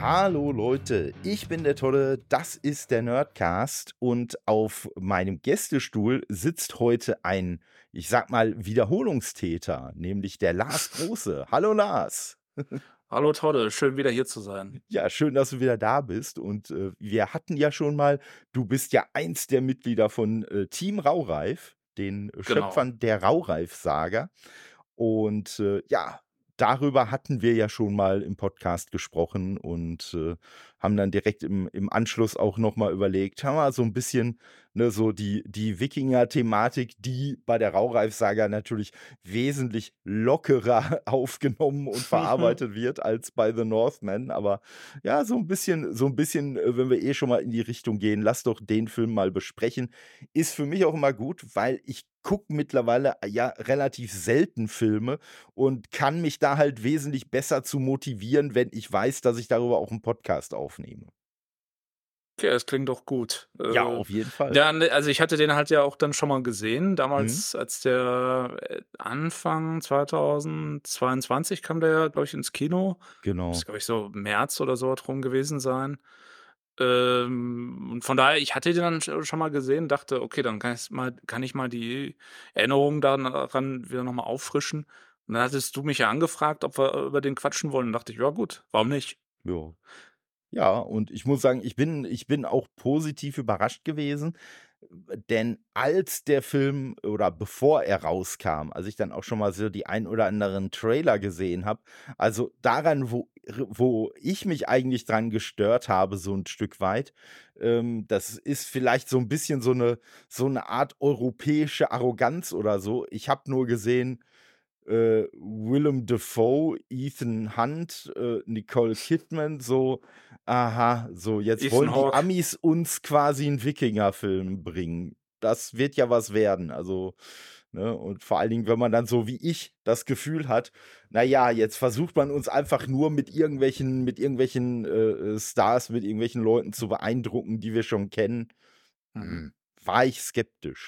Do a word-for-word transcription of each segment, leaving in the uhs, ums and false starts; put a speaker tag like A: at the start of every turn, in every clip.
A: Hallo Leute, ich bin der Tolle, das ist der Nerdcast und auf meinem Gästestuhl sitzt heute ein, ich sag mal, Wiederholungstäter, nämlich der Lars Große. Hallo Lars.
B: Hallo Todde, schön wieder hier zu sein.
A: Ja, schön, dass du wieder da bist und äh, wir hatten ja schon mal, du bist ja eins der Mitglieder von äh, Team Raureif, den
B: Genau.
A: Schöpfern der Raureif-Saga. Und äh, ja, darüber hatten wir ja schon mal im Podcast gesprochen und äh, haben dann direkt im, im Anschluss auch nochmal überlegt, haben wir so ein bisschen, ne, so die, die Wikinger-Thematik, die bei der Raureif-Saga natürlich wesentlich lockerer aufgenommen und verarbeitet wird als bei The Northman. Aber ja, so ein bisschen, so ein bisschen, äh, wenn wir eh schon mal in die Richtung gehen, lass doch den Film mal besprechen. Ist für mich auch immer gut, weil ich gucke mittlerweile äh, ja relativ selten Filme und kann mich da halt wesentlich besser zu motivieren, wenn ich weiß, dass ich darüber auch einen Podcast aufnehme.
B: Okay, das klingt doch gut.
A: Ja,
B: Äh,
A: auf jeden Fall.
B: ja, ne, also ich hatte den halt ja auch dann schon mal gesehen,
A: Mhm.
B: damals, als der äh, Anfang zweitausendzweiundzwanzig kam der ja, glaube ich, ins Kino. Muss,
A: Genau.
B: glaube ich, so März oder so drum gewesen sein. Ähm, und von daher, ich hatte den dann sch schon mal gesehen, dachte: „Okay, dann kann ich's mal kann ich mal die Erinnerung daran wieder noch mal auffrischen.“ Und dann hattest du mich ja angefragt, ob wir über den quatschen wollen. Und dachte ich: „Ja gut, warum nicht?“
A: Ja. Ja, und ich muss sagen, ich bin ich bin auch positiv überrascht gewesen, äh, denn als der Film oder bevor er rauskam, als ich dann auch schon mal so die ein oder anderen Trailer gesehen habe, also daran, wo r wo ich mich eigentlich dran gestört habe, so ein Stück weit, ähm, das ist vielleicht so ein bisschen so eine so eine Art europäische Arroganz oder so. Ich habe nur gesehen, äh, Willem Dafoe, Ethan Hunt, äh, Nicole Kidman, so, aha, so jetzt
B: Ethan
A: wollen die
B: Hawke.
A: Amis uns quasi 'n Wikingerfilm bringen. Das wird ja was werden, also, ne? Und vor allen Dingen, wenn man dann so wie ich das Gefühl hat, na ja, jetzt versucht man uns einfach nur mit irgendwelchen mit irgendwelchen, äh, äh, Stars, mit irgendwelchen Leuten zu beeindrucken, die wir schon kennen,
B: Mhm.
A: hm, war ich skeptisch.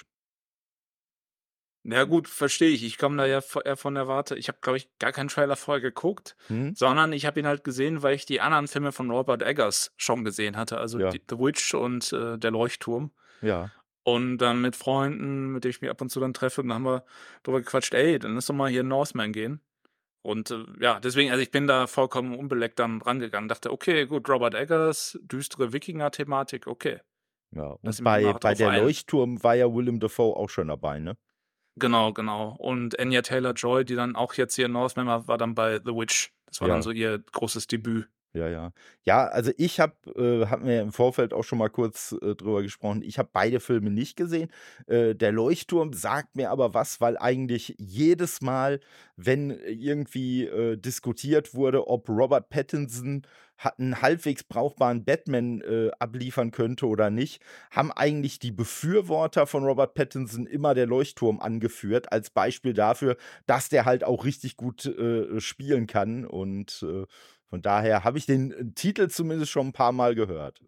B: Ja gut, verstehe ich. Ich komme da ja vo eher von der Warte, ich habe, glaube ich, gar keinen Trailer vorher geguckt,
A: Mhm.
B: sondern ich habe ihn halt gesehen, weil ich die anderen Filme von Robert Eggers schon gesehen hatte, also
A: Ja,
B: die „The Witch“ und, äh, „Der Leuchtturm“.
A: ja.
B: Und dann mit Freunden, mit denen ich mich ab und zu dann treffe, dann haben wir drüber gequatscht: „Ey, dann lass doch mal hier in Northman gehen.“ Und, äh, ja, deswegen, also ich bin da vollkommen unbeleckt dann rangegangen, dachte: „Okay, gut, Robert Eggers, düstere Wikinger-Thematik, okay,
A: Ja,
B: lasse
A: und
B: ich mich
A: bei
B: mal
A: bei
B: drauf
A: der
B: ein.“
A: Leuchtturm war ja Willem Dafoe auch schon dabei, ne?
B: Genau, genau. Und Anya Taylor-Joy, die dann auch jetzt hier in Northman war, war dann bei The Witch. Das war dann
A: Ja.
B: so ihr großes Debüt.
A: Ja, ja. Ja, also ich habe äh, hatten wir ja im Vorfeld auch schon mal kurz, äh, drüber gesprochen. Ich habe beide Filme nicht gesehen. Äh, Der Leuchtturm sagt mir aber was, weil eigentlich jedes Mal, wenn irgendwie, äh, diskutiert wurde, ob Robert Pattinson ha 'n halbwegs brauchbaren Batman, äh, abliefern könnte oder nicht, haben eigentlich die Befürworter von Robert Pattinson immer Der Leuchtturm angeführt als Beispiel dafür, dass der halt auch richtig gut, äh, spielen kann und, äh von daher habe ich den, äh, Titel zumindest schon 'n paar Mal gehört.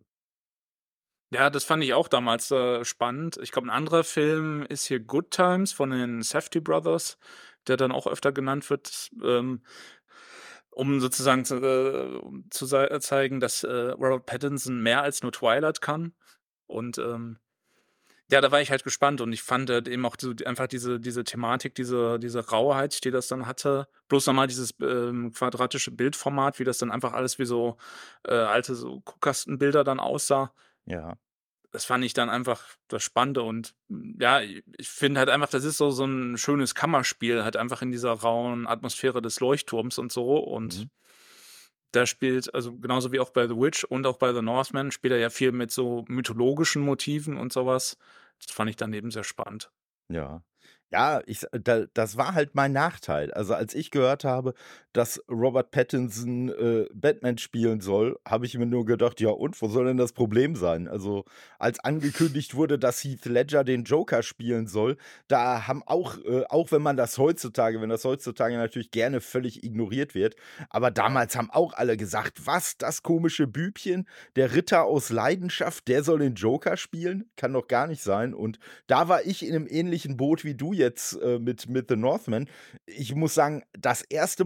B: Ja, das fand ich auch damals, äh, spannend. Ich glaube, 'n anderer Film ist hier „Good Times“ von den Safdie Brothers, der dann auch öfter genannt wird, ähm, um sozusagen zu äh, um zu sei äh, zeigen, dass, äh, Robert Pattinson mehr als nur Twilight kann. Und, ähm ja, da war ich halt gespannt und ich fand halt eben auch so d einfach diese diese Thematik, diese diese Rauheit, die das dann hatte, bloß noch mal dieses, ähm, quadratische Bildformat, wie das dann einfach alles wie so, äh, alte so Guckkastenbilder dann aussah.
A: Ja.
B: Das fand ich dann einfach das Spannende und, hm, ja, i ich finde halt einfach, das ist so so 'n schönes Kammerspiel halt einfach in dieser rauen Atmosphäre des Leuchtturms und so, und
A: Mhm.
B: da spielt, also genauso wie auch bei „The Witch“ und auch bei „The Northman“, spielt er ja viel mit so mythologischen Motiven und so was. Das fand ich dann eben sehr spannend.
A: Ja. Ja, ich s da das war halt mein Nachteil. Also, als ich gehört habe, dass Robert Pattinson, äh, Batman spielen soll, habe ich mir nur gedacht: „Ja und, wo soll denn das Problem sein?“ Also, als angekündigt wurde, dass Heath Ledger den Joker spielen soll, da haben auch äh, auch wenn man das heutzutage wenn das heutzutage natürlich gerne völlig ignoriert wird, aber
B: Ja.
A: damals haben auch alle gesagt: „Was, das komische Bübchen, der Ritter aus Leidenschaft, der soll den Joker spielen? Kann doch gar nicht sein.“ Und da war ich in 'nem ähnlichen Boot wie du jetzt, äh, mit mit „The Northman“. Ich muss sagen, das erste Mal, dass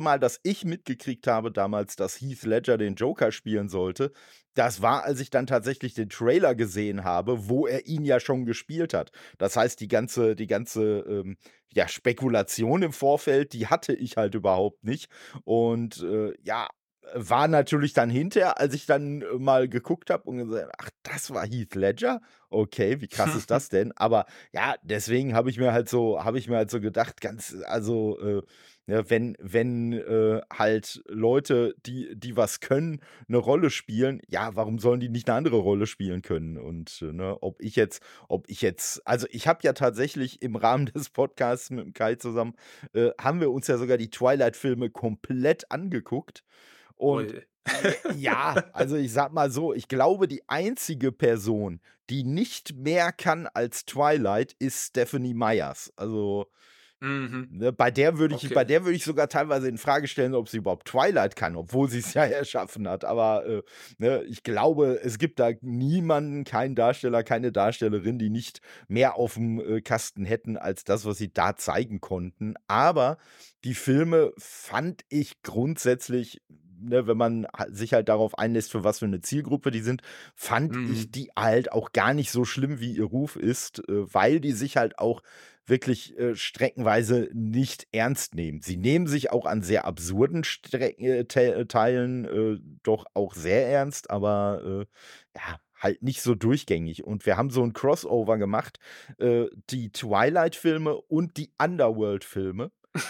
A: ich mitgekriegt habe damals, dass Heath Ledger den Joker spielen sollte, das war, als ich dann tatsächlich den Trailer gesehen habe, wo er ihn ja schon gespielt hat. Das heißt, die ganze die ganze, ähm, ja, Spekulation im Vorfeld, die hatte ich halt überhaupt nicht. Und, äh, ja, war natürlich dann hinterher, als ich dann, äh, mal geguckt habe und gesagt: „Ach, das war Heath Ledger? Okay, wie krass ist das denn?“ Aber ja, deswegen habe ich mir halt so habe ich mir halt so gedacht, ganz also, äh, ne, wenn wenn, äh, halt Leute, die die was können, eine Rolle spielen, ja, warum sollen die nicht eine andere Rolle spielen können? Und, äh, ne, ob ich jetzt ob ich jetzt also, ich habe ja tatsächlich im Rahmen des Podcasts mit dem Kai zusammen, äh, haben wir uns ja sogar die Twilight-Filme komplett angeguckt. Und
B: Ui.
A: j ja, also, ich sage mal so, ich glaube, die einzige Person, die nicht mehr kann als Twilight, ist Stephenie Meyers. Also,
B: Mhm.
A: ne, bei der würde ich bei
B: Okay.
A: der würde ich sogar teilweise in Frage stellen, ob sie überhaupt Twilight kann, obwohl sie es ja erschaffen hat. Aber, äh, ne, ich glaube, es gibt da niemanden, keinen Darsteller, keine Darstellerin, die nicht mehr aufm, äh, Kasten hätten als das, was sie da zeigen konnten. Aber die Filme fand ich grundsätzlich, ne, wenn man ha sich halt darauf einlässt, für was für 'ne Zielgruppe die sind, fand ich
B: Mhm.
A: die halt auch gar nicht so schlimm, wie ihr Ruf ist, äh, weil die sich halt auch wirklich, äh, streckenweise nicht ernst nehmen. Sie nehmen sich auch an sehr absurden Strecken äh, Tä Teilen, äh, doch auch sehr ernst, aber, äh, ja, halt nicht so durchgängig. Und wir haben so 'n Crossover gemacht, äh, die Twilight-Filme und die Underworld-Filme.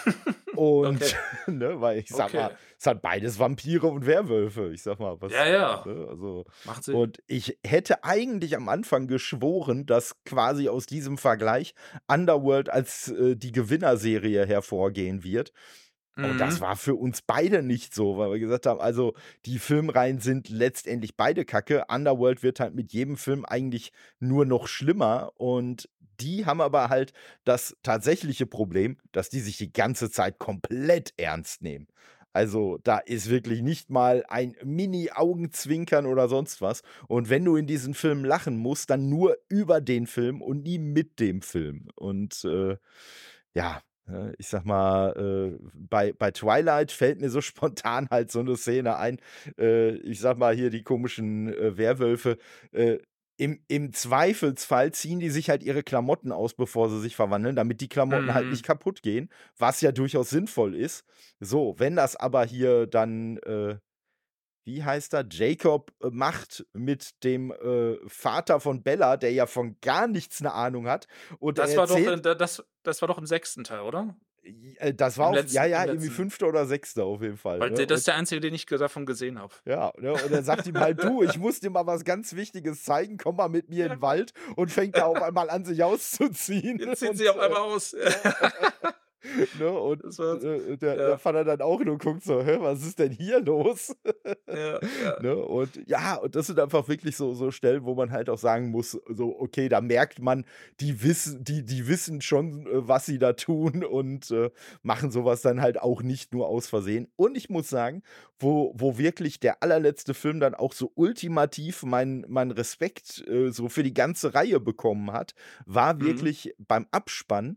A: Und,
B: Okay,
A: ne, weil ich sage mal,
B: okay.
A: es hat beides Vampire und Werwölfe. Ich sage mal,
B: Ja,
A: was
B: ja,
A: ne, also
B: macht Sinn.
A: und ich hätte eigentlich am Anfang geschworen, dass quasi aus diesem Vergleich Underworld als, äh, die Gewinnerserie hervorgehen wird. Und das
B: Mhm.
A: war für uns beide nicht so, weil wir gesagt haben, also, die Filmreihen sind letztendlich beide Kacke. Underworld wird halt mit jedem Film eigentlich nur noch schlimmer und die haben aber halt das tatsächliche Problem, dass die sich die ganze Zeit komplett ernst nehmen. Also, da ist wirklich nicht mal ein Mini-Augenzwinkern oder sonst was. Und wenn du in diesen Filmen lachen musst, dann nur über den Film und nie mit dem Film. Und, äh, ja, ne, ich sage mal, äh, bei bei Twilight fällt mir so spontan halt so 'ne Szene ein. Äh, ich sage mal hier die komischen, äh, Werwölfe, äh, im im Zweifelsfall ziehen die sich halt ihre Klamotten aus, bevor sie sich verwandeln, damit die Klamotten halt nicht
B: Mhm.
A: kaputt gehen, was ja durchaus sinnvoll ist. So, wenn das aber hier dann, äh, wie heißt er, Jacob, äh, macht mit dem, äh, Vater von Bella, der ja von gar nichts 'ne Ahnung hat und er
B: Das war doch, äh,
A: erzählt
B: da das das war doch im sechsten Teil, oder?
A: j äh, das war
B: Im
A: auf ja,
B: letzten
A: ja,
B: im
A: irgendwie
B: letzten.
A: fünfter oder sechster auf jeden Fall,
B: Weil
A: ne?
B: d das ist
A: Und
B: der einzige, den ich ge davon gesehen habe.
A: ja, ne, und er sagt ihm halt: „Du, ich muss dir mal was ganz Wichtiges zeigen, komm mal mit mir in
B: Ja.
A: 'n Wald“ und fängt da auf einmal an, sich auszuziehen
B: Jetzt zieht sie
A: und,
B: auf
A: äh,
B: einmal aus.
A: ja. Ne, und,
B: Das war
A: äh, der der
B: ja,
A: Vater dann auch nur guckt so: „Hä, was ist denn hier los?“
B: ja, ja.
A: Ne, und ja, und das sind einfach wirklich so so Stellen, wo man halt auch sagen muss, so, okay, da merkt man, die wissen die die wissen schon, äh, was sie da tun und, äh, machen so was dann halt auch nicht nur aus Versehen. Und ich muss sagen, wo wo wirklich der allerletzte Film dann auch so ultimativ meinen meinen Respekt, äh, so für die ganze Reihe bekommen hat, war
B: Mhm.
A: wirklich beim Abspann,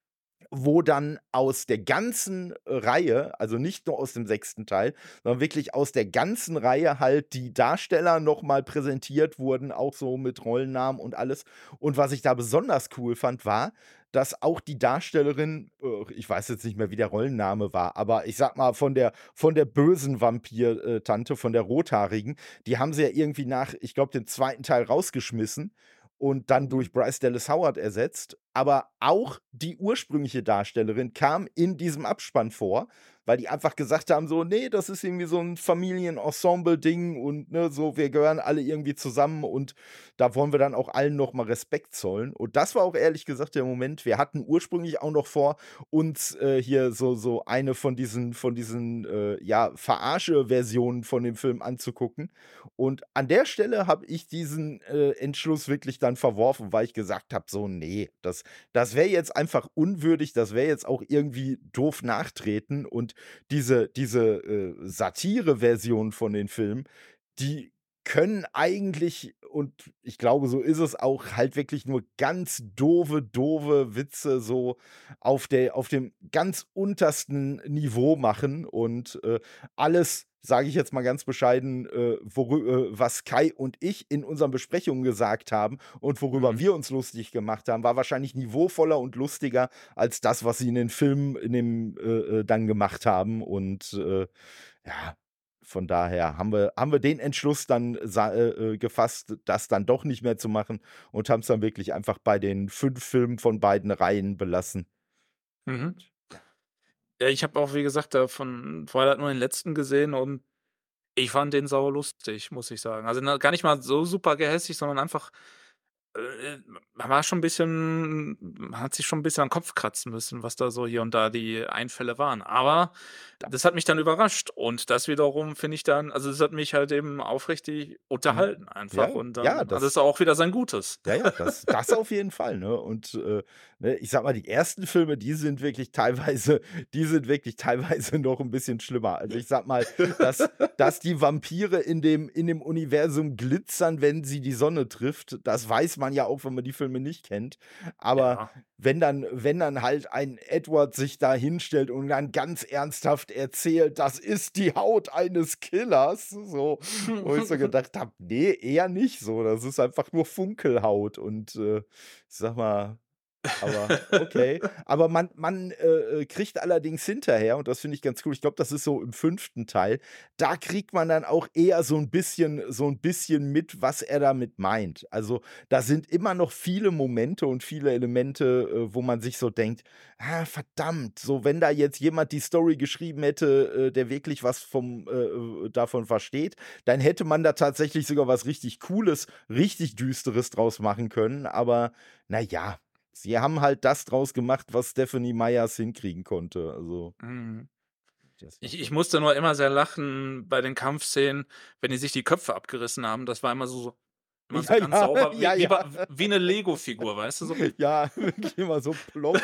A: wo dann aus der ganzen äh, Reihe, also nicht nur aus dem sechsten Teil, sondern wirklich aus der ganzen Reihe halt die Darsteller noch mal präsentiert wurden, auch so mit Rollennamen und alles. Und was ich da besonders cool fand, war, dass auch die Darstellerin, äh, ich weiß jetzt nicht mehr, wie der Rollenname war, aber ich sage mal, von der von der bösen Vampir äh, Tante, von der Rothaarigen, die haben sie ja irgendwie nach, ich glaube, dem zweiten Teil rausgeschmissen und dann
B: Mhm.
A: durch Bryce Dallas Howard ersetzt. Aber auch die ursprüngliche Darstellerin kam in diesem Abspann vor, weil die einfach gesagt haben so: „Ne, das ist irgendwie so 'n Familienensemble-Ding und, ne, so, wir gehören alle irgendwie zusammen und da wollen wir dann auch allen noch mal Respekt zollen.“ Und das war auch ehrlich gesagt der Moment, wir hatten ursprünglich auch noch vor, uns, äh, hier so so eine von diesen von diesen, äh, ja, Verarsche-Versionen von dem Film anzugucken. Und an der Stelle habe ich diesen, äh, Entschluss wirklich dann verworfen, weil ich gesagt habe so: „Ne, das das wäre jetzt einfach unwürdig, das wäre jetzt auch irgendwie doof nachtreten und diese diese, äh, Satire-Version von den Filmen, die können eigentlich, und ich glaube, so ist es auch, halt wirklich nur ganz doofe, doofe Witze so auf der auf dem ganz untersten Niveau machen und, äh, alles, sage ich jetzt mal ganz bescheiden, äh, worü äh, was Kai und ich in unseren Besprechungen gesagt haben und worüber
B: Mhm.
A: wir uns lustig gemacht haben, war wahrscheinlich niveauvoller und lustiger als das, was sie in den Filmen in dem äh, äh, dann gemacht haben und, äh, ja, von daher haben wir haben wir den Entschluss dann sa äh, äh, gefasst, das dann doch nicht mehr zu machen und haben's dann wirklich einfach bei den fünf Filmen von beiden Reihen belassen.
B: Mhm.
A: Und ja.
B: Ja, ich habe auch, wie gesagt, da von Twilight nur den letzten gesehen und ich fand den saulustig, muss ich sagen. Also, ne, gar nicht mal so super gehässig, sondern einfach, äh, man war schon 'n bisschen man hat sich schon 'n bisschen an 'n Kopf kratzen müssen, was da so hier und da die Einfälle waren. Aber
A: Da
B: das hat mich dann überrascht und das wiederum finde ich dann, also, das hat mich halt eben aufrichtig
A: Mhm.
B: unterhalten einfach
A: Ja,
B: und
A: ja,
B: dann hat
A: das
B: es auch wieder sein Gutes.
A: ja, ja, das das auf jeden Fall, ne? Und, äh, ne, ich sage mal, die ersten Filme, die sind wirklich teilweise die sind wirklich teilweise noch 'n bisschen schlimmer. Also, ich sage mal, dass dass die Vampire in dem in dem Universum glitzern, wenn sie die Sonne trifft, das weiß man ja auch, wenn man die Filme nicht kennt. Aber
B: Ja.
A: wenn dann wenn dann halt ein Edward sich da hinstellt und dann ganz ernsthaft erzählt: „Das ist die Haut eines Killers", so, wo ich so gedacht habe: „Ne, eher nicht so. Das ist einfach nur Funkelhaut." Und, äh, ich sage mal, aber okay. Aber man man, äh, äh, kriegt allerdings hinterher, und das finde ich ganz cool, ich glaube, das ist so im fünften Teil, da kriegt man dann auch eher so 'n bisschen so 'n bisschen mit, was er damit meint. Also, da sind immer noch viele Momente und viele Elemente, äh, wo man sich so denkt: „Ah, verdammt, so wenn da jetzt jemand die Story geschrieben hätte, äh, der wirklich was vom äh, äh, davon versteht, dann hätte man da tatsächlich sogar was richtig Cooles, richtig Düsteres draus machen können." Aber na ja, sie haben halt das draus gemacht, was Stephenie Meyers hinkriegen konnte. Also,
B: Mhm.
A: das war
B: Ich ich
A: schon
B: musste nur immer sehr lachen bei den Kampfszenen, wenn die sich die Köpfe abgerissen haben. Das war immer so so immer so
A: Ja,
B: ganz
A: ja,
B: sauber,
A: ja,
B: wie wie
A: ja.
B: bei wie 'ne Lego-Figur, weißt du so?
A: Ja, wirklich immer so plopp.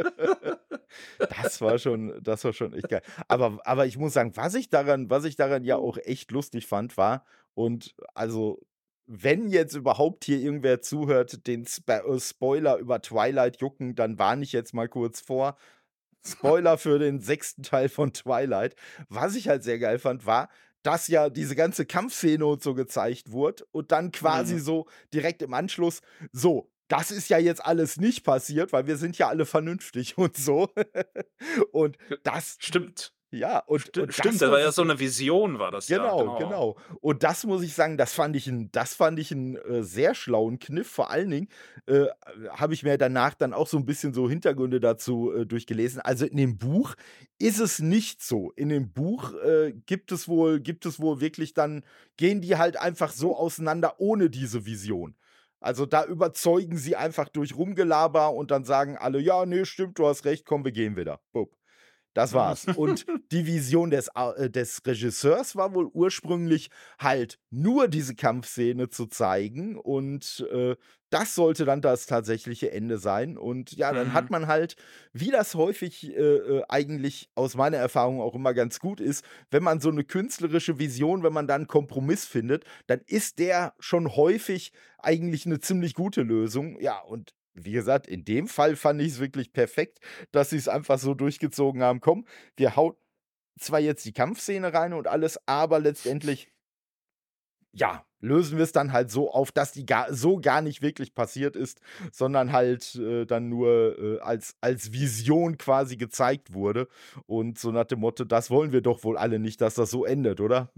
A: Das war schon das war schon echt geil. Aber aber ich muss sagen, was ich daran was ich daran ja auch echt lustig fand, war, und also, wenn jetzt überhaupt hier irgendwer zuhört, den Spa äh, Spoiler über Twilight jucken, dann warne ich jetzt mal kurz vor. Spoiler für den sechsten Teil von Twilight. Was ich halt sehr geil fand, war, dass ja diese ganze Kampfszene und so gezeigt wurde und dann quasi
B: Mhm.
A: so direkt im Anschluss: „So, das ist ja jetzt alles nicht passiert, weil wir sind ja alle vernünftig" und so. Und
B: G
A: das
B: Stimmt.
A: ja, und
B: Sti
A: und
B: stimmt,
A: das
B: das war
A: muss
B: ja
A: ich
B: so 'ne Vision war das ja,
A: genau,
B: genau.
A: genau. Und das muss ich sagen, das fand ich 'n das fand ich 'n, äh, sehr schlauen Kniff. Vor allen Dingen, äh, habe ich mir danach dann auch so 'n bisschen so Hintergründe dazu, äh, durchgelesen. Also, in dem Buch ist es nicht so. In dem Buch, äh, gibt es wohl gibt es wohl wirklich dann gehen die halt einfach so auseinander ohne diese Vision. Also, da überzeugen sie einfach durch Rumgelaber und dann sagen alle: „Ja, ne, stimmt, du hast recht, komm, wir gehen wieder." Bupp. Das war's. Und die Vision des Au äh, des Regisseurs war wohl ursprünglich halt nur diese Kampfszene zu zeigen und, äh, das sollte dann das tatsächliche Ende sein. Und ja, dann hat
B: Mhm.
A: man halt, wie das häufig, äh, äh, eigentlich aus meiner Erfahrung auch immer ganz gut ist, wenn man so 'ne künstlerische Vision wenn man da 'n Kompromiss findet, dann ist der schon häufig eigentlich 'ne ziemlich gute Lösung. Ja, und wie gesagt, in dem Fall fand ich's wirklich perfekt, dass sie's einfach so durchgezogen haben: „Komm, wir hauen zwar jetzt die Kampfszene rein und alles, aber letztendlich ja, lösen wir's dann halt so auf, dass die gar so gar nicht wirklich passiert ist, sondern halt, äh, dann nur, äh, als als Vision quasi gezeigt wurde." Und so nach dem Motto: „Das wollen wir doch wohl alle nicht, dass das so endet, oder?"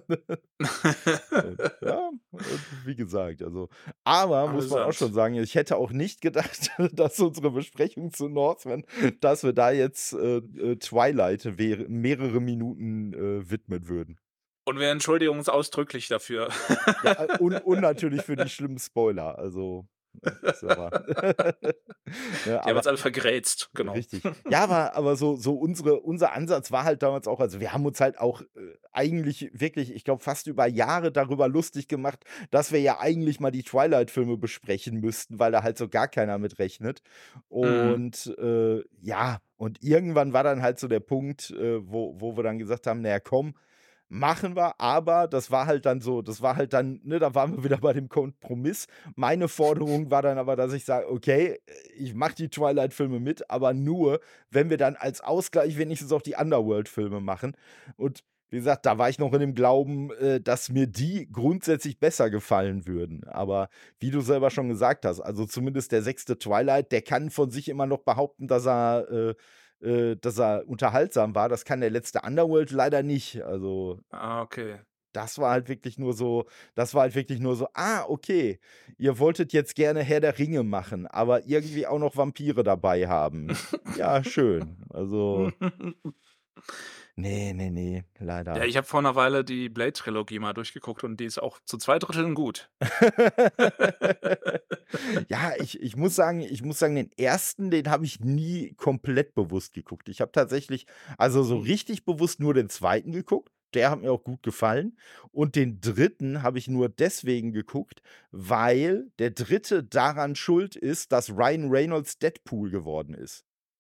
A: Und ja, und wie gesagt, also aber muss man auch schon
B: Amüsant.
A: sagen, ich hätte auch nicht gedacht, dass unsere Besprechung zu Northman dass wir da jetzt, äh, äh, Twilight wäre mehrere Minuten, äh, widmen würden.
B: Und wir entschuldigen uns ausdrücklich dafür.
A: Ja, äh, und und natürlich für die schlimmen Spoiler, also, äh, ich sage mal. Ne,
B: Die haben
A: aber
B: jetzt alle vergrätzt, genau.
A: richtig. Ja, aber aber so so unsere unser Ansatz war halt damals auch also, wir haben uns halt auch, äh, eigentlich wirklich, ich glaube, fast über Jahre darüber lustig gemacht, dass wir ja eigentlich mal die Twilight-Filme besprechen müssten, weil da halt so gar keiner mit rechnet.
B: Mhm.
A: Und, äh, ja, und irgendwann war dann halt so der Punkt, äh, wo wo wir dann gesagt haben: „Na ja, komm, machen wir, aber das war halt dann so das war halt dann ne, da waren wir wieder bei dem Kompromiss. Meine Forderung war dann aber, dass ich sage: „Okay, ich mache die Twilight-Filme mit, aber nur, wenn wir dann als Ausgleich wenigstens auch die Underworld-Filme machen." Und wie gesagt, da war ich noch in dem Glauben, äh, dass mir die grundsätzlich besser gefallen würden. Aber wie du selber schon gesagt hast, also zumindest der sechste Twilight, der kann von sich immer noch behaupten, dass er äh, äh, dass er unterhaltsam war. Das kann der letzte Underworld leider nicht. Also,
B: Ah, okay.
A: das war halt wirklich nur so das war halt wirklich nur so: „Ah, okay, ihr wolltet jetzt gerne Herr der Ringe machen, aber irgendwie auch noch Vampire dabei haben. Ja, schön." Also, ne, ne, ne,
B: Ja,
A: leider.
B: ich habe vor 'ner Weile die Blade-Trilogie mal durchgeguckt und die ist auch zu zwei Dritteln gut.
A: Ja, ich ich muss sagen ich muss sagen, den ersten, den habe ich nie komplett bewusst geguckt. Ich habe tatsächlich also, so
B: Mhm.
A: richtig bewusst nur den zweiten geguckt. Der hat mir auch gut gefallen. Und den dritten habe ich nur deswegen geguckt, weil der dritte daran schuld ist, dass Ryan Reynolds Deadpool geworden ist.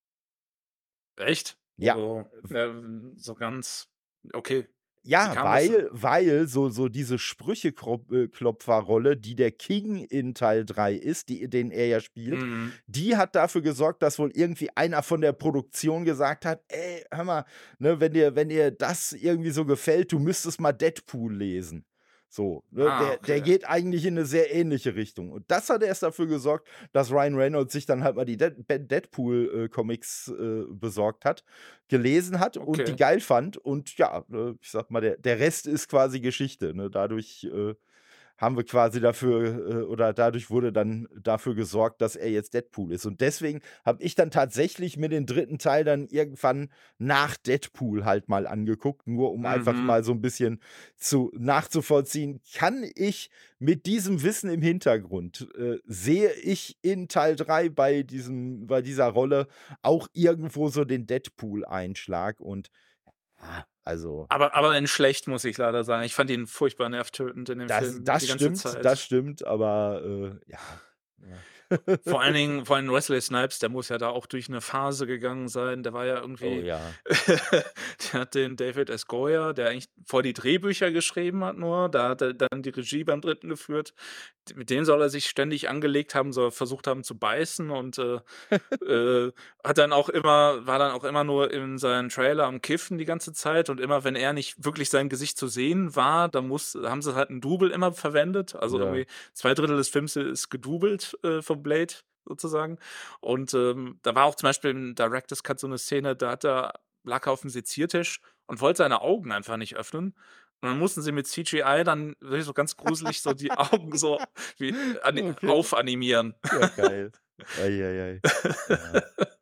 B: Echt?
A: Ja.
B: Also, ähm, so ganz okay. Wie
A: Ja,
B: kam das denn?
A: weil weil so so diese Sprüche-Krop äh, Klopfer-Rolle, die der King in Teil drei ist, die den er ja spielt,
B: Mhm.
A: die hat dafür gesorgt, dass wohl irgendwie einer von der Produktion gesagt hat: „Ey, hör mal, ne, wenn dir wenn dir das irgendwie so gefällt, du müsstest mal Deadpool lesen." So, ne?
B: Ah,
A: Der der
B: okay.
A: geht eigentlich in 'ne sehr ähnliche Richtung. Und das hat erst dafür gesorgt, dass Ryan Reynolds sich dann halt mal die Dead Be Deadpool, äh, Comics, äh, besorgt hat, gelesen hat und die
B: Okay.
A: geil fand. Und ja, äh, ich sage mal, der der Rest ist quasi Geschichte, ne? Dadurch, äh, haben wir quasi dafür äh, oder dadurch wurde dann dafür gesorgt, dass er jetzt Deadpool ist. Und deswegen habe ich dann tatsächlich mir den dritten Teil dann irgendwann nach Deadpool halt mal angeguckt, nur um einfach
B: Mhm.
A: mal so 'n bisschen zu nachzuvollziehen, kann ich mit diesem Wissen im Hintergrund, äh, sehe ich in Teil drei bei diesem bei dieser Rolle auch irgendwo so den Deadpool-Einschlag und ja, also
B: Aber aber in schlecht, muss ich leider sagen. Ich fand ihn furchtbar nervtötend in dem
A: Das
B: Film die
A: das
B: ganze
A: stimmt, das
B: Zeit.
A: stimmt, aber, äh, ja, ja.
B: Vor allen Dingen vor allem Wesley Snipes, der muss ja da auch durch 'ne Phase gegangen sein. Der war ja
A: Oh
B: irgendwie
A: ja.
B: der hat den David S. Goyer, der eigentlich vorher die Drehbücher geschrieben hat nur, da hat er dann die Regie beim dritten geführt. D mit dem soll er sich ständig angelegt haben, soll versucht haben zu beißen und, äh, äh, hat dann auch immer war dann auch immer nur in seinen Trailer am Kiffen die ganze Zeit und immer, wenn er nicht wirklich sein Gesicht zu sehen war, dann muss haben sie halt 'n Double immer verwendet. Also,
A: Ja.
B: irgendwie zwei Drittel des Films ist gedoubelt, äh, von Blade sozusagen. Und, ähm, da war auch zum Beispiel im Director's Cut so 'ne Szene, da hat er lag er aufm Seziertisch und wollte seine Augen einfach nicht öffnen. Und dann mussten sie mit C G I dann wirklich so ganz gruselig so die Augen so wie ani
A: Okay.
B: aufanimieren.
A: Ja, geil. Ei, ei, ei. Ja.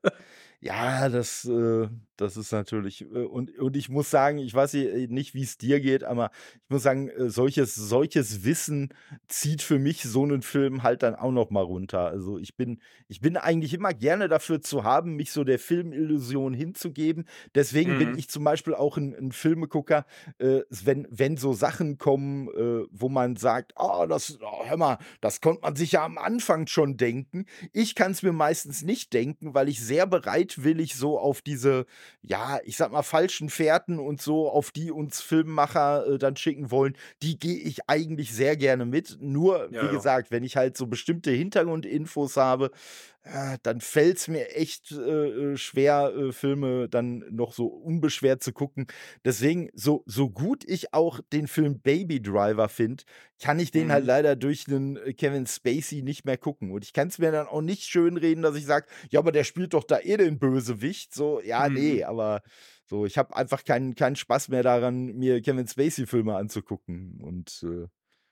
A: Ja, das äh, das ist natürlich äh, und und ich muss sagen, ich weiß ni äh, nicht, wie's dir geht, aber ich muss sagen, äh, solches solches Wissen zieht für mich so 'nen Film halt dann auch noch mal runter. Also, ich bin ich bin eigentlich immer gerne dafür zu haben, mich so der Filmillusion hinzugeben. Deswegen bin
B: Mhm.
A: ich zum Beispiel auch 'n 'n Filmegucker, äh, s wenn wenn so Sachen kommen, äh, wo man sagt: „Oh, das oh, hör mal, das konnte man sich ja am Anfang schon denken." Ich kann's mir meistens nicht denken, weil ich sehr bereitwillig so auf diese, ja, ich sage mal, falschen Fährten und so, auf die uns Filmemacher, äh, dann schicken wollen, die gehe ich eigentlich sehr gerne mit. Nur,
B: Ja,
A: wie
B: ja.
A: gesagt, wenn ich halt so bestimmte Hintergrundinfos habe, äh, dann fällt's mir echt, äh, äh, schwer, äh, Filme dann noch so unbeschwert zu gucken. Deswegen, so so gut ich auch den Film Baby Driver finde, kann ich den halt
B: Mhm.
A: leider durch 'nen, äh, Kevin Spacey nicht mehr gucken. Und ich kann's mir dann auch nicht schönreden, dass ich sage: „Ja, aber der spielt doch da eh den Bösewicht." So, ja, ne,
B: Mhm.
A: aber so, ich habe einfach keinen keinen Spaß mehr daran, mir Kevin Spacey-Filme anzugucken und, äh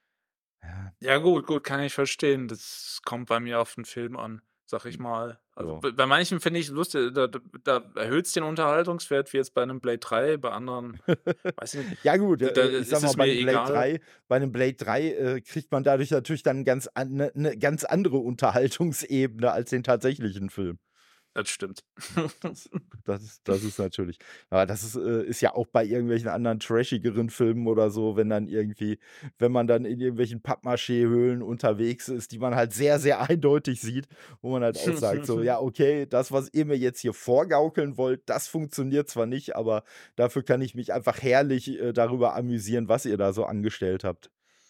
A: ja.
B: Ja, gut, gut, kann ich verstehen. Das kommt bei mir auf 'n Film an, sage ich
A: Hm.
B: mal. Also,
A: Ja.
B: b bei manchen finde ich lustig, da da da erhöht's den Unterhaltungswert, wie jetzt bei 'nem Blade drei, bei anderen weiß ich nicht,
A: Ja gut,
B: da da
A: äh, ich
B: ist
A: sage mal,
B: es
A: bei
B: mir
A: 'nem Blade
B: egal.
A: drei bei 'nem Blade drei, äh, kriegt man dadurch natürlich dann ganz an 'ne 'ne ganz andere Unterhaltungsebene als den tatsächlichen Film.
B: Das stimmt.
A: Das das ist das ist natürlich aber das ist äh, ist ja auch bei irgendwelchen anderen trashigeren Filmen oder so, wenn dann irgendwie wenn man dann in irgendwelchen Pappmaché-Höhlen unterwegs ist, die man halt sehr, sehr eindeutig sieht, wo man halt auch sagt so: „Ja, okay, das, was ihr mir jetzt hier vorgaukeln wollt, das funktioniert zwar nicht, aber dafür kann ich mich einfach herrlich, äh, darüber amüsieren, was ihr da so angestellt habt."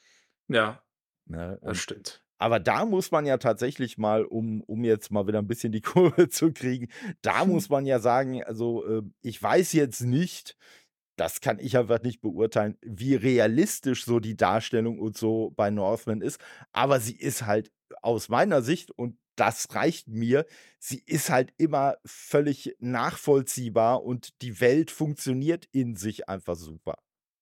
B: Ja,
A: Ne?
B: das
A: Und
B: stimmt.
A: aber da muss man ja tatsächlich mal, um um jetzt mal wieder ein bisschen die Kurve zu kriegen, da muss man ja sagen, also, äh, ich weiß jetzt nicht, das kann ich einfach nicht beurteilen, wie realistisch so die Darstellung und so bei Northman ist, aber sie ist halt aus meiner Sicht, und das reicht mir, sie ist halt immer völlig nachvollziehbar und die Welt funktioniert in sich einfach super.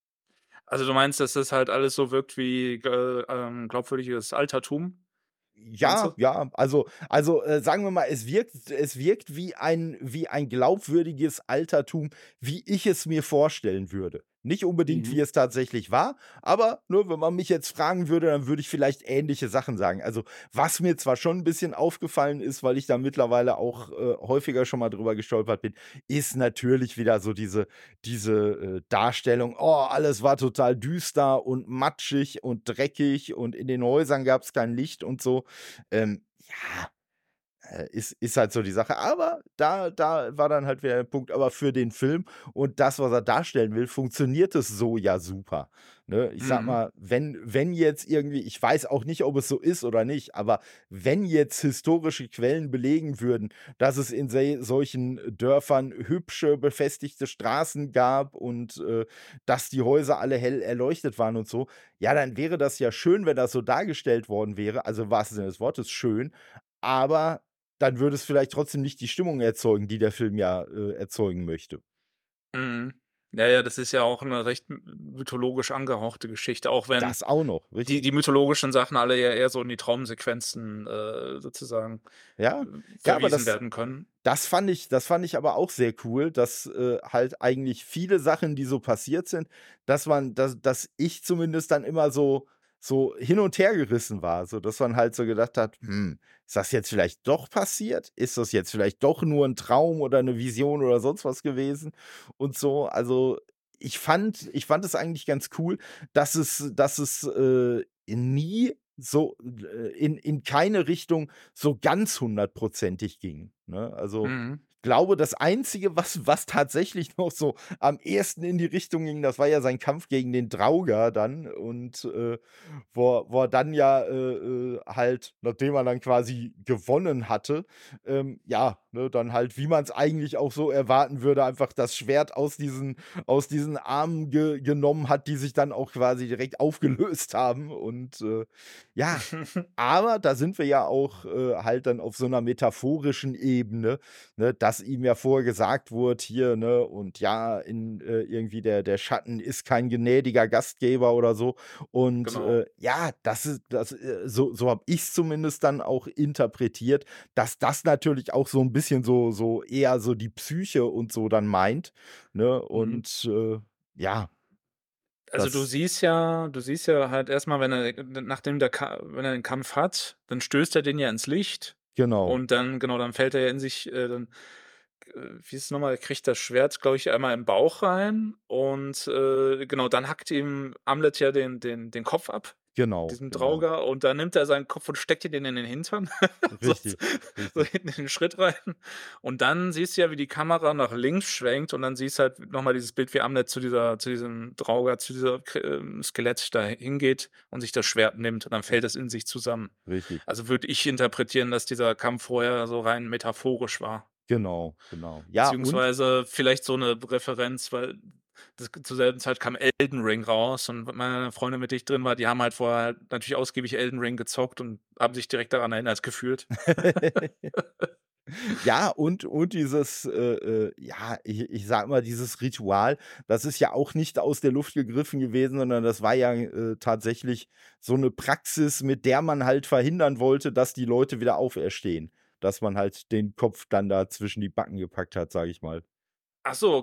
B: Also, du meinst, dass das halt alles so wirkt wie, äh, ähm, glaubwürdiges Altertum, meinst
A: Ja,
B: du?
A: ja, also also, äh, sagen wir mal, es wirkt es wirkt wie ein wie ein glaubwürdiges Altertum, wie ich es mir vorstellen würde. Nicht unbedingt, wie
B: Mhm.
A: es tatsächlich war, aber, ne, wenn man mich jetzt fragen würde, dann würde ich vielleicht ähnliche Sachen sagen. Also, was mir zwar schon ein bisschen aufgefallen ist, weil ich da mittlerweile auch, äh, häufiger schon mal drüber gestolpert bin, ist natürlich wieder so diese diese, äh, Darstellung: „Oh, alles war total düster und matschig und dreckig und in den Häusern gab es kein Licht" und so. Ähm, ja, äh, ist ist halt so die Sache. Aber da da war dann halt wieder der Punkt, aber für den Film und das, was er darstellen will, funktioniert es so ja super, ne? Ich sage
B: Mhm.
A: mal, wenn wenn jetzt irgendwie, ich weiß auch nicht, ob es so ist oder nicht, aber wenn jetzt historische Quellen belegen würden, dass es in se solchen Dörfern hübsche, befestigte Straßen gab und, äh, dass die Häuser alle hell erleuchtet waren und so, ja, dann wäre das ja schön, wenn das so dargestellt worden wäre, also im wahrsten Sinne des Wortes schön, aber dann würde es vielleicht trotzdem nicht die Stimmung erzeugen, die der Film ja, äh, erzeugen möchte.
B: Mhm. Ja, ja, das ist ja auch 'ne recht m mythologisch angehauchte Geschichte, auch wenn
A: Das auch noch,
B: die
A: richtig.
B: die mythologischen Sachen alle ja eher so in die Traumsequenzen, äh, sozusagen, äh,
A: Ja. Ja, aber
B: verwiesen
A: das
B: werden können.
A: das fand ich das fand ich aber auch sehr cool, dass, äh, halt eigentlich viele Sachen, die so passiert sind, dass man dass dass ich zumindest dann immer so so hin und her gerissen war, so dass man halt so gedacht hat: „Hm, ist das jetzt vielleicht doch passiert? Ist das jetzt vielleicht doch nur ein Traum oder eine Vision oder sonst was gewesen?" Und so. Also, ich fand ich fand es eigentlich ganz cool, dass es dass es, äh, nie so, äh, in in keine Richtung so ganz hundertprozentig ging, ne? Also,
B: Mhm.
A: ich glaube, das Einzige, was was tatsächlich noch so am ehesten in die Richtung ging, das war ja sein Kampf gegen den Draugr dann und, äh, wo er wo er dann ja, äh, äh, halt, nachdem er dann quasi gewonnen hatte, ähm, ja, ne, dann halt, wie man es eigentlich auch so erwarten würde, einfach das Schwert aus diesen aus diesen Armen ge genommen hat, die sich dann auch quasi direkt aufgelöst haben und, äh, ja, aber da sind wir ja auch, äh, halt dann auf so einer metaphorischen Ebene, ne, dass ihm ja vorher gesagt wurde hier, ne, und ja, in äh, irgendwie der der Schatten ist kein gnädiger Gastgeber oder so. Und,
B: Genau.
A: äh, ja, das ist das äh, so so habe ich's zumindest dann auch interpretiert, dass das natürlich auch so ein bisschen so so eher so die Psyche und so dann meint, ne?
B: Mhm.
A: Und, äh, ja,
B: Also, du
A: das
B: siehst ja du siehst ja halt erst mal, wenn er n nachdem der Ka wenn er den Kampf hat, dann stößt er den ja ins Licht
A: genau,
B: und dann genau, dann fällt er ja in sich, äh, dann äh, wie ist es noch mal? Er kriegt das Schwert, glaube ich, einmal im Bauch rein und, äh, genau, dann hackt ihm Amlet ja den den den Kopf ab,
A: genau,
B: diesem
A: genau.
B: Draugr, und dann nimmt er seinen Kopf und steckt ihn in den Hintern, so
A: Richtig,
B: so
A: richtig.
B: hinten in den Schritt rein. Und dann siehst du ja, wie die Kamera nach links schwenkt und dann siehst du halt noch mal dieses Bild, wie Amlet zu dieser zu diesem Draugr, zu dieser K ähm, Skelett da hingeht und sich das Schwert nimmt und dann fällt es in sich zusammen.
A: Richtig.
B: Also, würde ich interpretieren, dass dieser Kampf vorher so rein metaphorisch war.
A: Genau, genau. Ja, und
B: Beziehungsweise vielleicht so 'ne Referenz, weil das zur selben Zeit kam Elden Ring raus und meine Freundin, mit der ich drin war, die haben halt vorher halt natürlich ausgiebig Elden Ring gezockt und haben sich direkt daran erinnert gefühlt.
A: ja, und und dieses, äh, äh, ja, ich ich sage mal, dieses Ritual, das ist ja auch nicht aus der Luft gegriffen gewesen, sondern das war ja, äh, tatsächlich so eine Praxis, mit der man halt verhindern wollte, dass die Leute wieder auferstehen. Dass man halt den Kopf dann da zwischen die Backen gepackt hat, sage ich mal.
B: Ach so, okay.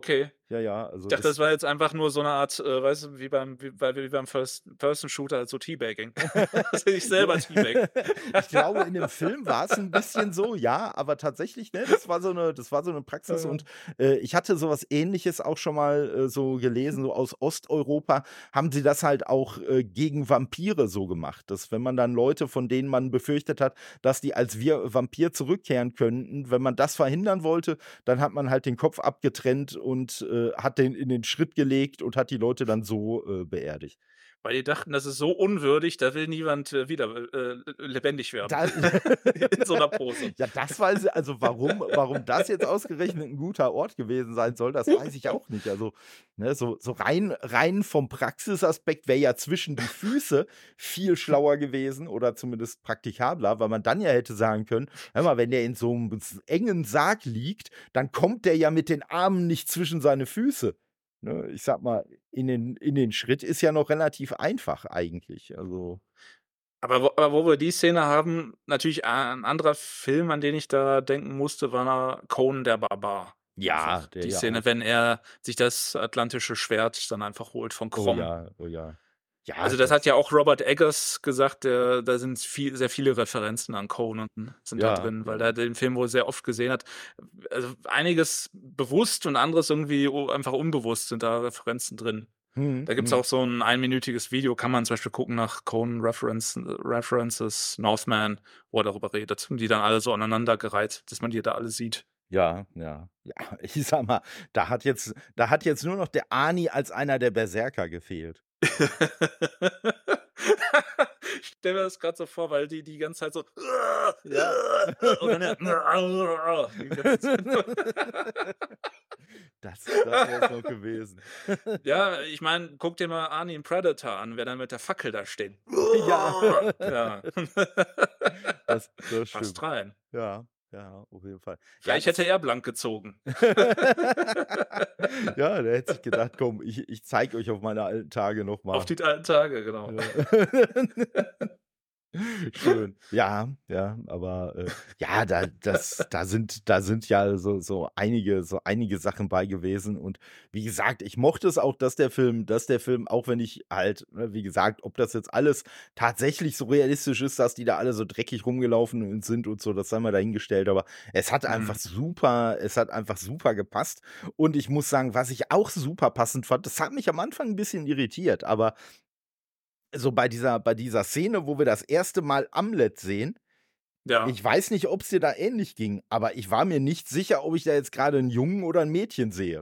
A: Ja, ja,
B: Ich
A: also
B: dachte, das
A: das
B: war jetzt einfach nur so 'ne Art, äh, weißt du, wie beim wie bei wie beim First-Person-Shooter, halt so Teabagging. Dass er dich selber teabaggt.
A: Ich glaube, in dem Film war's 'n bisschen so, ja, aber tatsächlich, ne, das war so 'ne das war so 'ne Praxis
B: Äh.
A: und, äh, ich hatte so was Ähnliches auch schon mal, äh, so gelesen, so aus Osteuropa haben sie das halt auch, äh, gegen Vampire so gemacht, dass wenn man dann Leute, von denen man befürchtet hat, dass die als Wir Vampir zurückkehren könnten, wenn man das verhindern wollte, dann hat man halt den Kopf abgetrennt und, äh, hat den in den Schritt gelegt und hat die Leute dann so, äh, beerdigt.
B: Weil die dachten, das ist so unwürdig, da will niemand, äh, wieder, äh, lebendig werden.
A: Da
B: In so 'ner Pose.
A: ja, das weiß i also warum warum das jetzt ausgerechnet 'n guter Ort gewesen sein soll, das weiß ich auch nicht. Also, ne, so so rein rein vom Praxisaspekt wäre ja zwischen die Füße viel schlauer gewesen oder zumindest praktikabler, weil man dann ja hätte sagen können: „Hör mal, wenn der in so 'm s engen Sarg liegt, dann kommt der ja mit den Armen nicht zwischen seine Füße.“ Ne, ich sage mal, in den in den Schritt ist ja noch relativ einfach eigentlich, also
B: Aber wo aber wo wir die Szene haben, natürlich a 'n anderer Film, an den ich da denken musste, war Conan der Barbar.
A: Ja,
B: Einfach
A: der
B: die
A: ja
B: Szene,
A: auch.
B: wenn er sich das atlantische Schwert dann einfach holt von
A: Oh
B: Krom.
A: ja, oh ja. Ja,
B: Also, das hat
A: das
B: ja auch Robert Eggers gesagt, der da sind viel sehr viele Referenzen an Conan sind da
A: Ja,
B: drin, weil
A: ja.
B: er den Film wohl sehr oft gesehen hat. Also, einiges bewusst und anderes irgendwie o einfach unbewusst sind da Referenzen drin.
A: Mhm,
B: Da gibt's
A: mhm.
B: auch so 'n einminütiges Video, kann man zum Beispiel gucken nach Conan Reference References Northman, wo er darüber redet und die dann alle so aneinandergereiht, dass man die da alle sieht.
A: Ja, ja. Ja, ich sage mal, da hat jetzt da hat jetzt nur noch der Arnie als einer der Berserker gefehlt.
B: Ich stelle mir das grad so vor, weil die die ganze Zeit so
A: Ja.
B: und dann der die ganze Zeit nur
A: Das das wär's noch gewesen.
B: Ja, ich meine, guck dir mal Arnie in Predator an, wenn er mit der Fackel da steht.
A: Ja.
B: Ja.
A: Das das
B: Passt
A: stimmt.
B: rein.
A: Ja, ja, auf jeden Fall. Ja,
B: Vielleicht hätte
A: das
B: er blank gezogen.
A: Ja, der hätte sich gedacht: „Komm, ich ich zeige euch auf meine alten Tage noch
B: Auf
A: mal.“
B: die alten Tage, genau.
A: Ja. Schön. Ja, ja, aber, äh, ja, da das da sind da sind ja so so einige so einige Sachen bei gewesen und wie gesagt, ich mochte es auch, dass der Film dass der Film, auch wenn ich halt, ne, wie gesagt, ob das jetzt alles tatsächlich so realistisch ist, dass die da alle so dreckig rumgelaufen sind und so, das sei mal dahingestellt, aber es hat einfach
B: Mhm.
A: super es hat einfach super gepasst und ich muss sagen, was ich auch super passend fand, das hat mich am Anfang 'n bisschen irritiert, aber so bei dieser bei dieser Szene, wo wir das erste Mal Amleth sehen,
B: Ja.
A: ich weiß nicht, ob's dir da ähnlich ging, aber ich war mir nicht sicher, ob ich da jetzt grade 'n Jungen oder 'n Mädchen sehe.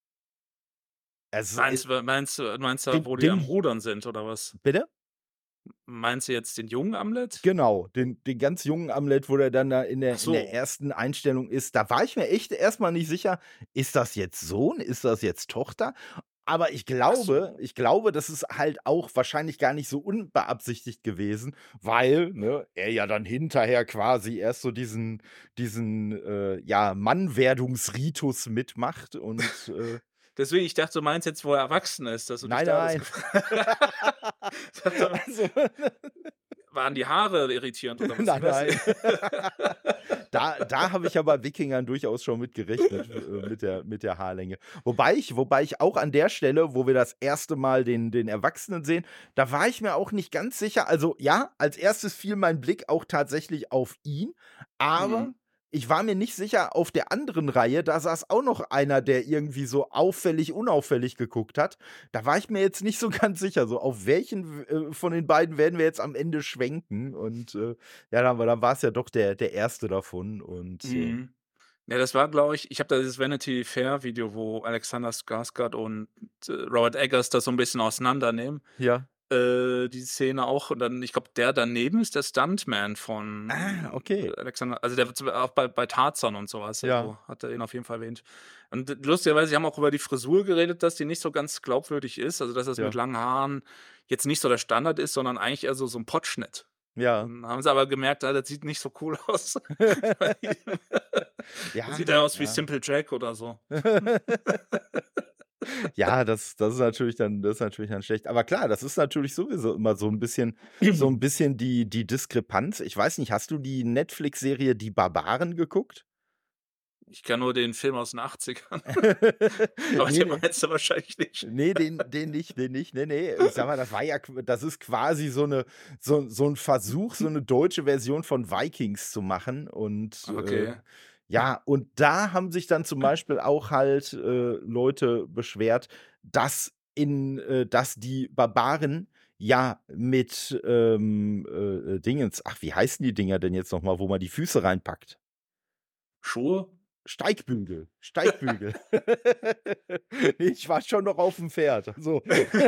A: Es i
B: Meinst du meinst du meinst du,
A: Den
B: wo die am
A: den
B: Rudern sind oder was?
A: Bitte?
B: Meinst du jetzt den jungen Amleth?
A: Genau, den den ganz jungen Amleth, wo der dann da in
B: Ach
A: der in der
B: so.
A: ersten Einstellung ist. Da war ich mir echt erst mal nicht sicher: „Ist das jetzt Sohn? Ist das jetzt Tochter?“ Aber ich
B: Ach
A: glaube
B: so.
A: ich glaube, das ist halt auch wahrscheinlich gar nicht so unbeabsichtigt gewesen, weil, ne, er ja dann hinterher quasi erst so diesen diesen, äh, ja, Mannwerdungsritus mitmacht und, äh
B: Deswegen, ich dachte, du meinst jetzt, wo er erwachsen ist, dass du dich
A: Nein,
B: da das
A: nein.
B: gefra ich dachte
A: Also
B: waren die Haare irritierend oder was?
A: Nein,
B: Ich weiß
A: nein.
B: nicht.
A: Da da habe ich ja bei Wikingern durchaus schon mit gerechnet, äh, mit der mit der Haarlänge. Wobei ich wobei ich auch an der Stelle, wo wir das erste Mal den den Erwachsenen sehen, da war ich mir auch nicht ganz sicher. Also, ja, als Erstes fiel mein Blick auch tatsächlich auf ihn,
B: Mhm.
A: aber ich war mir nicht sicher, auf der anderen Reihe, da saß auch noch einer, der irgendwie so auffällig unauffällig geguckt hat. Da war ich mir jetzt nicht so ganz sicher, so auf welchen w äh, von den beiden werden wir jetzt am Ende schwenken und, äh, ja, dann war dann war's ja doch der der erste davon und, äh
B: Mhm. Ja, das war, glaube ich ich habe da dieses Vanity Fair Video, wo Alexander Skarsgård und, äh, Robert Eggers das so 'n bisschen auseinandernehmen,
A: Ja.
B: äh, die Szene auch und dann ich glaube, der daneben ist der Stuntman
A: Ah,
B: von
A: okay.
B: Alexander also, der wird zum auch bei bei Tarzan und so was,
A: Ja.
B: also, hat er ihn auf jeden Fall erwähnt. Und lustigerweise, sie haben auch über die Frisur geredet, dass die nicht so ganz glaubwürdig ist, also, dass das mit
A: Ja.
B: langen Haaren jetzt nicht so der Standard ist, sondern eigentlich eher so so 'n Pottschnitt.
A: Ja.
B: Dann haben sie aber gemerkt: „Ah, das sieht nicht so cool aus.“
A: Ja,
B: Sieht eher aus wie
A: ja.
B: Simple Jack oder so.
A: Ja, das das ist natürlich dann das ist natürlich dann schlecht. Aber klar, das ist natürlich sowieso immer so 'n bisschen so 'n bisschen die die Diskrepanz. Ich weiß nicht, hast du die Netflix-Serie „Die Barbaren“ geguckt?
B: Ich kenne nur den Film aus den Achtzigern. Aber
A: Ne,
B: den
A: ne.
B: meinst du wahrscheinlich nicht.
A: Ne, den den nicht, den nicht. Ne, ne. Ich sage mal, das war ja qu das ist quasi so 'ne so so 'n Versuch, so 'ne deutsche Version von Vikings zu machen und, äh,
B: Okay.
A: ja, und da haben sich dann zum Beispiel auch halt, äh, Leute beschwert, dass in äh, dass die Barbaren ja mit, ähm, äh, äh, Dingens ach, wie heißen die Dinger denn jetzt noch mal, wo man die Füße reinpackt?
B: Schuhe?
A: Steigbügel, Steigbügel. Ich war schon noch auf'm Pferd, so.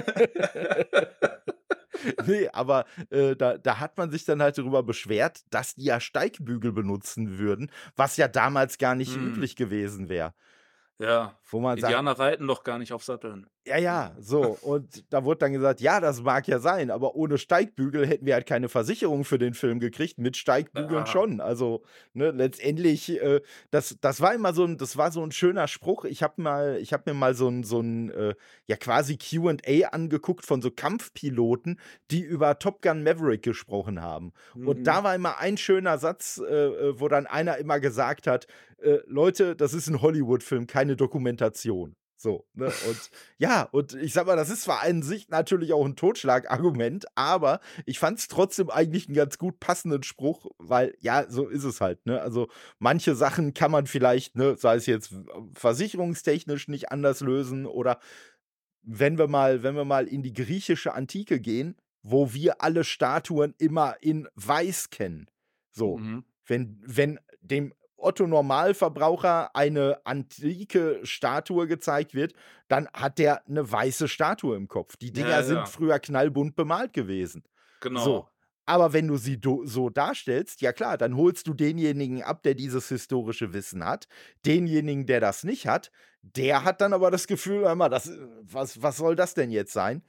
A: Ne, aber, äh, da da hat man sich dann halt darüber beschwert, dass die ja Steigbügel benutzen würden, was ja damals gar nicht
B: Mhm.
A: üblich gewesen wäre.
B: Ja,
A: Wo man sagt
B: Indianer reiten doch gar nicht auf Satteln.
A: Ja,
B: Ja.
A: ja, so. Und da wurde dann gesagt: „Ja, das mag ja sein, aber ohne Steigbügel hätten wir halt keine Versicherung für den Film gekriegt, mit Steigbügeln
B: Ah.
A: schon.“ Also, ne, letztendlich, äh, das das war immer so 'n das war so 'n schöner Spruch. Ich habe mal ich habe mir mal so 'n so 'n, äh, ja, quasi Q and A angeguckt von so Kampfpiloten, die über Top Gun: Maverick gesprochen haben. Und
B: Mhm.
A: da war immer ein schöner Satz, äh, äh, wo dann einer immer gesagt hat: „Äh, Leute, das ist 'n Hollywood-Film, keine Dokumentation.“ So, ne? Und ja, und ich sage mal, das ist zwar an sich natürlich auch 'n Totschlagargument, aber ich fand's trotzdem eigentlich 'n ganz gut passenden Spruch, weil ja, so ist es halt, ne? Also, manche Sachen kann man vielleicht, ne, sei es jetzt w versicherungstechnisch nicht anders lösen oder wenn wir mal wenn wir mal in die griechische Antike gehen, wo wir alle Statuen immer in weiß kennen. So,
B: Mhm.
A: wenn wenn dem Otto Normalverbraucher eine antike Statue gezeigt wird, dann hat der 'ne weiße Statue im Kopf. Die
B: Ja,
A: Dinger sind
B: ja.
A: früher knallbunt bemalt gewesen. So,
B: Genau.
A: aber wenn du sie do so darstellst, ja klar, dann holst du denjenigen ab, der dieses historische Wissen hat. Denjenigen, der das nicht hat, der hat dann aber das Gefühl: „Hör mal, das äh, was was soll das denn jetzt sein?“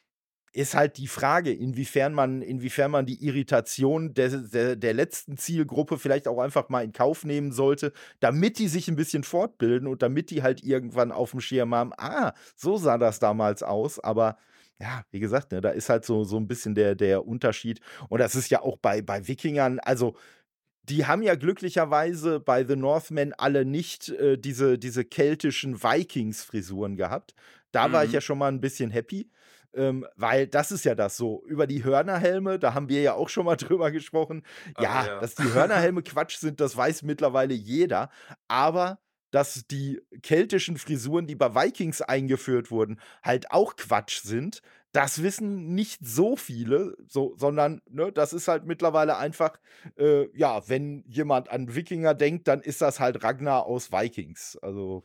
A: Ist halt die Frage, inwiefern man inwiefern man die Irritation des der der letzten Zielgruppe vielleicht auch einfach mal in Kauf nehmen sollte, damit die sich 'n bisschen fortbilden und damit die halt irgendwann auf'm Schirm haben: „Ah, so sah das damals aus.“ Aber ja, wie gesagt, ne, da ist halt so so 'n bisschen der der Unterschied. Und das ist ja auch bei bei Wikingern also, die haben ja glücklicherweise bei The Northman alle nicht, äh, diese diese keltischen Vikings-Frisuren gehabt. Da war ich ja
B: Mhm.
A: schon mal 'n bisschen happy, ähm, weil das ist ja das so. Über die Hörnerhelme, da haben wir ja auch schon mal drüber gesprochen.
B: Ah,
A: Ja,
B: ja.
A: dass die Hörnerhelme Quatsch sind, das weiß mittlerweile jeder. Aber dass die keltischen Frisuren, die bei Vikings eingeführt wurden, halt auch Quatsch sind, das wissen nicht so viele, so sondern, ne, das ist halt mittlerweile einfach, äh, ja, wenn jemand an Wikinger denkt, dann ist das halt Ragnar aus Vikings. Also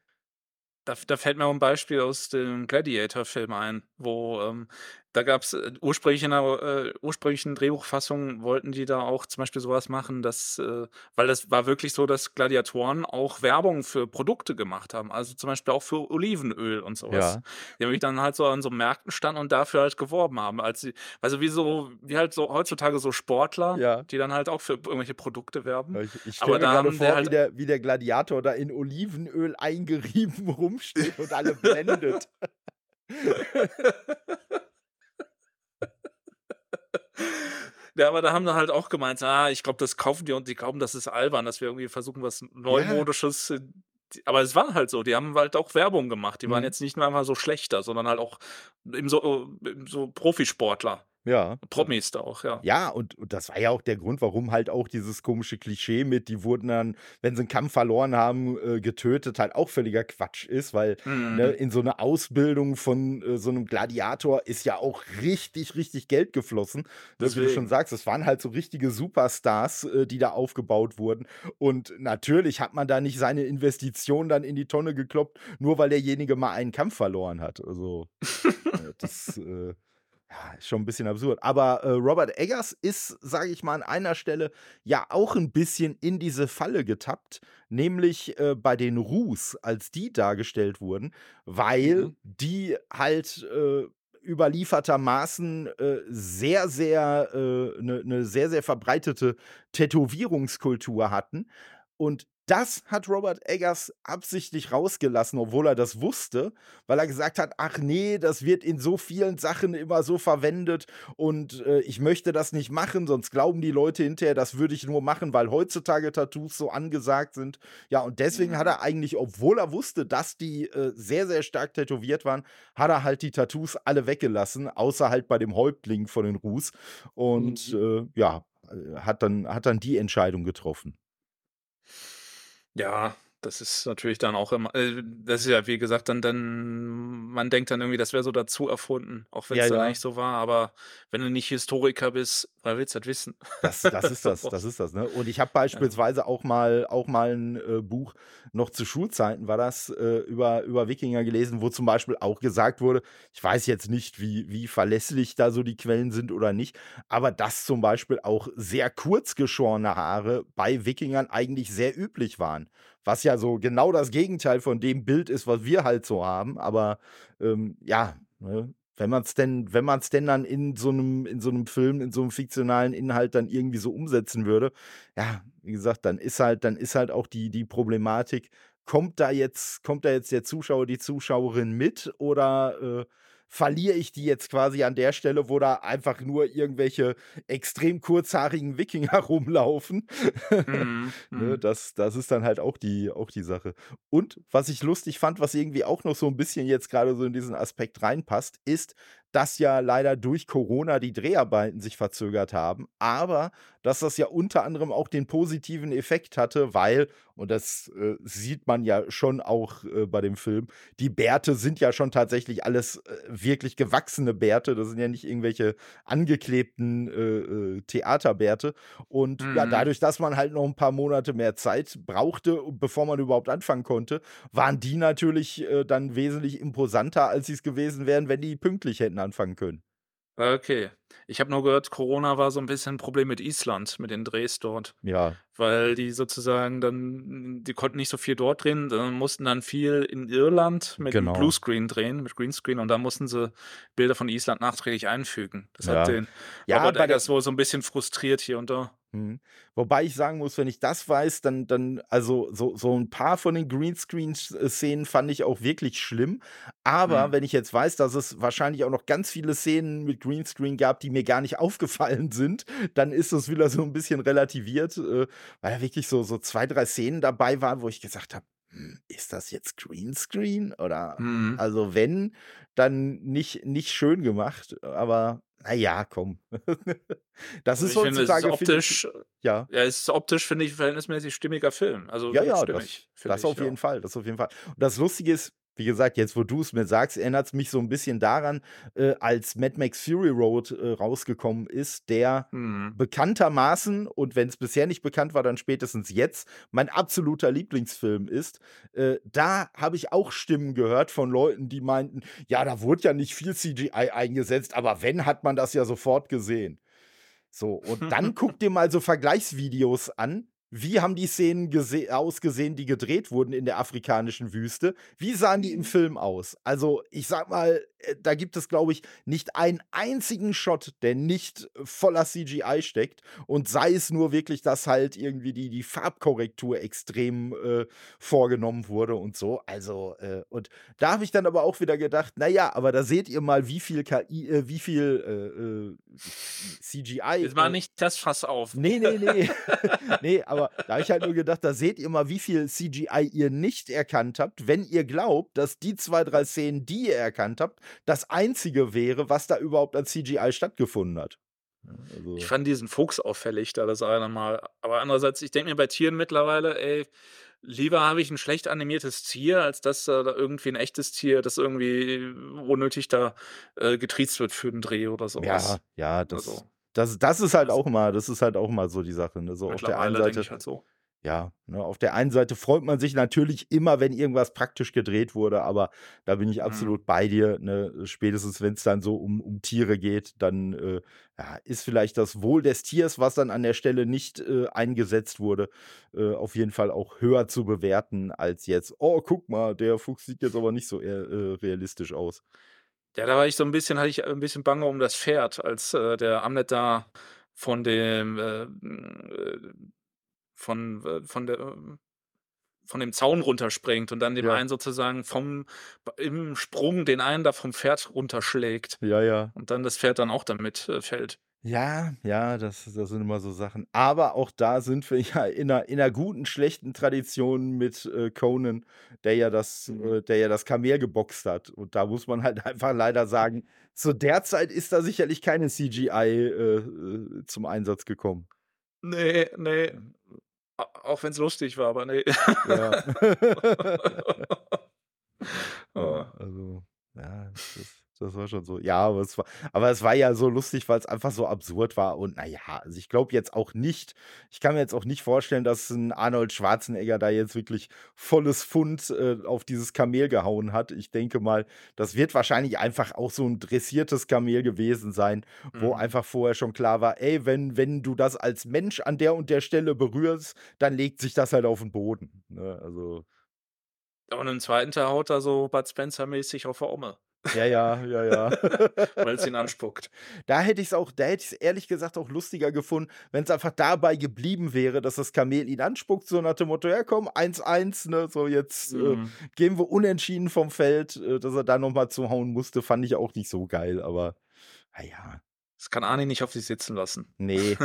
B: Da f da fällt mir auch 'n Beispiel aus dem Gladiator-Film ein, wo, ähm da gab's, äh, ursprünglich in der äh, ursprünglichen Drehbuchfassung wollten die da auch zum Beispiel so was machen, dass, äh weil das war wirklich so, dass Gladiatoren auch Werbung für Produkte gemacht haben, also, zum Beispiel auch für Olivenöl und so was.
A: Ja.
B: Die wirklich dann halt so an so Märkten standen und dafür halt geworben haben, als sie also, wie so wie halt so heutzutage so Sportler,
A: Ja.
B: die dann halt auch für irgendwelche Produkte werben.
A: Ich ich stelle
B: Aber
A: mir
B: da
A: grade
B: haben der
A: vor, wie
B: halt
A: der wie der Gladiator da in Olivenöl eingerieben rumsteht und alle blendet.
B: Ja, aber da haben sie halt auch gemeint: „Ah, ich glaube, das kaufen die und die glauben, das ist albern, dass wir irgendwie versuchen, was
A: Ja.
B: Neumodisches“ d aber es war halt so, die haben halt auch Werbung gemacht. Die waren
A: Mhm.
B: jetzt nicht nur einfach so schlechter, sondern halt auch eben so äh, eben so Profisportler.
A: Ja, ja.
B: Promis da auch, ja.
A: Ja, und und das war ja auch der Grund, warum halt auch dieses komische Klischee mit die wurden dann, wenn sie 'n Kampf verloren haben, äh, getötet, halt auch völliger Quatsch ist, weil, ne,
B: Mhm.
A: in so 'ne Ausbildung von, äh, so 'nem Gladiator ist ja auch richtig, richtig Geld geflossen, ne? Wie du schon
B: Deswegen.
A: sagst, das waren halt so richtige Superstars, äh, die da aufgebaut wurden. Und natürlich hat man da nicht seine Investition dann in die Tonne gekloppt, nur weil derjenige mal einen Kampf verloren hat. Also, äh, das, äh, ja, ist schon 'n bisschen absurd. Aber, äh, Robert Eggers ist, sage ich mal, an einer Stelle ja auch 'n bisschen in diese Falle getappt, nämlich, äh, bei den Rus, als die dargestellt wurden, weil
B: Mhm.
A: die halt, äh, überliefertermaßen, äh, sehr, sehr äh, 'ne 'ne sehr, sehr verbreitete Tätowierungskultur hatten. Und Das hat Robert Eggers absichtlich rausgelassen, obwohl er das wusste, weil er gesagt hat: „Ach ne, das wird in so vielen Sachen immer so verwendet und, äh, ich möchte das nicht machen, sonst glauben die Leute hinterher, das würde ich nur machen, weil heutzutage Tattoos so angesagt sind.“ Ja, und deswegen hat
B: Mhm.
A: er eigentlich, obwohl er wusste, dass die, äh, sehr, sehr stark tätowiert waren, hat er halt die Tattoos alle weggelassen, außer halt bei dem Häuptling von den Rus und,
B: Mhm.
A: äh, ja, äh, hat dann hat dann die Entscheidung getroffen.
B: Ja, das ist natürlich dann auch immer äh, das ist ja, wie gesagt, dann dann man denkt dann irgendwie, das wäre so dazu erfunden, auch
A: Ja,
B: wenn's dann
A: ja.
B: eigentlich so war. Aber wenn du nicht Historiker bist, woher willst du das wissen?
A: Das das ist
B: Da
A: das das
B: brauchst
A: ist das, ne? Und ich habe
B: ja.
A: beispielsweise auch mal auch mal 'n, äh, Buch, noch zu Schulzeiten war das, äh, über über Wikinger gelesen, wo zum Beispiel auch gesagt wurde, ich weiß jetzt nicht, wie wie verlässlich da so die Quellen sind oder nicht, aber dass zum Beispiel auch sehr kurz geschorene Haare bei Wikingern eigentlich sehr üblich waren, was ja so genau das Gegenteil von dem Bild ist, was wir halt so haben. Aber, ähm, ja, ne, wenn man's denn wenn man's denn dann in so 'nem in so 'nem Film, in so 'nem fiktionalen Inhalt dann irgendwie so umsetzen würde, ja, wie gesagt, dann ist halt dann ist halt auch die die Problematik, kommt da jetzt kommt da jetzt der Zuschauer, die Zuschauerin mit oder, äh, verliere ich die jetzt quasi an der Stelle, wo da einfach nur irgendwelche extrem kurzhaarigen Wikinger rumlaufen?
B: Mhm,
A: Ne,
B: mhm.
A: das das ist dann halt auch die auch die Sache. Und was ich lustig fand, was irgendwie auch noch so 'n bisschen jetzt grade so in diesen Aspekt reinpasst, ist, dass ja leider durch Corona die Dreharbeiten sich verzögert haben, aber dass das ja unter anderem auch den positiven Effekt hatte, weil und das, äh, sieht man ja schon auch, äh, bei dem Film, die Bärte sind ja schon tatsächlich alles, äh, wirklich gewachsene Bärte. Das sind ja nicht irgendwelche angeklebten, äh, äh, Theaterbärte. Und ja,
B: Mhm.
A: dadurch, dass man halt noch 'n paar Monate mehr Zeit brauchte, bevor man überhaupt anfangen konnte, waren die natürlich, äh, dann wesentlich imposanter, als sie's gewesen wären, wenn die pünktlich hätten anfangen können.
B: Okay. Ich habe nur gehört, Corona war so 'n bisschen 'n Problem mit Island, mit den Drehs dort,
A: Ja.
B: weil die sozusagen dann die konnten nicht so viel dort drehen, sondern mussten dann viel in Irland mit 'm
A: Genau.
B: Bluescreen drehen, mit Greenscreen und da mussten sie Bilder von Island nachträglich einfügen. Das hat
A: Ja.
B: den
A: Ja,
B: Robert
A: bei der
B: Eggers wohl so 'n bisschen frustriert hier und da.
A: Mhm. Wobei ich sagen muss, wenn ich das weiß, dann dann also, so so 'n paar von den Greenscreen-Sz äh, Szenen fand ich auch wirklich schlimm. Aber
B: Mhm.
A: wenn ich jetzt weiß, dass es wahrscheinlich auch noch ganz viele Szenen mit Greenscreen gab, die mir gar nicht aufgefallen sind, dann ist das wieder so 'n bisschen relativiert, äh, weil da wirklich so so zwei, drei Szenen dabei waren, wo ich gesagt habe: „Hm, ist das jetzt Greenscreen oder“
B: Mhm.
A: also, wenn, dann nicht nicht schön gemacht, aber na ja, komm. Das
B: Also,
A: ist
B: ich finde, es ist
A: heutzutage finde ich
B: optisch
A: ja?
B: ja, es ist optisch, finde ich, 'n verhältnismäßig stimmiger Film. Also,
A: Ja,
B: wirklich
A: ja, das
B: stimmig, finde
A: das
B: ich,
A: auf
B: ja.
A: jeden Fall, das auf jeden Fall. Und das Lustige ist, wie gesagt, jetzt, wo du's mir sagst, erinnert's mich so 'n bisschen daran, äh, als Mad Max Fury Road, äh, rausgekommen ist, der
B: Mhm.
A: bekanntermaßen und wenn's bisher nicht bekannt war, dann spätestens jetzt, mein absoluter Lieblingsfilm ist. Äh, da habe ich auch Stimmen gehört von Leuten, die meinten: „Ja, da wurde ja nicht viel CGI eingesetzt, aber wenn, hat man das ja sofort gesehen.“ So, und dann guck dir mal so Vergleichsvideos an. Wie haben die Szenen gese ausgesehen, die gedreht wurden in der afrikanischen Wüste? Wie sahen die im Film aus? Also, ich sage mal, äh, da gibt es, glaube ich, nicht einen einzigen Shot, der nicht voller CGI steckt und sei es nur wirklich, dass halt irgendwie die die Farbkorrektur extrem, äh, vorgenommen wurde und so. Also, äh, und da habe ich dann aber auch wieder gedacht: „Na ja, aber da seht ihr mal, wie viel KI äh, wie viel, äh, äh, CGI,
B: Jetzt mach
A: äh“
B: nicht das Fass auf.
A: Ne, ne, ne. Ne, aber da habe ich halt nur gedacht, da seht ihr mal, wie viel CGI ihr nicht erkannt habt, wenn ihr glaubt, dass die zwei, drei Szenen, die ihr erkannt habt, das Einzige wäre, was da überhaupt an CGI stattgefunden hat. Ja,
B: Ich
A: also
B: fand diesen Fuchs auffällig da das eine Mal. Aber andererseits, ich denke mir bei Tieren mittlerweile: „Ey, lieber habe ich 'n schlecht animiertes Tier, als dass da da irgendwie 'n echtes Tier, das irgendwie unnötig da, äh, getriezt wird für 'n Dreh oder so
A: Ja,
B: was.“
A: ja, das
B: Also
A: das das ist halt
B: also
A: auch immer das ist halt auch immer so die Sache, ne? So auf der einen
B: mittlerweile denke
A: Seite
B: ich halt so.
A: ja, ne, auf der einen Seite freut man sich natürlich immer, wenn irgendwas praktisch gedreht wurde, aber da bin ich
B: Mhm.
A: absolut bei dir, ne? Spätestens wenn's dann so um um Tiere geht, dann, äh, ja, ist vielleicht das Wohl des Tiers, was dann an der Stelle nicht, äh, eingesetzt wurde, äh, auf jeden Fall auch höher zu bewerten als jetzt: „Oh, guck mal, der Fuchs sieht jetzt aber nicht so, äh, äh, realistisch aus.“
B: Ja, da war ich so 'n bisschen hatte ich 'n bisschen Bange um das Pferd, als, äh, der Amlet da von dem, äh, hm, äh von, äh von der, ähm von dem Zaun runterspringt und dann dem
A: Ja.
B: einen sozusagen vom im Sprung den einen da vom Pferd runterschlägt
A: Ja, ja.
B: und dann das Pferd dann auch damit, äh, fällt.
A: Ja, ja, das das sind immer so Sachen. Aber auch da sind wir ja in 'ner in 'ner guten, schlechten Tradition mit, äh, Conan, der ja das
B: Mhm.
A: äh, der ja das Kamel geboxt hat. Und da muss man halt einfach leider sagen, zu der Zeit ist da sicherlich keine C G I, äh, äh, zum Einsatz gekommen.
B: Ne, ne,
A: Ja.
B: a auch wenn's lustig war, aber ne.
A: Ja. Ja,
B: Oh.
A: also, ja, das das war schon so. Ja, aber es war aber es war ja so lustig, weil's einfach so absurd war und na ja, also, ich glaube jetzt auch nicht ich kann mir jetzt auch nicht vorstellen, dass 'n Arnold Schwarzenegger da jetzt wirklich volles Pfund, äh, auf dieses Kamel gehauen hat. Ich denke mal, das wird wahrscheinlich einfach auch so 'n dressiertes Kamel gewesen sein, wo
B: Mhm.
A: einfach vorher schon klar war: „Ey, wenn wenn du das als Mensch an der und der Stelle berührst, dann legt sich das halt auf 'n Boden“, ne? Also
B: Und im zweiten Teil haut er so Bud Spencer-mäßig auf 'ne Omme,
A: Ja, ja, ja, ja.
B: weil's ihn anspuckt.
A: Da hätte ich's auch da hätte ich's ehrlich gesagt auch lustiger gefunden, wenn's einfach dabei geblieben wäre, dass das Kamel ihn anspuckt, so nach dem Motto: „Ja komm, eins eins, ne, so jetzt, äh,
B: Mhm.
A: gehen wir unentschieden vom Feld“, äh, dass er da noch mal zuhauen musste, fand ich auch nicht so geil, aber na ja.
B: Das kann Arnie nicht auf sich sitzen lassen.
A: Ne.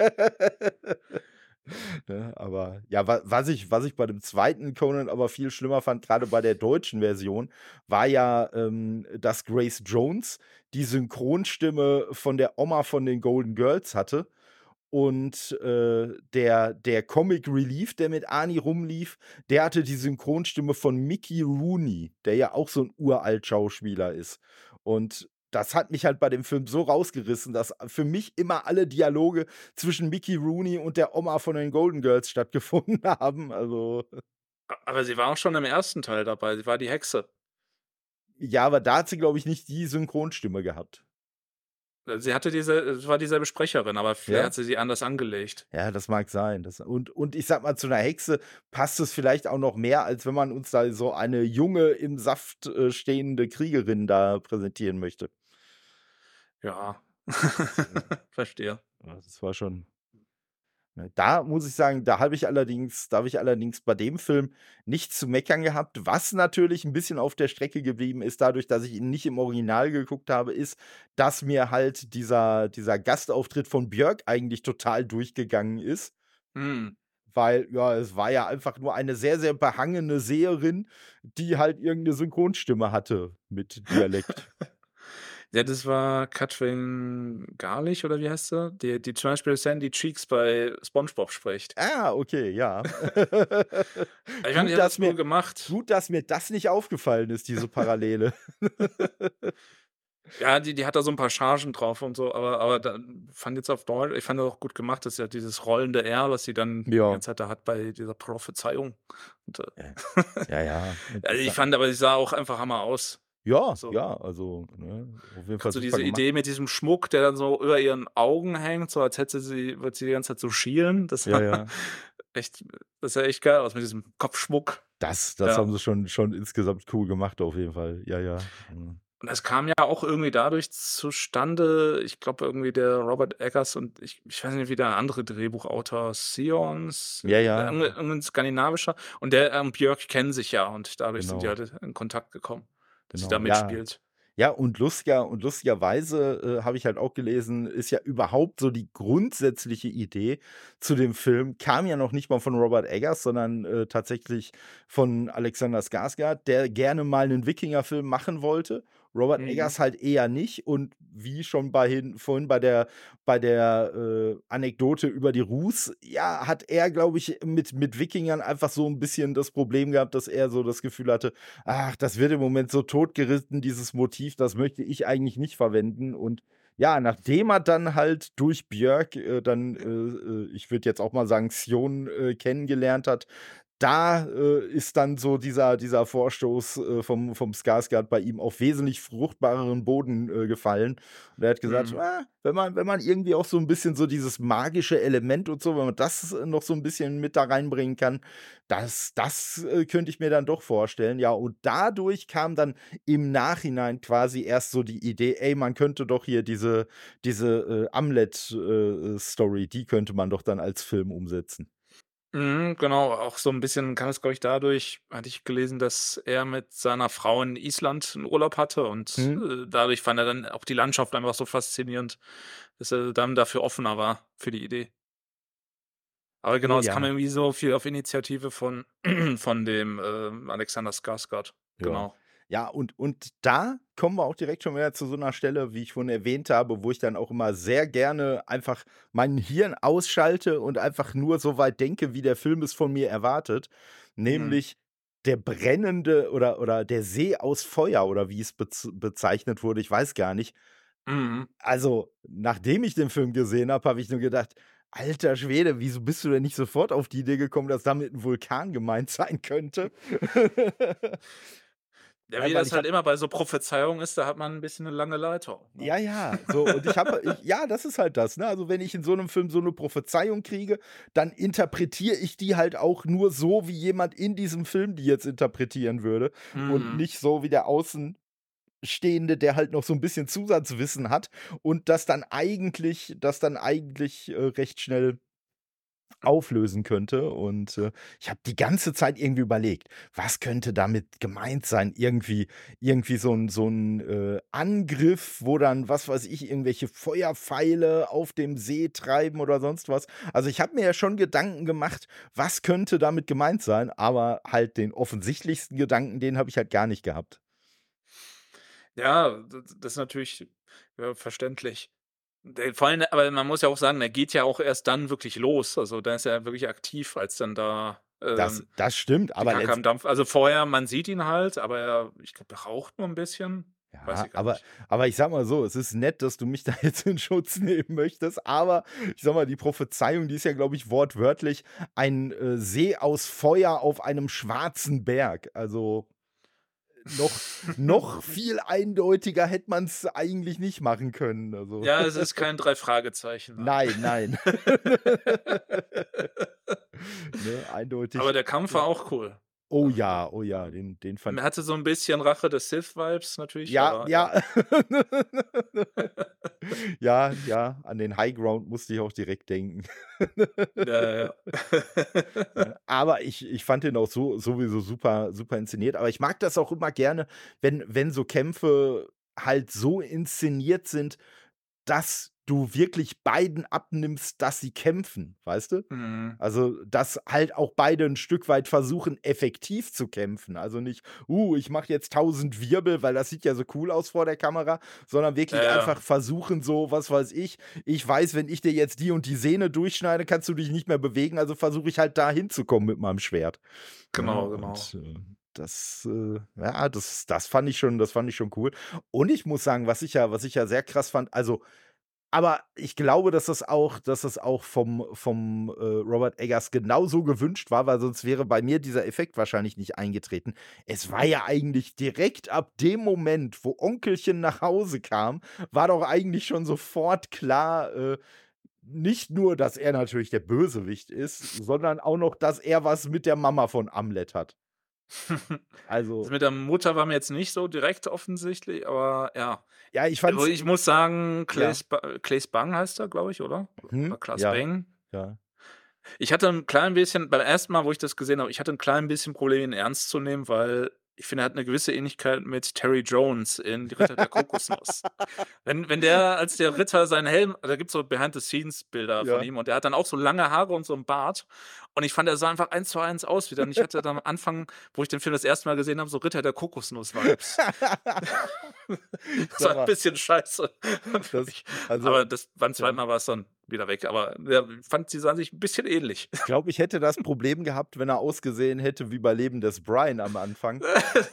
A: Ne, aber ja, wa was ich was ich bei dem zweiten Conan aber viel schlimmer fand, grade bei der deutschen Version, war ja, ähm, dass Grace Jones die Synchronstimme von der Oma von den Golden Girls hatte und, äh, der der Comic Relief, der mit Arnie rumlief, der hatte die Synchronstimme von Mickey Rooney, der ja auch so 'n Uralt-Schauspieler ist. Und das hat mich halt bei dem Film so rausgerissen, dass für mich immer alle Dialoge zwischen Mickey Rooney und der Oma von den Golden Girls stattgefunden haben, also
B: A aber sie war auch schon im ersten Teil dabei. Sie war die Hexe.
A: Ja, aber da hat sie, glaube ich, nicht die Synchronstimme gehabt.
B: Äh, sie hatte diese es war dieselbe Sprecherin, aber vielleicht
A: Ja?
B: hat sie sie anders angelegt.
A: Ja, das mag sein. Das und und ich sage mal, zu 'ner Hexe passt es vielleicht auch noch mehr, als wenn man uns da so eine junge, im Saft, äh, stehende Kriegerin da präsentieren möchte.
B: Ja,
A: Das, äh
B: verstehe.
A: ja, das war schon ne, da muss ich sagen, da habe ich allerdings da habe ich allerdings bei dem Film nichts zu meckern gehabt. Was natürlich 'n bisschen auf der Strecke geblieben ist, dadurch, dass ich ihn nicht im Original geguckt habe, ist, dass mir halt dieser dieser Gastauftritt von Björk eigentlich total durchgegangen ist.
B: Mhm.
A: Weil, ja, es war ja einfach nur eine sehr, sehr behangene Seherin, die halt irgend 'ne Synchronstimme hatte mit Dialekt.
B: Ja, das war Katrin Garlich oder wie heißt sie? Die die zum Beispiel Sandy Cheeks bei SpongeBob spricht.
A: Ah, okay, ja.
B: Ich fand, die
A: Gut,
B: hat
A: dass
B: das
A: mir
B: cool gemacht.
A: gut, dass mir das nicht aufgefallen ist, diese Parallele.
B: Ja, die die hat da so 'n paar Chargen drauf und so, aber aber dann fand jetzt auf Deu ich fand das auch gut gemacht, dass sie halt dieses rollende R, was sie dann die
A: Ja.
B: ganze Zeit da hat bei dieser Prophezeiung und, äh
A: Ja. Ja, ja. Und
B: also,
A: ich
B: ich
A: sa
B: fand aber, sie sah auch einfach Hammer aus.
A: Ja,
B: So
A: ja, also, ne, auf jeden Fall
B: grad so
A: super
B: diese
A: gemacht.
B: Idee mit diesem Schmuck, der dann so über ihren Augen hängt, so als hätte sie würde sie die ganze Zeit so schielen. Das
A: Ja,
B: war
A: ja.
B: echt das sah echt geil aus mit diesem Kopfschmuck.
A: Das das
B: Ja.
A: haben sie schon schon insgesamt cool gemacht auf jeden Fall. Ja, ja. Mhm.
B: Und das kam ja auch irgendwie dadurch zustande ich glaube irgendwie der Robert Eggers und ich ich weiß nicht, wie der andere Drehbuchautor Siones,
A: Ja, ja.
B: irgend 'n irgend 'n skandinavischer und der, ähm, Björk kennen sich ja und dadurch sind die
A: Genau.
B: halt in Kontakt gekommen, dass sie da
A: Genau, ja.
B: mitspielt.
A: Ja, und lustiger und lustigerweise, äh, habe ich halt auch gelesen, ist ja überhaupt so die grundsätzliche Idee zu dem Film kam ja noch nicht mal von Robert Eggers, sondern, äh, tatsächlich von Alexander Skarsgård, der gerne mal 'nen Wikingerfilm machen wollte. Robert
B: Mhm.
A: Eggers halt eher nicht und wie schon bei hin vorhin bei der bei der, äh, Anekdote über die Rus, ja, hat er, glaube ich, mit mit Wikingern einfach so 'n bisschen das Problem gehabt, dass er so das Gefühl hatte: „Ach, das wird im Moment so totgeritten, dieses Motiv, das möchte ich eigentlich nicht verwenden.“ Und ja, nachdem er dann halt durch Björk, äh, dann, äh, äh, ich würde jetzt auch mal sagen, Sion, äh, kennengelernt hat, da, äh, ist dann so dieser dieser Vorstoß, äh, vom vom Skarsgård bei ihm auf wesentlich fruchtbareren Boden, äh, gefallen. Und er hat gesagt:
B: Mhm.
A: „Ah, wenn man wenn man irgendwie auch so 'n bisschen so dieses magische Element und so wenn man das noch so 'n bisschen mit da reinbringen kann, das das, äh, könnte ich mir dann doch vorstellen.“ Ja, und dadurch kam dann im Nachhinein quasi erst so die Idee: „Ey, man könnte doch hier diese diese, äh, Amlet, äh, äh, Story, die könnte man doch dann als Film umsetzen.“
B: Mhm, genau, auch so 'n bisschen kam es, glaube ich, dadurch hatte ich gelesen, dass er mit seiner Frau in Island 'n Urlaub hatte und,
A: Mhm.
B: äh, dadurch fand er dann auch die Landschaft einfach so faszinierend, dass er dann dafür offener war für die Idee. Aber
A: Oh
B: genau, es kam
A: ja,
B: irgendwie so viel auf Initiative von von dem, ähm, Alexander Skarsgård,
A: ja.
B: genau.
A: Ja, und und da kommen wir auch direkt schon wieder zu so 'ner Stelle, wie ich vorhin erwähnt habe, wo ich dann auch immer sehr gerne einfach mein Hirn ausschalte und einfach nur so weit denke, wie der Film es von mir erwartet,
B: Mhm.
A: nämlich der brennende oder oder der See aus Feuer oder wie es bez bezeichnet wurde, ich weiß gar nicht.
B: Mhm.
A: Also, nachdem ich den Film gesehen habe, habe ich nur gedacht: „Alter Schwede, wieso bist du denn nicht sofort auf die Idee gekommen, dass damit 'n Vulkan gemeint sein könnte?“
B: Ja,
A: Ja,
B: wie
A: weil
B: das
A: ich
B: halt
A: habe
B: immer bei so Prophezeiungen ist, da hat man 'n bisschen 'ne lange Leitung, ne?
A: ja, ja, so und ich habe ich ja, das ist halt das, ne? Also, wenn ich in so 'nem Film so 'ne Prophezeiung kriege, dann interpretiere ich die halt auch nur so, wie jemand in diesem Film die jetzt interpretieren würde und
B: Mhm.
A: nicht so wie der Außenstehende, der halt noch so 'n bisschen Zusatzwissen hat und das dann eigentlich das dann eigentlich, äh, recht schnell auflösen könnte. Und, äh, ich habe die ganze Zeit irgendwie überlegt: „Was könnte damit gemeint sein?“ Irgendwie irgendwie so 'n so 'n, äh, Angriff, wo dann, was weiß ich, irgendwelche Feuerpfeile auf dem See treiben oder sonst was. Also, ich habe mir ja schon Gedanken gemacht, was könnte damit gemeint sein, aber halt den offensichtlichsten Gedanken, den habe ich halt gar nicht gehabt.
B: Ja, d das ist natürlich, ja, verständlich. Der vor allem aber man muss ja auch sagen, der geht ja auch erst dann wirklich los. Also, da ist er wirklich aktiv, als dann da,
A: Das
B: ähm,
A: das stimmt,
B: die
A: aber
B: Kacke
A: letzt
B: am Dampf also, vorher man sieht ihn halt, aber er ich glaube, der raucht nur 'n bisschen. Weiß
A: Ja,
B: ich gar
A: aber
B: nicht.
A: aber ich sage mal so, es ist nett, dass du mich da jetzt in Schutz nehmen möchtest, aber ich sage mal, die Prophezeiung, die ist ja, glaube ich, wortwörtlich ein, äh, See aus Feuer auf einem schwarzen Berg. Also, noch noch viel eindeutiger hätte man's eigentlich nicht machen können, also.
B: Ja, es ist kein drei Fragezeichen, nein.
A: Nein, nein. Ne,
B: Aber
A: eindeutig,
B: der Kampf war
A: ja.
B: auch cool.
A: Oh
B: Also,
A: ja, oh ja, den den fand
B: man hatte so 'n bisschen Rache des Sith-Vibes natürlich,
A: ja,
B: aber ja.
A: ja. Ja, ja, an den High Ground musste ich auch direkt denken.
B: Ja, ja.
A: Ne, aber ich ich fand den auch so sowieso super super inszeniert. Aber ich mag das auch immer gerne, wenn wenn so Kämpfe halt so inszeniert sind, dass du wirklich beiden abnimmst, dass sie kämpfen, weißt du?
B: Mhm.
A: Also, dass halt auch beide 'n Stück weit versuchen, effektiv zu kämpfen. Also nicht: „Uh, ich mache jetzt tausend Wirbel, weil das sieht ja so cool aus vor der Kamera“, sondern
B: Ja,
A: wirklich
B: ja,
A: einfach versuchen so, was weiß ich: „Ich weiß, wenn ich dir jetzt die und die Sehne durchschneide, kannst du dich nicht mehr bewegen, also versuche ich halt da hinzukommen mit meinem Schwert.“ Ne,
B: genau, genau.
A: und, äh, das, äh ja, das das fand ich schon das fand ich schon cool. Und ich muss sagen, was ich ja was ich ja sehr krass fand, also aber ich glaube, dass das auch dass das auch vom vom, äh, Robert Eggers genauso gewünscht war, weil sonst wäre bei mir dieser Effekt wahrscheinlich nicht eingetreten. Es war ja eigentlich direkt ab dem Moment, wo Onkelchen nach Hause kam, war doch eigentlich schon sofort klar, äh, nicht nur, dass er natürlich der Bösewicht ist, sondern auch noch, dass er was mit der Mama von Amlet hat.
B: Das
A: Also,
B: mit der Mutter war mir jetzt nicht so direkt offensichtlich, aber ja.
A: ja, ich
B: Aber
A: fand's
B: ich muss sagen,
A: ja.
B: Claes Ba Claes Bang heißt er, glaube ich, oder?
A: Mhm.
B: Oder Claes
A: Ja,
B: Bang?
A: ja.
B: Ich hatte 'n klein bisschen beim ersten Mal, wo ich das gesehen habe ich hatte 'n klein bisschen Probleme, ihn ernst zu nehmen, weil ich finde, er hat 'ne gewisse Ähnlichkeit mit Terry Jones in Die Ritter der Kokosnuss. Wenn wenn der als der Ritter seinen Helm da gibt's so Behind-the-Scenes-Bilder von
A: Ja.
B: ihm und der hat dann auch so lange Haare und so 'n Bart und ich fand, er sah einfach eins zu eins aus wie der und ich hatte dann am Anfang, wo ich den Film das erste Mal gesehen habe, so Ritter der Kokosnuss-Vibes. Das war
A: Sag
B: 'n
A: mal,
B: bisschen scheiße für
A: das
B: mich.
A: also,
B: Aber das beim zweiten
A: ja.
B: Mal war's dann wieder weg. Aber ja, ich fand, sie sahen sich 'n bisschen ähnlich.
A: Ich glaube, ich hätte das Problem gehabt, wenn er ausgesehen hätte wie bei Leben des Brian am Anfang,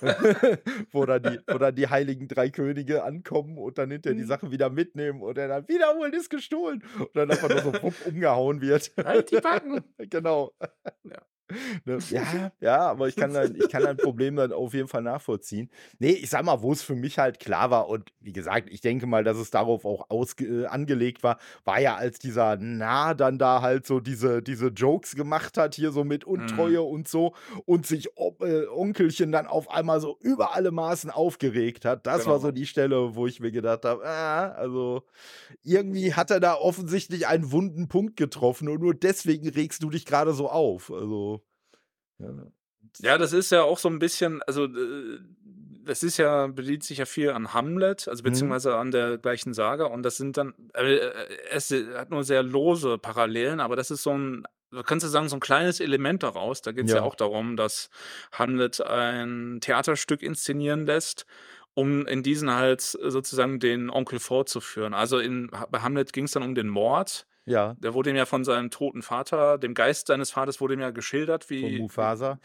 A: wo dann die wo dann die heiligen drei Könige ankommen und dann hinterher die
B: Mhm.
A: Sache wieder mitnehmen und er dann: „Wiederholen ist gestohlen“ und dann einfach nur so wupp umgehauen wird.
B: Halt die Backen.
A: Genau.
B: Ja.
A: Ne? Ja, ja, aber ich kann dein ich kann dein Problem dann auf jeden Fall nachvollziehen. Ne, ich sage mal, wo es für mich halt klar war und wie gesagt, ich denke mal, dass es darauf auch ausge äh, angelegt war, war ja, als dieser Nah dann da halt so diese diese Jokes gemacht hat, hier so mit
B: Mhm.
A: Untreue und so und sich Op äh, Onkelchen dann auf einmal so über alle Maßen aufgeregt hat. Das war so
B: Genau.
A: die Stelle, wo ich mir gedacht habe: „Ah, also irgendwie hat er da offensichtlich einen wunden Punkt getroffen und nur deswegen regst du dich grade so auf.“ Also, ja, und
B: Ja, das ist ja auch so 'n bisschen also, äh, das ist ja bedient sich ja viel an Hamlet, also,
A: Mhm.
B: beziehungsweise an der gleichen Saga und das sind dann äh, äh, es hat nur sehr lose Parallelen, aber das ist so 'n du kannst ja sagen, so 'n kleines Element daraus. Da geht's ja
A: Ja.
B: auch darum, dass Hamlet ein Theaterstück inszenieren lässt, um in diesen halt sozusagen den Onkel vorzuführen. Also, in Ha bei Hamlet ging's dann um den Mord.
A: Ja.
B: Der wurde ihm ja von seinem toten Vater dem Geist seines Vaters wurde ihm ja geschildert,
A: Von
B: wie wie
A: Mufasa.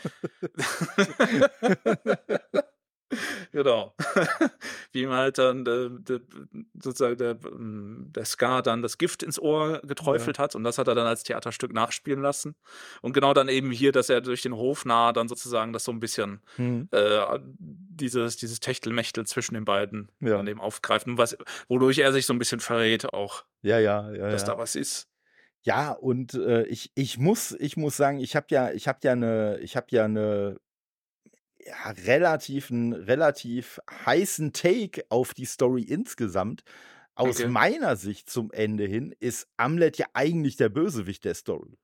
B: Genau. Wie ihm halt dann, äh, d sozusagen der hm, der Scar dann das Gift ins Ohr
A: Ja.
B: geträufelt hat und das hat er dann als Theaterstück nachspielen lassen. Und genau dann eben hier, dass er durch den Hofnarr dann sozusagen das so 'n bisschen,
A: Mhm.
B: äh, dieses dieses Techtelmechtel zwischen den beiden dann
A: Ja.
B: eben aufgreift und was wodurch er sich so 'n bisschen verrät auch,
A: Ja, ja, ja,
B: dass
A: ja.
B: da was ist.
A: Ja, und, äh, ich ich muss ich muss sagen, ich habe ja ich habe ja 'ne ich habe ja 'ne ja, relativ 'n relativ heißen Take auf die Story insgesamt. Aus
B: Okay.
A: meiner Sicht zum Ende hin ist Hamlet ja eigentlich der Bösewicht der Story.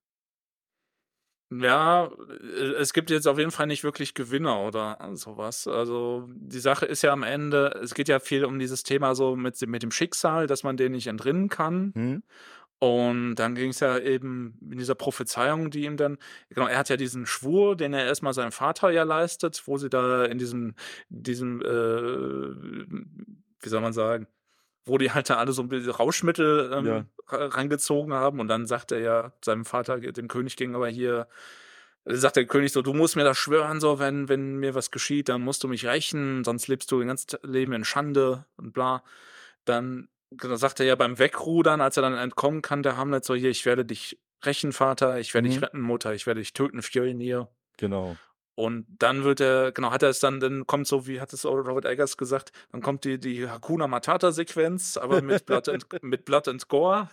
B: Ja, äh, es gibt jetzt auf jeden Fall nicht wirklich Gewinner oder so was. Also, die Sache ist ja am Ende es geht ja viel um dieses Thema so mit dem mit dem Schicksal, dass man dem nicht entrinnen kann.
A: Mhm.
B: Und dann ging's ja eben in dieser Prophezeiung, die ihm dann genau, er hat ja diesen Schwur, den er erst mal seinem Vater ja leistet, wo sie da in diesem diesem, äh, wie soll man sagen wo die halt da alle so 'n bisschen Rauschmittel,
A: Ja.
B: ähm, r reingezogen haben und dann sagt er ja seinem Vater, dem König gegenüber hier sagt der König so: „Du musst mir das schwören, so, wenn wenn mir was geschieht, dann musst du mich rächen, sonst lebst du dein ganzes T Leben in Schande und bla.“ Dann genau, sagt er ja beim Wegrudern, als er dann entkommen kann, der Hamlet so: „Hier, ich werde dich rächen, Vater, ich werde dich
A: Mhm.
B: retten, Mutter, ich werde dich töten, Fjölnir.“
A: Genau.
B: Und dann wird er genau, hat er es dann dann kommt so wie hat es Robert Eggers gesagt, dann kommt die die Hakuna Matata Sequenz, aber mit Blood and mit Blood and Gore.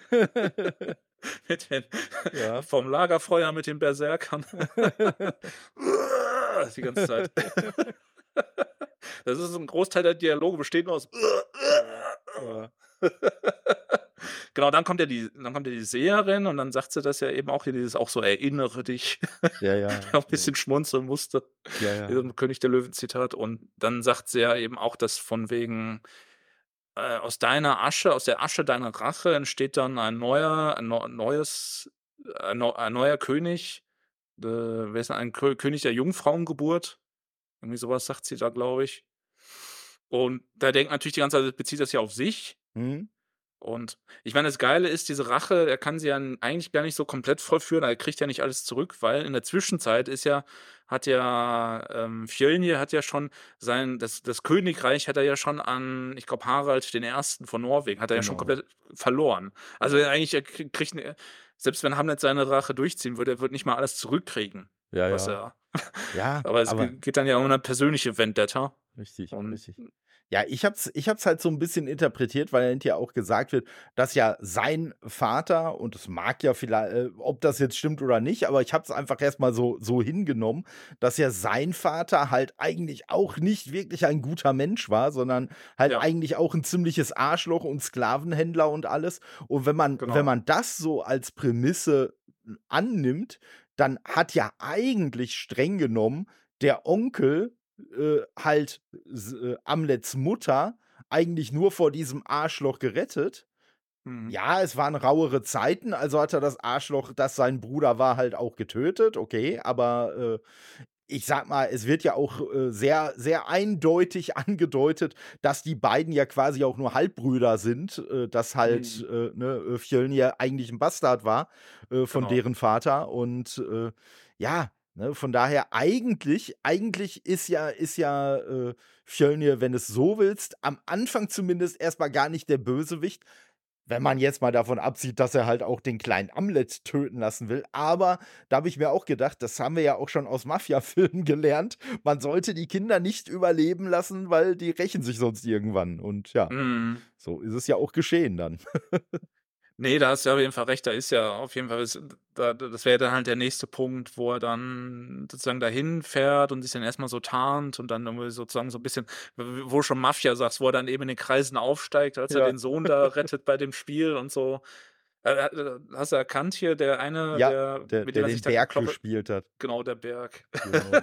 B: Mit den
A: Ja.
B: vom Lagerfeuer mit den Berserkern. Die ganze Zeit. Das ist so 'n Großteil der Dialoge besteht nur aus
A: Ja, ja.
B: Genau, dann kommt ja die dann kommt ja die Seherin und dann sagt sie das ja eben auch hier dieses auch so: „Erinnere dich.“
A: Ja, ja,
B: Auch
A: ja.
B: bisschen schmunzeln musste.
A: Ja, ja.
B: Diesem König der Löwen Zitat und dann sagt sie ja eben auch, dass von wegen, äh: „Aus deiner Asche aus der Asche deiner Rache entsteht dann ein neuer ein neu neues ein neu ein neuer König. Äh, wer ist denn ein Kö König der Jungfrauengeburt.“ Irgendwie so was sagt sie da, glaube ich. Und da denkt natürlich die ganze Zeit bezieht das ja auf sich.
A: Mhm.
B: Und ich meine, das Geile ist, diese Rache, er kann sie ja n eigentlich gar nicht so komplett vollführen. Er kriegt ja nicht alles zurück, weil in der Zwischenzeit ist ja hat ja, ähm Fjölnir hat ja schon sein das das Königreich hat er ja schon an, ich glaube, Harald den Ersten von Norwegen hat er ja schon
A: Genau.
B: komplett verloren. Also, eigentlich er k kriegt 'ne selbst wenn Hamlet seine Rache durchziehen würde, er würde nicht mal alles zurückkriegen,
A: Ja,
B: was
A: ja.
B: er
A: Ja,
B: aber es
A: aber
B: ge geht dann ja um 'ne persönliche Vendetta
A: Richtig,
B: und
A: richtig. Ja, ich habe es ich habe es halt so 'n bisschen interpretiert, weil hinterher auch gesagt wird, dass ja sein Vater und es mag ja viellei äh, ob das jetzt stimmt oder nicht, aber ich habe es einfach erst mal so so hingenommen, dass ja sein Vater halt eigentlich auch nicht wirklich ein guter Mensch war, sondern halt
B: Ja.
A: eigentlich auch 'n ziemliches Arschloch und Sklavenhändler und alles. Und wenn man wenn
B: Genau.
A: man das so als Prämisse annimmt, dann hat ja eigentlich streng genommen der Onkel, äh, halt s äh, Hamlets Mutter eigentlich nur vor diesem Arschloch gerettet.
B: Mhm.
A: Ja, es waren rauere Zeiten, also hat er das Arschloch, das sein Bruder war, halt auch getötet, okay, aber, äh, ich sage mal, es wird ja auch, äh, sehr, sehr eindeutig angedeutet, dass die beiden ja quasi auch nur Halbbrüder sind, äh, dass halt,
B: Mhm.
A: äh, ne, Fjölnir eigentlich 'n Bastard war, äh, von
B: Genau.
A: deren Vater und, äh, ja, ne, von daher eigentlich eigentlich ist ja ist ja, äh, Fjölnir, wenn du's so willst, am Anfang zumindest erst mal gar nicht der Bösewicht, Wenn man jetzt mal davon absieht, dass er halt auch den kleinen Amlet töten lassen will. Aber da habe ich mir auch gedacht, das haben wir ja auch schon aus Mafia-Filmen gelernt. Man sollte die Kinder nicht überleben lassen, weil die rächen sich sonst irgendwann. Und ja,
B: Mhm.
A: so ist es ja auch geschehen dann.
B: Ne, da hast du auf jeden Fall recht. Da ist ja auf jeden Fall das da das wäre dann halt der nächste Punkt, wo er dann sozusagen dahin fährt und sich dann erst mal so tarnt und dann irgendwie sozusagen so 'n bisschen, w w wo du schon Mafia sagst, wo er dann eben in den Kreisen aufsteigt, als er
A: Ja.
B: den Sohn da rettet bei dem Spiel und so. Äh, äh, hast du erkannt hier, der eine,
A: Ja,
B: der
A: der
B: mit
A: der
B: dem er
A: den
B: sich da
A: Berg
B: gekloppe
A: gespielt hat.
B: genau, der Berg.
A: Genau.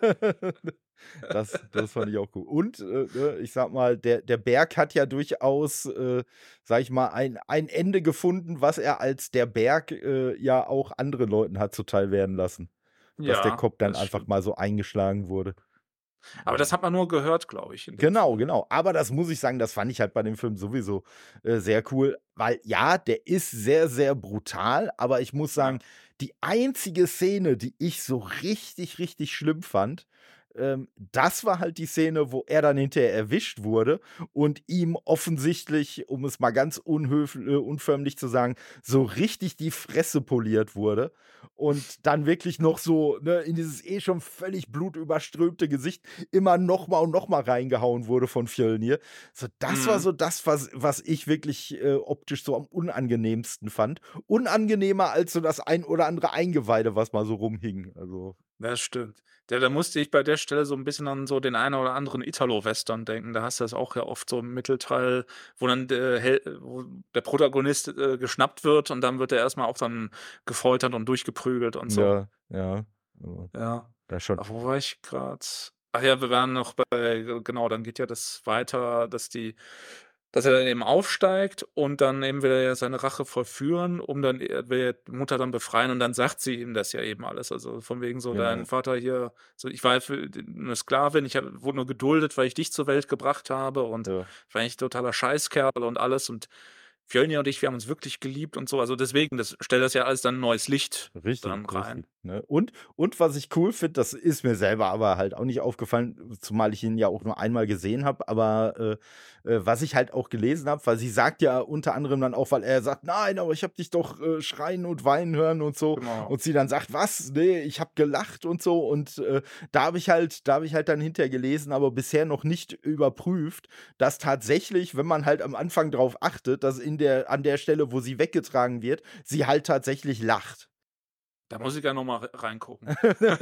A: Das das fand ich auch cool. Und, äh, ne, ich sage mal, der der Berg hat ja durchaus, äh, sage ich mal, ein ein Ende gefunden, was er als der Berg, äh, ja auch anderen Leuten hat zuteil werden lassen, dass der
B: Ja,
A: Kopf dann
B: das
A: einfach
B: stimmt.
A: mal so eingeschlagen wurde.
B: Aber das
A: Ähm,
B: hat man nur gehört, glaube ich, in dem
A: genau,
B: Film.
A: genau. Aber das muss ich sagen, das fand ich halt bei dem Film sowieso, äh, sehr cool, weil ja, der ist sehr, sehr brutal, aber ich muss sagen,
B: Ja.
A: die einzige Szene, die ich so richtig, richtig schlimm fand, ähm, das war halt die Szene, wo er dann hinterher erwischt wurde und ihm offensichtlich, um es mal ganz unhöf äh, unförmlich zu sagen, so richtig die Fresse poliert wurde und dann wirklich noch so, ne, in dieses eh schon völlig blutüberströmte Gesicht immer noch mal und noch mal reingehauen wurde von Fjölnir. So, das war
B: Mhm.
A: so das, was was ich wirklich, äh, optisch so am unangenehmsten fand. Unangenehmer als so das ein oder andere Eingeweide, was mal so rumhing. Also,
B: Das stimmt. Ja, da musste ich bei der Stelle so 'n bisschen an so den einen oder anderen Italo-Western denken. Da hast du das auch ja oft so im Mittelteil, wo dann der Hel wo der Protagonist, äh, geschnappt wird und dann wird er erst mal auch dann gefoltert und durchgeprügelt und so.
A: ja, ja, also,
B: Ja.
A: da schon.
B: Aber wo war ich grad? Ach ja, wir waren noch bei g genau, dann geht ja das weiter, dass die dass er dann eben aufsteigt und dann eben will er ja seine Rache vollführen, um dann er will ja die Mutter dann befreien und dann sagt sie ihm das ja eben alles. Also, von wegen so: „Dein
A: Genau.
B: Vater hier so ich war für d 'ne Sklavin, ich habe wurde nur geduldet, weil ich dich zur Welt gebracht habe und
A: Ja.
B: ich war eigentlich totaler Scheißkerl und alles und Fjölnir und ich, wir haben uns wirklich geliebt“ und so. Also, deswegen, das stellt das ja alles dann 'n neues Licht
A: Richtig,
B: dann rein.
A: richtig, ne? Und und was ich cool finde, das ist mir selber aber halt auch nicht aufgefallen, zumal ich ihn ja auch nur einmal gesehen habe, aber, äh, äh, was ich halt auch gelesen habe, weil sie sagt ja unter anderem dann auch, weil er sagt: „Nein, aber ich habe dich doch, äh, schreien und weinen hören“ und so.
B: Genau.
A: Und sie dann sagt: „Was? Ne, ich habe gelacht“ und so. Und, äh, da habe ich halt da habe ich halt dann hinterher gelesen, aber bisher noch nicht überprüft, dass tatsächlich, wenn man halt am Anfang drauf achtet, dass in der an der Stelle, wo sie weggetragen wird, sie halt tatsächlich lacht.
B: Da muss ich ja noch mal r reingucken.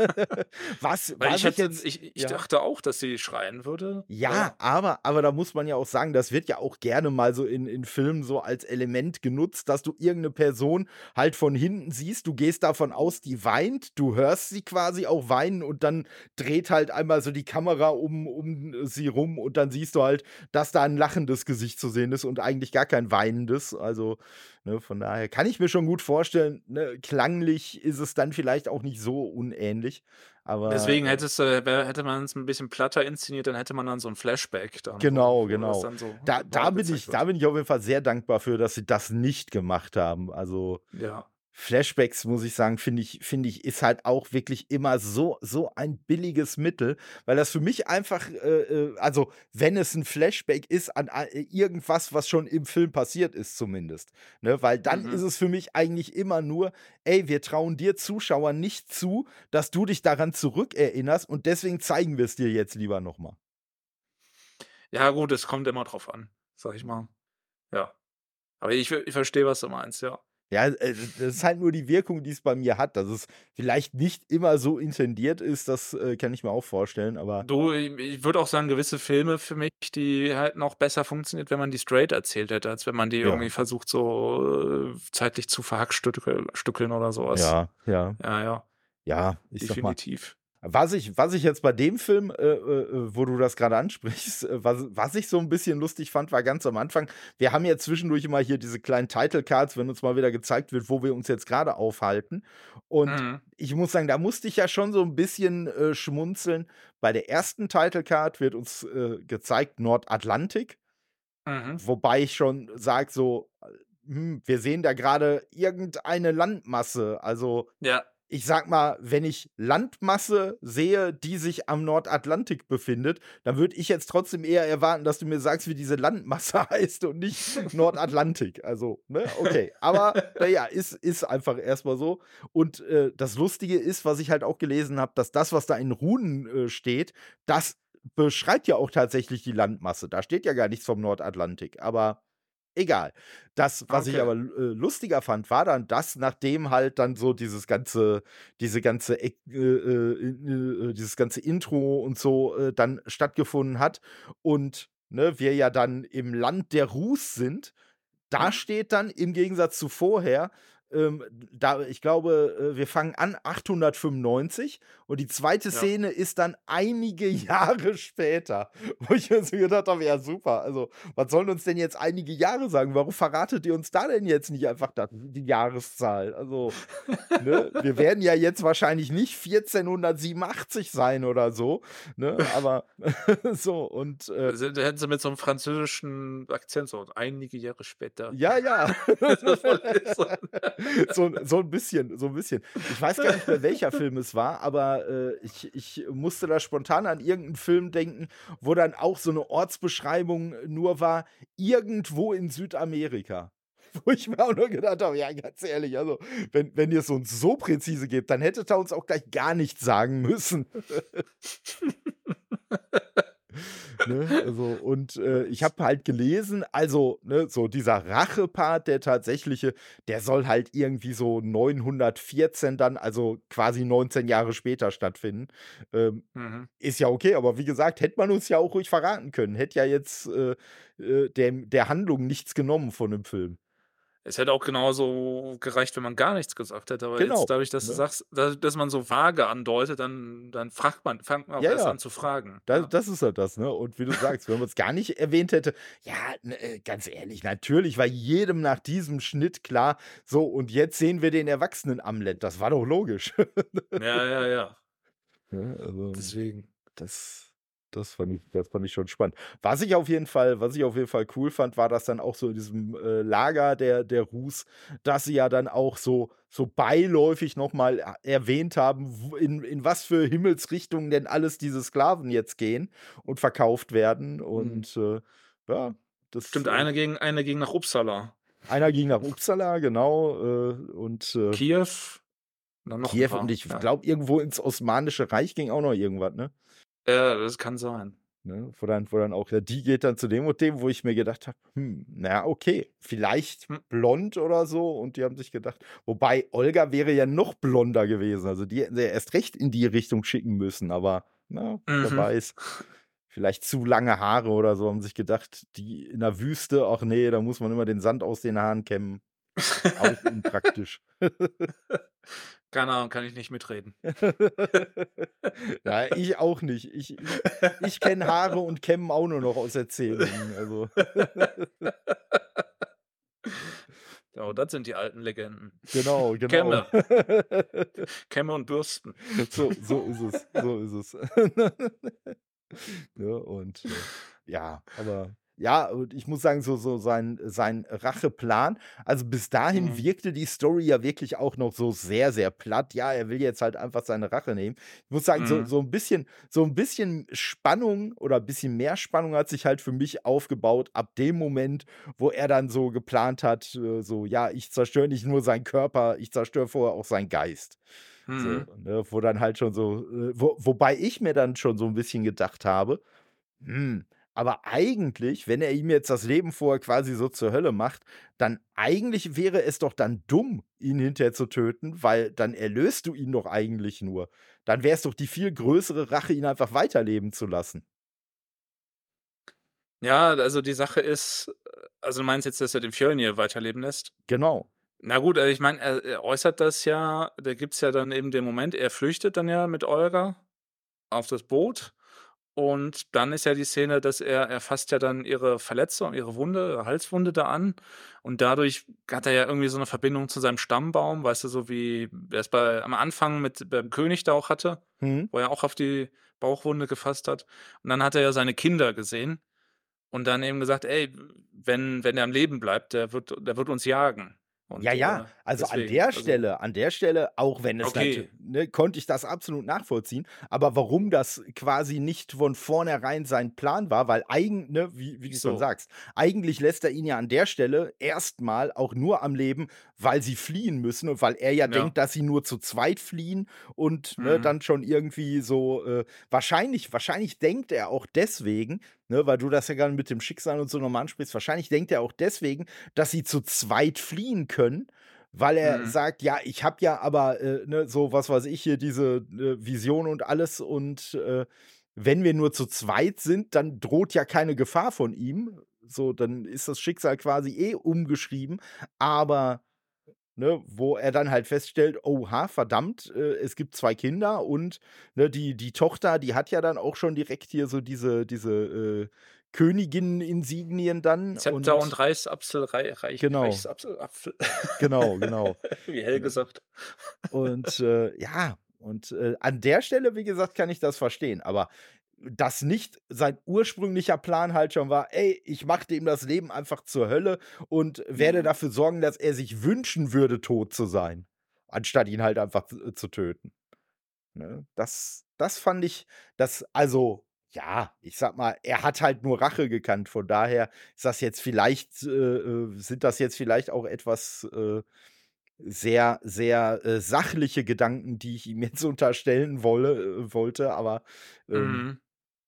A: Was
B: Weil
A: was
B: ich
A: ich
B: hätte
A: jetzt
B: ich ich
A: ja.
B: dachte auch, dass sie schreien würde,
A: Ja,
B: ja.
A: aber aber da muss man ja auch sagen, das wird ja auch gerne mal so in in Filmen so als Element genutzt, dass du irgendeine Person halt von hinten siehst. Du gehst davon aus, die weint, du hörst sie quasi auch weinen und dann dreht halt einmal so die Kamera um um sie rum und dann siehst du halt, dass da ein lachendes Gesicht zu sehen ist und eigentlich gar kein weinendes. Also, ne, von daher kann ich mir schon gut vorstellen, ne, klanglich ist es dann vielleicht auch nicht so unähnlich, aber,
B: Deswegen
A: äh
B: hättest du wär hätte man's 'n bisschen platter inszeniert, dann hätte man dann so 'n Flashback dann, wo
A: Genau,
B: wo das
A: genau.
B: dann so
A: Da da
B: weiter
A: bin
B: gezeigt
A: ich da
B: wird.
A: bin ich auf jeden Fall sehr dankbar für, dass sie das nicht gemacht haben. Also,
B: Ja.
A: Flashbacks, muss ich sagen, finde ich finde ich, ist halt auch wirklich immer so so ein billiges Mittel, weil das für mich einfach, äh, äh also, wenn es 'n Flashback ist an a irgendwas, was schon im Film passiert ist zumindest, ne? Weil dann ist
B: Mhm.
A: es für mich eigentlich immer nur: „Ey, wir trauen dir Zuschauer nicht zu, dass du dich daran zurückerinnerst und deswegen zeigen wir's dir jetzt lieber noch mal.“
B: Ja gut, es kommt immer drauf an, sage ich mal. Ja. Aber ich ich verstehe, was du meinst, ja.
A: Ja, äh, das ist halt nur die Wirkung, die es bei mir hat, dass es vielleicht nicht immer so intendiert ist, das, äh, kann ich mir auch vorstellen, aber
B: Du, i ich würde auch sagen, gewisse Filme für mich, die hätten auch besser funktioniert, wenn man die straight erzählt hätte, als wenn man die
A: ja,
B: irgendwie versucht, so, äh, zeitlich zu verhackstückel stückeln oder so was.
A: ja, ja,
B: Ja, ja,
A: ja, ich sage mal,
B: definitiv.
A: was ich was ich jetzt bei dem Film, äh, äh, äh, wo du das gerade ansprichst, äh, was was ich so ein bisschen lustig fand, war ganz am Anfang, wir haben ja zwischendurch immer hier diese kleinen Title Cards, wenn uns mal wieder gezeigt wird, wo wir uns jetzt gerade aufhalten. Und
B: Mhm,
A: ich muss sagen, da musste ich ja schon so ein bisschen, äh, schmunzeln. Bei der ersten Title Card wird uns, äh, gezeigt Nordatlantik.
B: mhm.
A: Wobei ich schon sage so, hm, wir sehen da gerade irgendeine Landmasse. Also,
B: Ja.
A: ich sage mal, wenn ich Landmasse sehe, die sich am Nordatlantik befindet, dann würde ich jetzt trotzdem eher erwarten, dass du mir sagst, wie diese Landmasse heißt und nicht Nordatlantik. Also, ne, okay. Aber na ja, ist ist einfach erst mal so. Und, äh, das Lustige ist, was ich halt auch gelesen habe, dass das, was da in Runen, äh, steht, das beschreibt ja auch tatsächlich die Landmasse. Da steht ja gar nichts vom Nordatlantik, aber egal. Das, was ich
B: Okay.
A: aber l äh, lustiger fand, war dann, dass nachdem halt dann so dieses ganze diese ganze Ek äh, äh, äh, dieses ganze Intro und so, äh, dann stattgefunden hat und, ne, wir ja dann im Land der Rus sind, da
B: Mhm.
A: steht dann im Gegensatz zu vorher, ähm, da ich glaube, äh, wir fangen an achthundertfünfundneunzig und die zweite
B: Ja.
A: Szene ist dann einige Jahre später, wo ich mir so gedacht habe: „Ja super, also, was sollen uns denn jetzt einige Jahre sagen? Warum verratet ihr uns da denn jetzt nicht einfach da die Jahreszahl?“ Also, ne, wir werden ja jetzt wahrscheinlich nicht vierzehnhundertsiebenundachtzig sein oder so, ne, aber so und, äh
B: Also, da hätten sie mit so 'nem französischen Akzent so einige Jahre später.
A: Ja, ja.
B: Das voll so.
A: So so 'n bisschen so 'n bisschen. Ich weiß gar nicht mehr, welcher Film es war, aber, äh, ich ich musste da spontan an irgend 'n Film denken, wo dann auch so 'ne Ortsbeschreibung nur war: „Irgendwo in Südamerika.“ Wo ich mir auch nur gedacht habe: „Ja, ganz ehrlich, also, wenn wenn ihr's uns so präzise gebt, dann hättet ihr uns auch gleich gar nichts sagen müssen.“ Ne, also und, äh, ich habe halt gelesen, also, ne, so dieser Rache-Part, der tatsächliche, der soll halt irgendwie so neunhundertvierzehn dann, also quasi neunzehn Jahre später stattfinden. Ähm,
B: Mhm.
A: ist ja okay, aber wie gesagt, hätte man uns ja auch ruhig verraten können. Hätte ja jetzt, äh, äh, dem der Handlung nichts genommen von dem Film.
B: Es hätte auch genauso gereicht, wenn man gar nichts gesagt hätte, aber jetzt
A: Genau,
B: dadurch, dass du
A: ne?
B: sagst, da dass man so vage andeutet, dann dann fragt man fängt man auch
A: Ja,
B: erst
A: ja.
B: an zu fragen,
A: Da
B: ja.
A: das ist halt das, ne? Und wie du sagst, wenn man's gar nicht erwähnt hätte, ja, ne, äh, ganz ehrlich, natürlich war jedem nach diesem Schnitt klar: „So, und jetzt sehen wir den erwachsenen Amlet.“ Das war doch logisch.
B: Ja, ja, ja.
A: Ne, also,
B: Deswegen.
A: das das fand ich das fand ich schon spannend. Was ich auf jeden Fall was ich auf jeden Fall cool fand, war das dann auch so in diesem, äh, Lager der der Rus, dass sie ja dann auch so so beiläufig noch mal a erwähnt haben, w in in was für Himmelsrichtungen denn alles diese Sklaven jetzt gehen und verkauft werden
B: Mhm.
A: und, äh, ja, das,
B: Stimmt,
A: äh
B: einer ging einer ging nach Uppsala.
A: Einer ging nach Uppsala, genau, äh, und, äh
B: Kiew, dann noch 'n
A: Kiew und
B: paar,
A: ich
B: ja.
A: glaube, irgendwo ins Osmanische Reich ging auch noch irgendwas, ne?
B: Ja, das kann sein.
A: Ne, wo dann wo dann auch ja, die geht dann zu dem und dem, wo ich mir gedacht habe: „Hm, na ja, okay, vielleicht
B: Hm.
A: blond oder so.“ Und die haben sich gedacht wobei Olga wäre ja noch blonder gewesen. Also, die hätten sie ja erst recht in die Richtung schicken müssen, aber, na, wer
B: Mhm.
A: weiß. Vielleicht zu lange Haare oder so, haben sich gedacht, die in der Wüste, ach ne, da muss man immer den Sand aus den Haaren kämmen. Auch unpraktisch.
B: Keine Ahnung, kann ich nicht mitreden.
A: Ja, ich auch nicht. Ich ich ich kenne Haare und Kämmen auch nur noch aus Erzählungen, also.
B: Ja, das sind die alten Legenden.
A: Genau, genau.
B: Kämme. Kämme und Bürsten.
A: So so ist es, so ist es. Ne, und, äh, ja, aber ja, und ich muss sagen, so so sein sein Racheplan also, bis dahin
B: Mhm.
A: wirkte die Story ja wirklich auch noch so sehr, sehr platt. Ja, er will jetzt halt einfach seine Rache nehmen. Ich muss sagen, so
B: Mhm.
A: so 'n bisschen so 'n bisschen Spannung oder bisschen mehr Spannung hat sich halt für mich aufgebaut ab dem Moment, wo er dann so geplant hat, äh, so: „Ja, ich zerstöre nicht nur seinen Körper, ich zerstöre vorher auch seinen Geist.“ So,
B: Mhm.
A: ne, wo dann halt schon so, äh wo wobei ich mir dann schon so 'n bisschen gedacht habe: „Hm, aber eigentlich, wenn er ihm jetzt das Leben vorher quasi so zur Hölle macht, dann eigentlich wäre es doch dann dumm, ihn hinterher zu töten, weil dann erlöst du ihn doch eigentlich nur. Dann wäre es doch die viel größere Rache, ihn einfach weiterleben zu lassen.“
B: Ja, also, die Sache ist also, du meinst jetzt, dass er den Fjölnir weiterleben lässt?
A: Genau.
B: Na gut, also, ich meine, er er äußert das ja da gibt's ja dann eben den Moment, er flüchtet dann ja mit Olga auf das Boot und dann ist ja die Szene, dass er er fasst ja dann ihre Verletzung, ihre Wunde Halswunde da an und dadurch hat er ja irgendwie so 'ne Verbindung zu seinem Stammbaum, weißt du, so wie er es bei am Anfang mit beim König da auch hatte,
A: Mhm.
B: wo er auch auf die Bauchwunde gefasst hat. Und dann hat er ja seine Kinder gesehen und dann eben gesagt: „Ey, wenn wenn er am Leben bleibt, der wird der wird uns jagen.“
A: Ja,
B: Und,
A: ja,
B: äh,
A: also an
B: deswegen,
A: der
B: also
A: Stelle an der Stelle, auch wenn es natü
B: okay.
A: ne, konnte ich das absolut nachvollziehen. Aber warum das quasi nicht von vornherein sein Plan war, weil eigen ne, wie wie
B: Ach
A: du schon
B: so.
A: sagst, eigentlich lässt er ihn ja an der Stelle erst mal auch nur am Leben, weil sie fliehen müssen und weil er ja
B: Ja.
A: denkt, dass sie nur zu zweit fliehen und, ne,
B: Mhm.
A: dann schon irgendwie so, äh wahrscheinlich wahrscheinlich denkt er auch deswegen, ne, weil du das ja grade mit dem Schicksal und so noch mal ansprichst, wahrscheinlich denkt er auch deswegen, dass sie zu zweit fliehen können, weil er
B: Mhm.
A: sagt: „Ja, ich habe ja aber, äh, ne, so was weiß ich hier, diese, äh, Vision und alles und, äh, wenn wir nur zu zweit sind, dann droht ja keine Gefahr von ihm. So, dann ist das Schicksal quasi eh umgeschrieben.“ Aber, ne, wo er dann halt feststellt: „Oha, verdammt, äh, es gibt zwei Kinder und, ne, die die Tochter, die hat ja dann auch schon direkt hier so diese diese, äh, Königinnen-Insignien dann
B: Zepter
A: und“
B: und Reichsapfel Rei Reich
A: Genau.
B: Reichsapfel Apfel.
A: Genau, genau.
B: Wie Helge
A: Ne?
B: sagt.
A: Und, äh, ja, und, äh, an der Stelle, wie gesagt, kann ich das verstehen, aber dass nicht sein ursprünglicher Plan halt schon war: „Ey, ich mache dem das Leben einfach zur Hölle und werde
B: Mhm.
A: dafür sorgen, dass er sich wünschen würde, tot zu sein, anstatt ihn halt einfach z zu töten.“ Ne? Das das fand ich das also, ja, ich sage mal, er hat halt nur Rache gekannt. Von daher ist das jetzt vielleicht äh, äh, sind das jetzt vielleicht auch etwas, äh, sehr, sehr, äh, sachliche Gedanken, die ich ihm jetzt unterstellen wolle äh, wollte, aber, ähm
B: Mhm.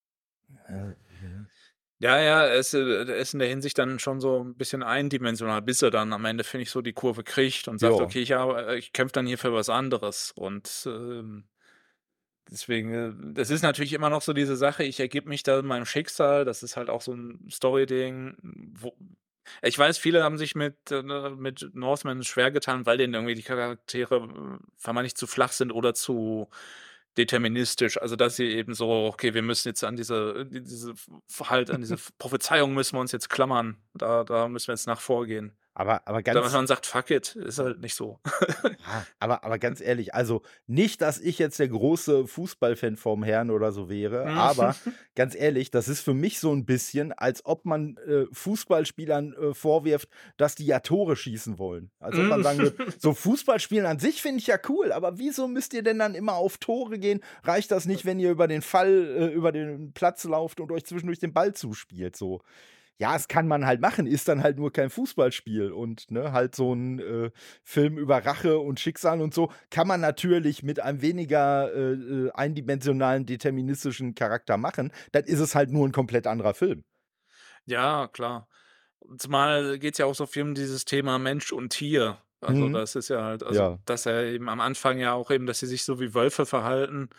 A: Äh, ja.
B: Ja, ja, er ist, äh er ist in der Hinsicht dann schon so 'n bisschen eindimensional, bis er dann am Ende, finde ich, so die Kurve kriegt und sagt:
A: Ja.
B: „Okay, ich ar äh, ich kämpfe dann hier für was anderes.“ Und, ähm, deswegen, äh das ist natürlich immer noch so diese Sache, ich ergebe mich da meinem Schicksal. Das ist halt auch so 'n Story-Ding, wo ich weiß, viele haben sich mit, äh, ne mit Northman schwergetan, weil denen irgendwie die Charaktere, äh, vermeintlich zu flach sind oder zu deterministisch. Also, dass sie eben so: „Okay, wir müssen jetzt an diese die diese v v halt an diese v Prophezeiung müssen wir uns jetzt klammern. Da da müssen wir jetzt nach vorgehen.“
A: Aber aber
B: Dass
A: ganz
B: man sagt: „Fuck it“, ist halt nicht so.
A: Ja, aber aber ganz ehrlich, also, nicht, dass ich jetzt der große Fußballfan vorm Herrn oder so wäre,
B: Mhm.
A: aber ganz ehrlich, das ist für mich so 'n bisschen, als ob man, äh, Fußballspielern, äh, vorwirft, dass die ja Tore schießen wollen. Als ob man
B: Hm.
A: sagen würde: „So Fußballspielen an sich finde ich ja cool, aber wieso müsst ihr denn dann immer auf Tore gehen? Reicht das nicht, wenn ihr über den Fall äh, über den Platz lauft und euch zwischendurch den Ball zuspielt?“ So. Ja, das kann man halt machen, ist dann halt nur kein Fußballspiel und, ne, halt so 'n, äh, Film über Rache und Schicksal und so kann man natürlich mit einem weniger, äh, äh, eindimensionalen, deterministischen Charakter machen. Dann ist es halt nur 'n komplett anderer Film.
B: Ja, klar. Zumal geht's ja auch so viel um dieses Thema Mensch und Tier. Also,
A: Mhm.
B: das ist ja halt also,
A: Ja.
B: dass er eben am Anfang ja auch eben dass sie sich so wie Wölfe verhalten,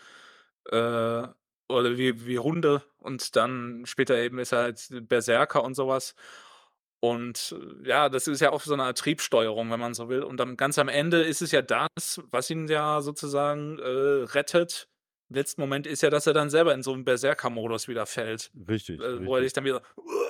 B: äh, oder wie wie Hunde und dann später eben ist er halt Berserker und so was. Und, äh, ja, das ist ja auch so 'ne Art Triebsteuerung, wenn man so will. Und dann ganz am Ende ist es ja das, was ihn ja sozusagen, äh, rettet. Im letzten Moment ist ja, dass er dann selber in so 'n Berserker-Modus wieder fällt,
A: Richtig,
B: äh, wo er
A: richtig.
B: sich dann wieder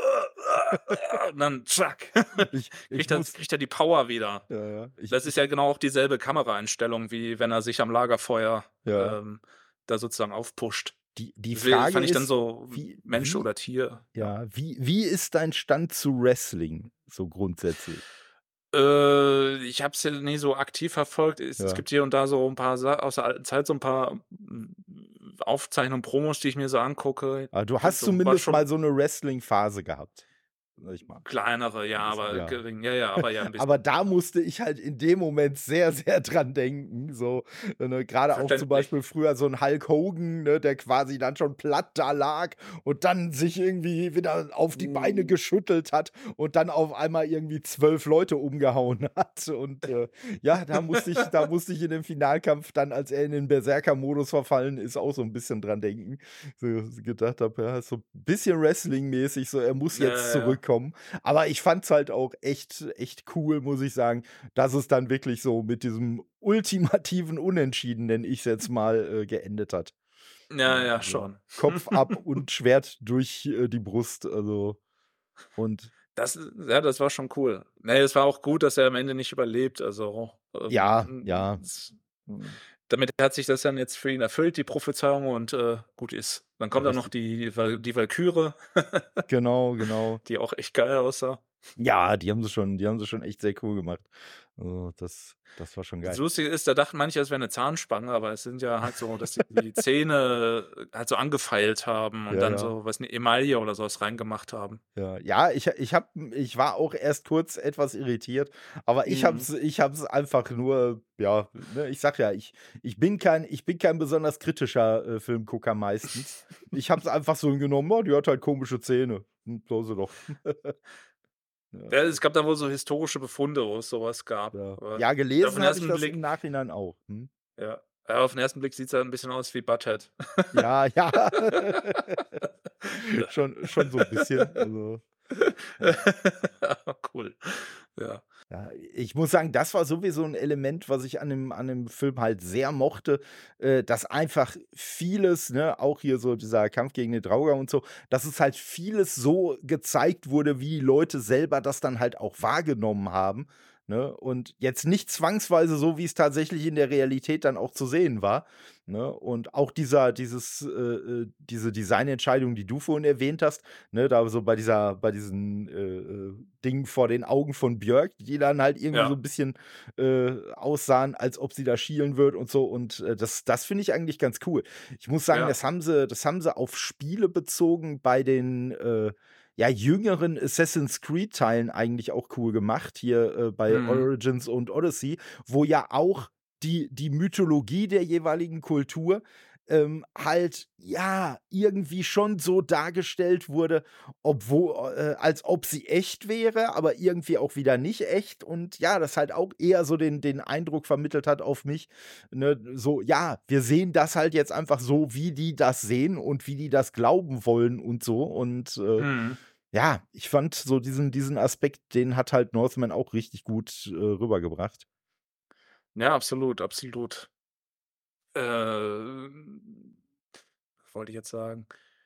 B: und dann zack,
A: Ich ich
B: kriegt er
A: muss
B: kriegt er die Power wieder.
A: Ja, ja. Ich
B: Das ist
A: ich
B: ja genau auch dieselbe Kameraeinstellung, wie wenn er sich am Lagerfeuer,
A: Ja.
B: ähm, da sozusagen aufpusht.
A: Die die
B: Deswegen
A: Frage
B: fand ich dann
A: ist,
B: so
A: wie
B: Mensch
A: wie
B: oder Tier, ja.
A: ja, wie wie ist dein Stand zu Wrestling so grundsätzlich?
B: Äh, ich habe es ja nie so aktiv verfolgt. Es es
A: Ja.
B: gibt hier und da so 'n paar Sa aus der alten Zeit so 'n paar, hm, Aufzeichnungen, Promos, die ich mir so angucke.
A: Ah, du
B: D
A: hast
B: so war
A: zumindest mal
B: schon
A: so 'ne Wrestling-Phase gehabt, sage ich mal.
B: Kleinere, ja, aber
A: Ja.
B: gering. Ja, ja, aber ja 'n
A: Aber
B: bisschen.
A: da musste ich halt in dem Moment sehr, sehr dran denken, so, ne? Grade auch zum
B: Verständlich.
A: Beispiel früher so 'n Hulk Hogan, ne, der quasi dann schon platt da lag und dann sich irgendwie wieder auf die Beine
B: Mhm.
A: geschüttelt hat und dann auf einmal irgendwie zwölf Leute umgehauen hat. Und, äh, ja, da musste ich da musste ich in dem Finalkampf dann, als er in den Berserker-Modus verfallen ist, auch so 'n bisschen dran denken. So gedacht habe, ja, so bisschen Wrestling-mäßig, so er muss
B: Ja,
A: jetzt
B: ja, ja.
A: zurückkommen. Aber ich fand's halt auch echt echt cool, muss ich sagen, dass es dann wirklich so mit diesem ultimativen Unentschieden, nenne ich's jetzt mal, äh, geendet hat.
B: Ja,
A: Ne,
B: ja,
A: also,
B: schon.
A: Kopf ab und Schwert durch, äh, die Brust, also und
B: Das ja, das war schon cool. Ne, es war auch gut, dass er am Ende nicht überlebt. Also,
A: Ja,
B: ähm,
A: ja.
B: s
A: Mhm.
B: damit hat sich das dann jetzt für ihn erfüllt, die Prophezeiung und, äh, gut ist. Dann kommt da noch
A: Richtig.
B: die Wal die Walküre,
A: Genau, genau.
B: die auch echt geil aussah.
A: Ja, die haben sie schon die haben sie schon echt sehr cool gemacht. Also, das das war schon
B: Das
A: geil.
B: Lustige ist, da dachten manche, es wäre 'ne Zahnspange, aber es sind ja halt so, dass sie die Zähne halt so angefeilt haben und
A: Ja,
B: dann
A: ja.
B: so, weiß nicht, Emaille oder so was reingemacht haben.
A: Ja, ja, ich ich habe ich war auch erst kurz etwas irritiert, aber ich habe
B: Mhm.
A: es ich habe es einfach nur ja, ne, ich sage ja, ich ich bin kein ich bin kein besonders kritischer, äh, Filmgucker meistens. Ich habe es einfach so genommen: „Oh, die hat halt komische Zähne. Hm, soll sie doch.“ Ja,
B: Ja, es gab da wohl so historische Befunde, wo es so was gab.
A: ja.
B: Aber
A: Ja,
B: auf
A: gelesen
B: 'n
A: habe ich
B: ersten
A: das
B: Blick
A: im Nachhinein auch. Mhm.
B: ja, ja, auf 'n ersten Blick sieht's ja 'n bisschen aus wie Butthead.
A: Ja, ja. Schon schon so 'n bisschen, also, ja.
B: Cool, ja.
A: Ja, ich muss sagen, das war sowieso 'n Element, was ich an dem an dem Film halt sehr mochte, äh, dass einfach vieles, ne, auch hier so dieser Kampf gegen den Draugr und so, dass es halt vieles so gezeigt wurde, wie die Leute selber das dann halt auch wahrgenommen haben, ne? Und jetzt nicht zwangsweise so, wie es tatsächlich in der Realität dann auch zu sehen war, ne? Und auch dieser dieses, äh, äh diese Designentscheidung, die du vorhin erwähnt hast, ne, da so bei dieser bei diesen, äh, äh, Dingen vor den Augen von Björk, die dann halt irgendwie so
B: Ja,
A: 'n bisschen, äh, aussahen, als ob sie da schielen würde und so und, äh, das das finde ich eigentlich ganz cool. Ich muss sagen,
B: ja.
A: das haben sie das haben sie auf Spiele bezogen bei den, äh, ja, jüngeren Assassin's Creed-Teilen eigentlich auch cool gemacht, hier, äh, bei
B: Mhm.
A: Origins und Odyssey, wo ja auch die die Mythologie der jeweiligen Kultur, ähm, halt, ja, irgendwie schon so dargestellt wurde, obwo äh, als ob sie echt wäre, aber irgendwie auch wieder nicht echt und ja, das halt auch eher so den den Eindruck vermittelt hat auf mich, ne, so, ja, wir sehen das halt jetzt einfach so, wie die das sehen und wie die das glauben wollen und so und, äh,
B: Mhm.
A: ja, ich fand so diesen diesen Aspekt, den hat halt Northman auch richtig gut, äh, rübergebracht.
B: Ja, absolut, absolut. Ähm, was wollte ich jetzt sagen?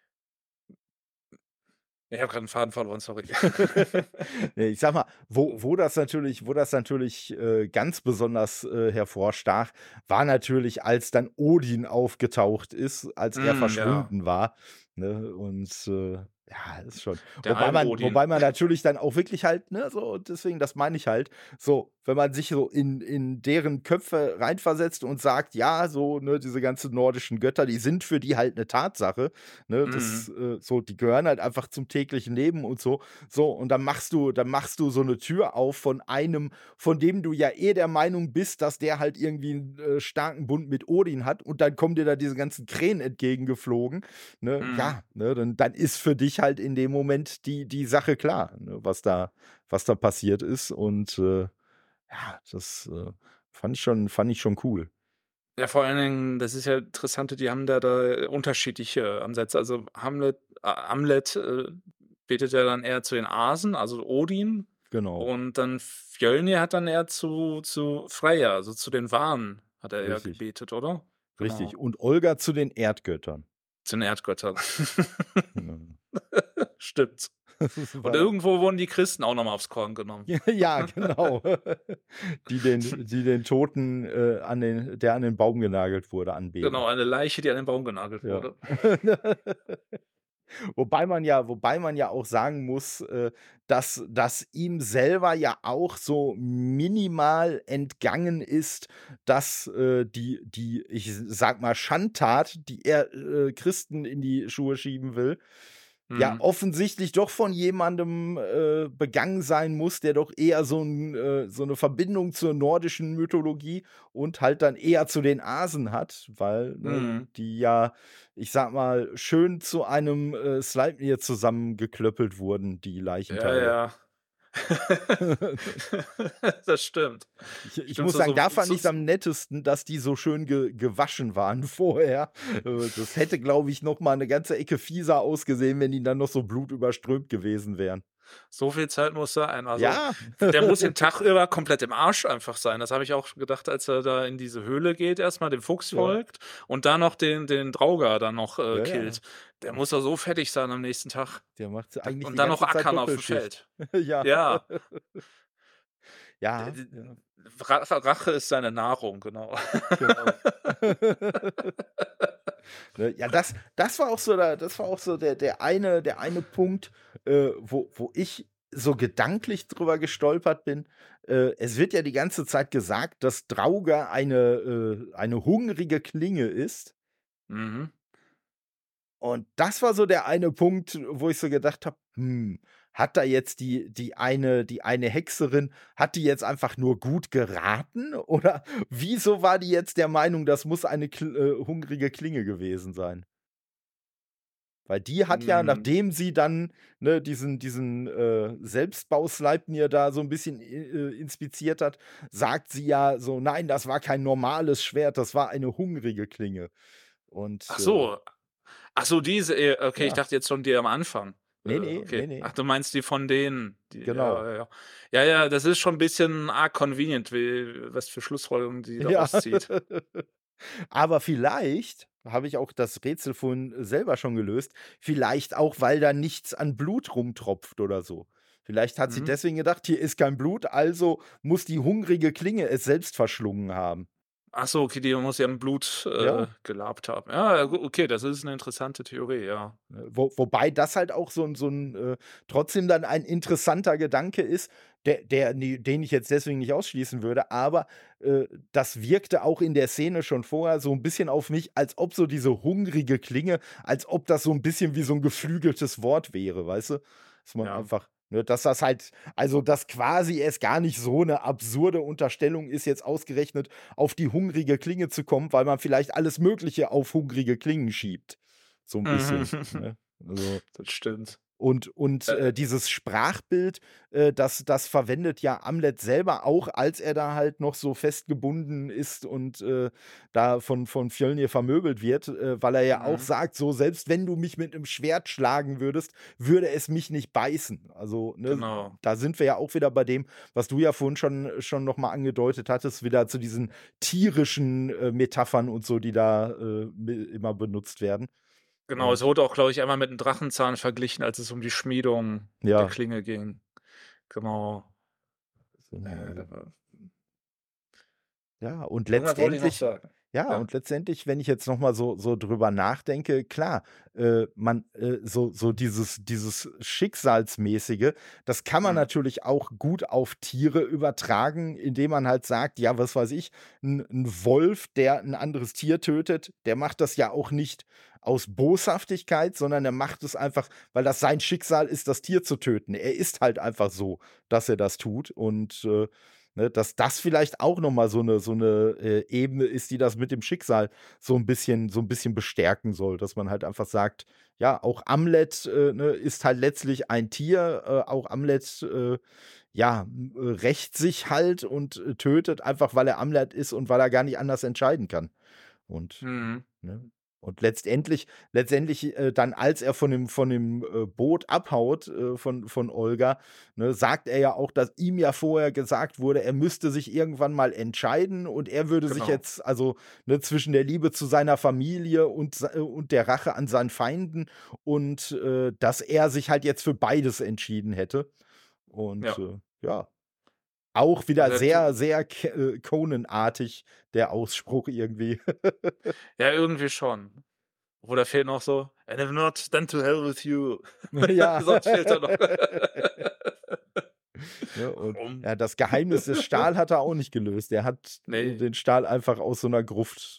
B: Ich habe grad 'n Faden verloren, sorry.
A: Ne, ich sage mal, wo wo das natürlich wo das natürlich, äh, ganz besonders, äh, hervorstach, war natürlich, als dann Odin aufgetaucht ist, als er
B: Mhm, ja,
A: verschwunden war, ne? Und, äh, ja, ist schon
B: der
A: wobei man
B: Alm-Odin.
A: wobei man natürlich dann auch wirklich halt, ne, so und deswegen, das meine ich halt, so, wenn man sich so in in deren Köpfe reinversetzt und sagt: „Ja, so, ne, diese ganzen nordischen Götter, die sind für die halt 'ne Tatsache“, ne?
B: Mhm,
A: Das, äh so, die gehören halt einfach zum täglichen Leben und so. So, und dann machst du dann machst du so eine Tür auf von einem, von dem du ja eh der Meinung bist, dass der halt irgendwie 'n, äh, starken Bund mit Odin hat und dann kommen dir da diese ganzen Krähen entgegengeflogen, ne?
B: mhm.
A: Ja, ne, dann dann ist für dich halt in dem Moment die die Sache klar, ne, was da was da passiert ist und, äh, ja, das, äh, fand ich schon fand ich schon cool.
B: Ja, vor allen Dingen, das ist ja Interessante, die haben da da unterschiedliche Ansätze. Also, Hamlet A Amlet, äh, betet ja dann eher zu den Asen, also Odin,
A: Genau,
B: und dann Fjölnir hat dann eher zu zu Freyja, also zu den Wanen hat er eher
A: richtig,
B: gebetet, oder?
A: richtig.
B: Genau,
A: Und Olga zu den Erdgöttern.
B: zu den Erdgöttern.
A: Mhm.
B: Stimmt.
A: Das
B: Und
A: war
B: irgendwo wurden die Christen auch noch mal aufs Korn genommen.
A: ja, genau. Die den die den Toten, äh, an den der an den Baum genagelt wurde,
B: Genau,
A: anbeten.
B: eine Leiche, die an den Baum genagelt
A: Ja.
B: wurde.
A: Wobei man ja wobei man ja auch sagen muss, äh, dass dass ihm selber ja auch so minimal entgangen ist, dass, äh, die die, ich sage mal, Schandtat, die er, äh, Christen in die Schuhe schieben will, ja
B: Mhm.
A: offensichtlich doch von jemandem, äh, begangen sein muss, der doch eher so 'n äh, so 'ne Verbindung zur nordischen Mythologie und halt dann eher zu den Asen hat, weil, ne,
B: Mhm.
A: die ja, ich sage mal, schön zu einem, äh, Sleipnir zusammengeklöppelt wurden, die
B: Ja,
A: Leichenteile.
B: ja. Das stimmt.
A: Ich ich
B: Stimmt,
A: muss
B: so
A: sagen,
B: so
A: da fand
B: so
A: ich's
B: so
A: am nettesten, dass die so schön ge gewaschen waren vorher. Äh, das hätte, glaube ich, noch mal 'ne ganze Ecke fieser ausgesehen, wenn die dann noch so blutüberströmt gewesen wären.
B: so viel Zeit muss sein. Also,
A: Ja.
B: der muss den Tag über komplett im Arsch einfach sein. Das habe ich auch gedacht, als er da in diese Höhle geht, erst mal dem Fuchs
A: Ja,
B: folgt und dann noch den den Draugr dann noch, äh,
A: ja, ja.
B: killt. Der muss doch so fertig sein am nächsten Tag.
A: Der macht
B: Da
A: eigentlich
B: und
A: die
B: dann noch
A: ganze Zeit
B: ackern aufm
A: Doppelschicht.
B: Feld.
A: Ja.
B: Ja, d
A: Ja,
B: d
A: ja,
B: Ra Rache ist seine Nahrung, genau.
A: genau. Ne, ja, das das war auch so der das war auch so der der eine der eine Punkt, äh, wo wo ich so gedanklich drüber gestolpert bin, äh, es wird ja die ganze Zeit gesagt, dass Draugr eine, äh eine hungrige Klinge ist.
B: Mhm.
A: Und das war so der eine Punkt, wo ich so gedacht habe: „Hm, hat da jetzt die die eine die eine Hexerin hat die jetzt einfach nur gut geraten oder wieso war die jetzt der Meinung, das muss eine kl äh, hungrige Klinge gewesen sein?“ Weil die hat ja,
B: Hm.
A: nachdem sie dann, ne, diesen diesen, äh, Selbstbau Sleipnir da so 'n bisschen i äh, inspiziert hat, sagt sie ja so: „Nein, das war kein normales Schwert, das war eine hungrige Klinge.“ Und,
B: Ach
A: äh
B: so. Ach so, diese, äh, okay, ich
A: ja.
B: dachte jetzt schon die am Anfang. Äh,
A: Ne, ne,
B: okay.
A: ne, ne.
B: Ach, du meinst die von denen, die ja,
A: Genau.
B: ja, ja. Ja, ja, das ist schon 'n bisschen arg convenient, wie was für Schlussfolgerungen die
A: Ja.
B: daraus zieht.
A: Aber vielleicht habe ich auch das Rätsel vorhin selber schon gelöst, vielleicht auch, weil da nichts an Blut rumtropft oder so. Vielleicht hat sie
B: Mhm.
A: deswegen gedacht: „Hier ist kein Blut, also muss die hungrige Klinge es selbst verschlungen haben.“
B: Ach so, okay, die muss ja im Blut, äh,
A: Ja.
B: gelabt haben. Ja, ja, gu okay, das ist 'ne interessante Theorie, ja.
A: Ne, wo wobei das halt auch so 'n so 'n, äh trotzdem dann ein interessanter Gedanke ist, der der ne den ich jetzt deswegen nicht ausschließen würde, aber, äh, das wirkte auch in der Szene schon vorher so 'n bisschen auf mich, als ob so diese hungrige Klinge als ob das so 'n bisschen wie so 'n geflügeltes Wort wäre, weißt du? Dass man
B: Ja.
A: einfach ne, dass das halt also, dass quasi es gar nicht so 'ne absurde Unterstellung ist, jetzt ausgerechnet auf die hungrige Klinge zu kommen, weil man vielleicht alles Mögliche auf hungrige Klingen schiebt. So 'n
B: Mhm.
A: bisschen, ne? Also
B: Das stimmt.
A: und und,
B: Äh
A: äh, dieses Sprachbild, äh, das das verwendet ja Amlet selber auch, als er da halt noch so festgebunden ist und, äh, da von von Fjölnir vermöbelt wird, äh, weil er ja auch
B: Mhm.
A: sagt, so: „Selbst wenn du mich mit 'nem Schwert schlagen würdest, würde es mich nicht beißen.“ Also, ne,
B: Genau.
A: da sind wir ja auch wieder bei dem, was du ja vorhin schon schon noch mal angedeutet hattest, wieder zu diesen tierischen, äh, Metaphern und so, die da, äh, mi immer benutzt werden.
B: Genau, es
A: Und
B: wurde auch, glaube ich, einmal mit 'nem Drachenzahn verglichen, als es um die Schmiedung der
A: Ja.
B: Klinge ging. Genau.
A: Genau,
B: Äh,
A: also
B: da war
A: Ja, und
B: Irgendwas wollte ich noch
A: letztendlich
B: sagen.
A: ja,
B: Ja.
A: und letztendlich, wenn ich jetzt noch mal so so drüber nachdenke, klar, äh, man äh, so so dieses dieses Schicksalsmäßige, das kann man
B: Mhm.
A: natürlich auch gut auf Tiere übertragen, indem man halt sagt, ja, was weiß ich, 'n 'n Wolf, der 'n anderes Tier tötet, der macht das ja auch nicht aus Boshaftigkeit, sondern der macht es einfach, weil das sein Schicksal ist, das Tier zu töten. Er ist halt einfach so, dass er das tut und, äh, ne, dass das vielleicht auch noch mal so 'ne so 'ne, äh, Ebene ist, die das mit dem Schicksal so 'n bisschen so 'n bisschen bestärken soll, dass man halt einfach sagt, ja, auch Amlet, äh, ne, ist halt letztlich ein Tier. Äh, auch Amlet, äh, ja, hm, äh, rächt sich halt und, äh, tötet einfach, weil er Amlet ist und weil er gar nicht anders entscheiden kann. Und,
B: Mhm.
A: ne und letztendlich letztendlich, äh, dann, als er von dem von dem, äh, Boot abhaut, äh, von von Olga, ne, sagt er ja auch, dass ihm ja vorher gesagt wurde, er müsste sich irgendwann mal entscheiden und er würde sich
B: Genau.
A: jetzt also, ne, zwischen der Liebe zu seiner Familie und sei und der Rache an seinen Feinden und, äh, dass er sich halt jetzt für beides entschieden hätte. Und,
B: Ja.
A: äh, ja, auch
B: Und
A: wieder
B: er tu
A: sehr, sehr K äh, Conan-artig, der Ausspruch irgendwie.
B: Ja, irgendwie schon. Oder fehlt noch so: „And if not, then to hell with you.“
A: Ja.
B: Sonst fehlt da noch.
A: Ne, und
B: Warum?
A: ja, das Geheimnis des Stahl hat er auch nicht gelöst. Er hat, äh,
B: Ne.
A: den Stahl einfach aus so 'ner Gruft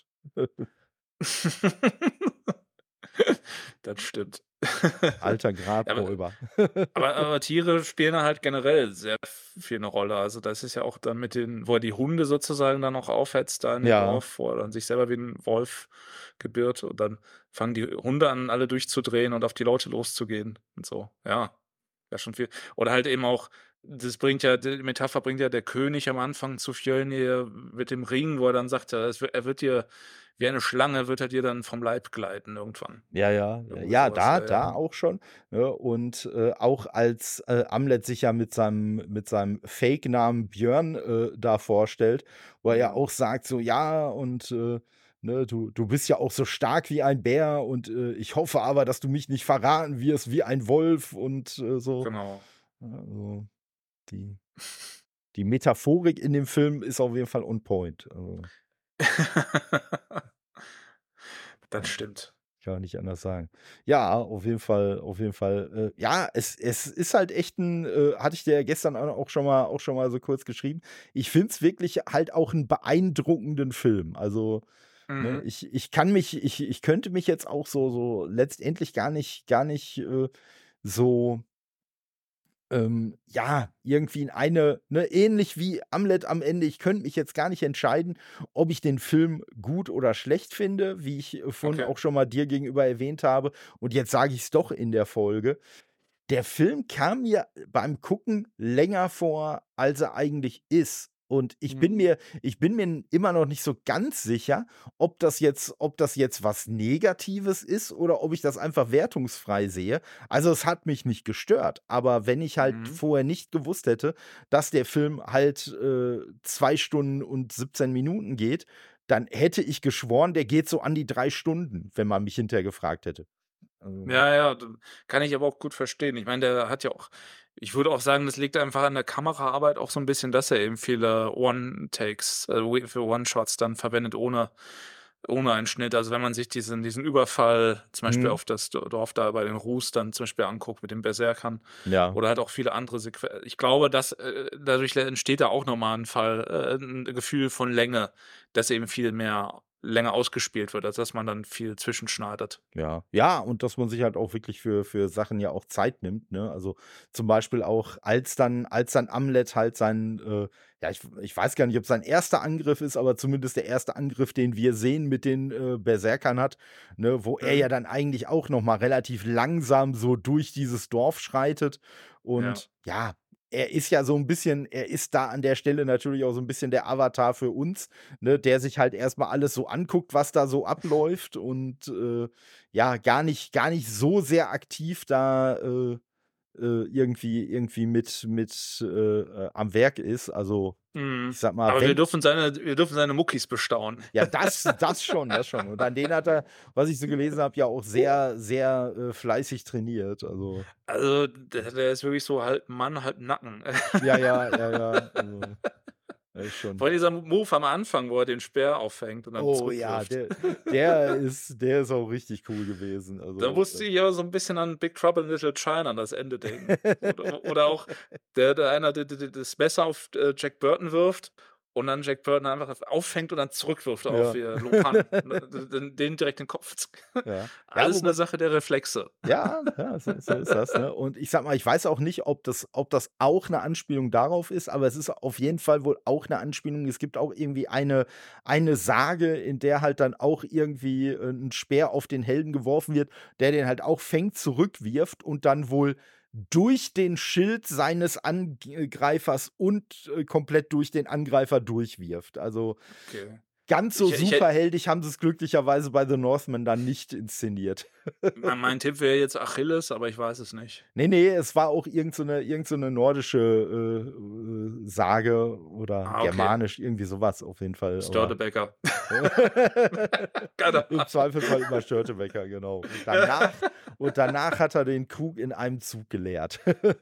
B: Das stimmt.
A: Alter
B: Ja, aber
A: Grabräuber.
B: aber aber Tiere spielen da halt generell sehr viel 'ne Rolle. Also, das ist ja auch dann mit den wo er die Hunde sozusagen dann auch aufhetzt da in dem
A: Ja.
B: Dorf, wo er dann sich selber wie 'n Wolf gebiert und dann fangen die Hunde an, alle durchzudrehen und auf die Leute loszugehen und so. Ja, ja schon viel. Oder halt eben auch das bringt ja die Metapher bringt ja der König am Anfang zu Fjölnir mit dem Ring, wo er dann sagt, er es er wird dir wie eine Schlange wird er dir dann vom Leib gleiten irgendwann.
A: Ja, ja.
B: Irgendwie
A: Ja,
B: so was,
A: da
B: ja, ja.
A: da auch schon, ne? Und, äh, auch als, äh, Amlet sich ja mit seinem mit seinem Fake-Namen Björn, äh, da vorstellt, wo er ja
B: Mhm.
A: auch sagt so: „Ja, und, äh, ne, du du bist ja auch so stark wie ein Bär und, äh, ich hoffe aber, dass du mich nicht verraten wirst wie ein Wolf“ und, äh, so.
B: Genau.
A: Ne, also, die die Metaphorik in dem Film ist auf jeden Fall on point, also
B: Das
A: Ja.
B: stimmt.
A: kann man nicht anders sagen. Ja, auf jeden Fall auf jeden Fall, äh, ja, es es ist halt echt 'n äh, hatte ich dir ja gestern au auch schon mal auch schon mal so kurz geschrieben. Ich finde es wirklich halt auch 'n beeindruckenden Film. Also, ne,
B: Mhm.
A: ich ich kann mich ich ich könnte mich jetzt auch so so letztendlich gar nicht gar nicht, äh, so ähm, ja, irgendwie in eine ne, ähnlich wie Hamlet am Ende. Ich könnte mich jetzt gar nicht entscheiden, ob ich den Film gut oder schlecht finde, wie ich, äh, vorhin
B: Okay.
A: auch schon mal dir gegenüber erwähnt habe. Und jetzt sage ich's doch in der Folge. Der Film kam mir beim Gucken länger vor, als er eigentlich ist. Und ich bin
B: Mhm.
A: mir ich bin mir n immer noch nicht so ganz sicher, ob das jetzt ob das jetzt was Negatives ist oder ob ich das einfach wertungsfrei sehe. Also, es hat mich nicht gestört, aber wenn ich halt
B: Mhm.
A: vorher nicht gewusst hätte, dass der Film halt, äh, zwei Stunden und siebzehn Minuten geht, dann hätte ich geschworen, der geht so an die drei Stunden, wenn man mich hinterher gefragt hätte. Also
B: Ja, ja, d kann ich aber auch gut verstehen. Ich meine, der hat ja auch ich würde auch sagen, das liegt einfach an der Kameraarbeit auch so 'n bisschen, dass er eben viele One-Takes, äh, we für One-Shots dann verwendet ohne ohne einen Schnitt. Also, wenn man sich diesen diesen Überfall zum Beispiel
A: Mhm.
B: auf das Do Dorf da bei den Roos dann zum Beispiel anguckt mit den Berserkern
A: Ja.
B: oder halt auch viele andere Sequen ich glaube, dass, äh, dadurch le entsteht da auch noch mal 'n Fall äh, 'n Gefühl von Länge, dass eben viel mehr länger ausgespielt wird, als dass man dann viel zwischenschneidet.
A: Ja. Ja, und dass man sich halt auch wirklich für für Sachen ja auch Zeit nimmt, ne? Also, zum Beispiel auch, als dann als dann Hamlet halt seinen, äh ja, ich ich weiß gar nicht, ob's sein erster Angriff ist, aber zumindest der erste Angriff, den wir sehen mit den, äh, Berserkern hat, ne, wo er
B: Mhm.
A: ja dann eigentlich auch noch mal relativ langsam so durch dieses Dorf schreitet.
B: Ja.
A: Und ja, er ist ja so 'n bisschen er ist da an der Stelle natürlich auch so 'n bisschen der Avatar für uns, ne, der sich halt erst mal alles so anguckt, was da so abläuft und, äh, ja, gar nicht gar nicht so sehr aktiv da, äh, äh, irgendwie irgendwie mit mit, äh, äh, am Werk ist. Also, ich
B: Mhm.
A: sage mal,
B: Aber wir
A: wenn
B: dürfen seine wir dürfen seine Muckis bestaunen.
A: Ja, das das schon, das schon. Und an denen hat er, was ich so gelesen habe, ja auch sehr, sehr, äh, fleißig trainiert, also
B: Also, der der ist wirklich so halb Mann, halb Nacken.
A: Ja, ja, ja, ja, also, das ist
B: Vor
A: schon
B: allem dieser Move am Anfang, wo er den Speer auffängt und dann
A: Oh ja,
B: zurückwirft.
A: der der ist der ist auch richtig cool gewesen,
B: Da
A: also,
B: musste
A: äh
B: ich aber so 'n bisschen an Big Trouble in Little China, an das Ende denken. Oder oder auch der der einer, der der der das Messer auf, äh, Jack Burton wirft und dann Jack Burton einfach das auffängt und dann zurückwirft auf,
A: Ja.
B: äh, Lo Pan, ne? D d den direkt in den Kopf z
A: Ja. Ja,
B: Alles 'ne
A: wobei
B: Sache der Reflexe.
A: Ja, ja, so so ist das, ne? Und ich sage mal, ich weiß auch nicht, ob das ob das auch 'ne Anspielung darauf ist, aber es ist auf jeden Fall wohl auch 'ne Anspielung. Es gibt auch irgendwie eine eine Sage, in der halt dann auch irgendwie, äh, 'n Speer auf den Helden geworfen wird, der den halt auch fängt, zurückwirft und dann wohl durch den Schild seines Ang Greifers und, äh, komplett durch den Angreifer durchwirft. Also,
B: Okay.
A: ganz so
B: Ich ich hätt
A: superheldig haben sie's glücklicherweise bei The Northman dann nicht inszeniert.
B: mei mein Tipp wäre jetzt Achilles, aber ich weiß es nicht.
A: Ne, ne, es war auch irgend so 'ne irgend so 'ne nordische, äh, äh, Sage oder
B: Ah, okay.
A: germanisch, irgendwie so was auf jeden Fall, aber
B: Störtebeker. Keine
A: im
B: Ahnung.
A: Zweifelsfall immer Störtebeker, genau. Und danach und danach hat er den Krug in einem Zug geleert.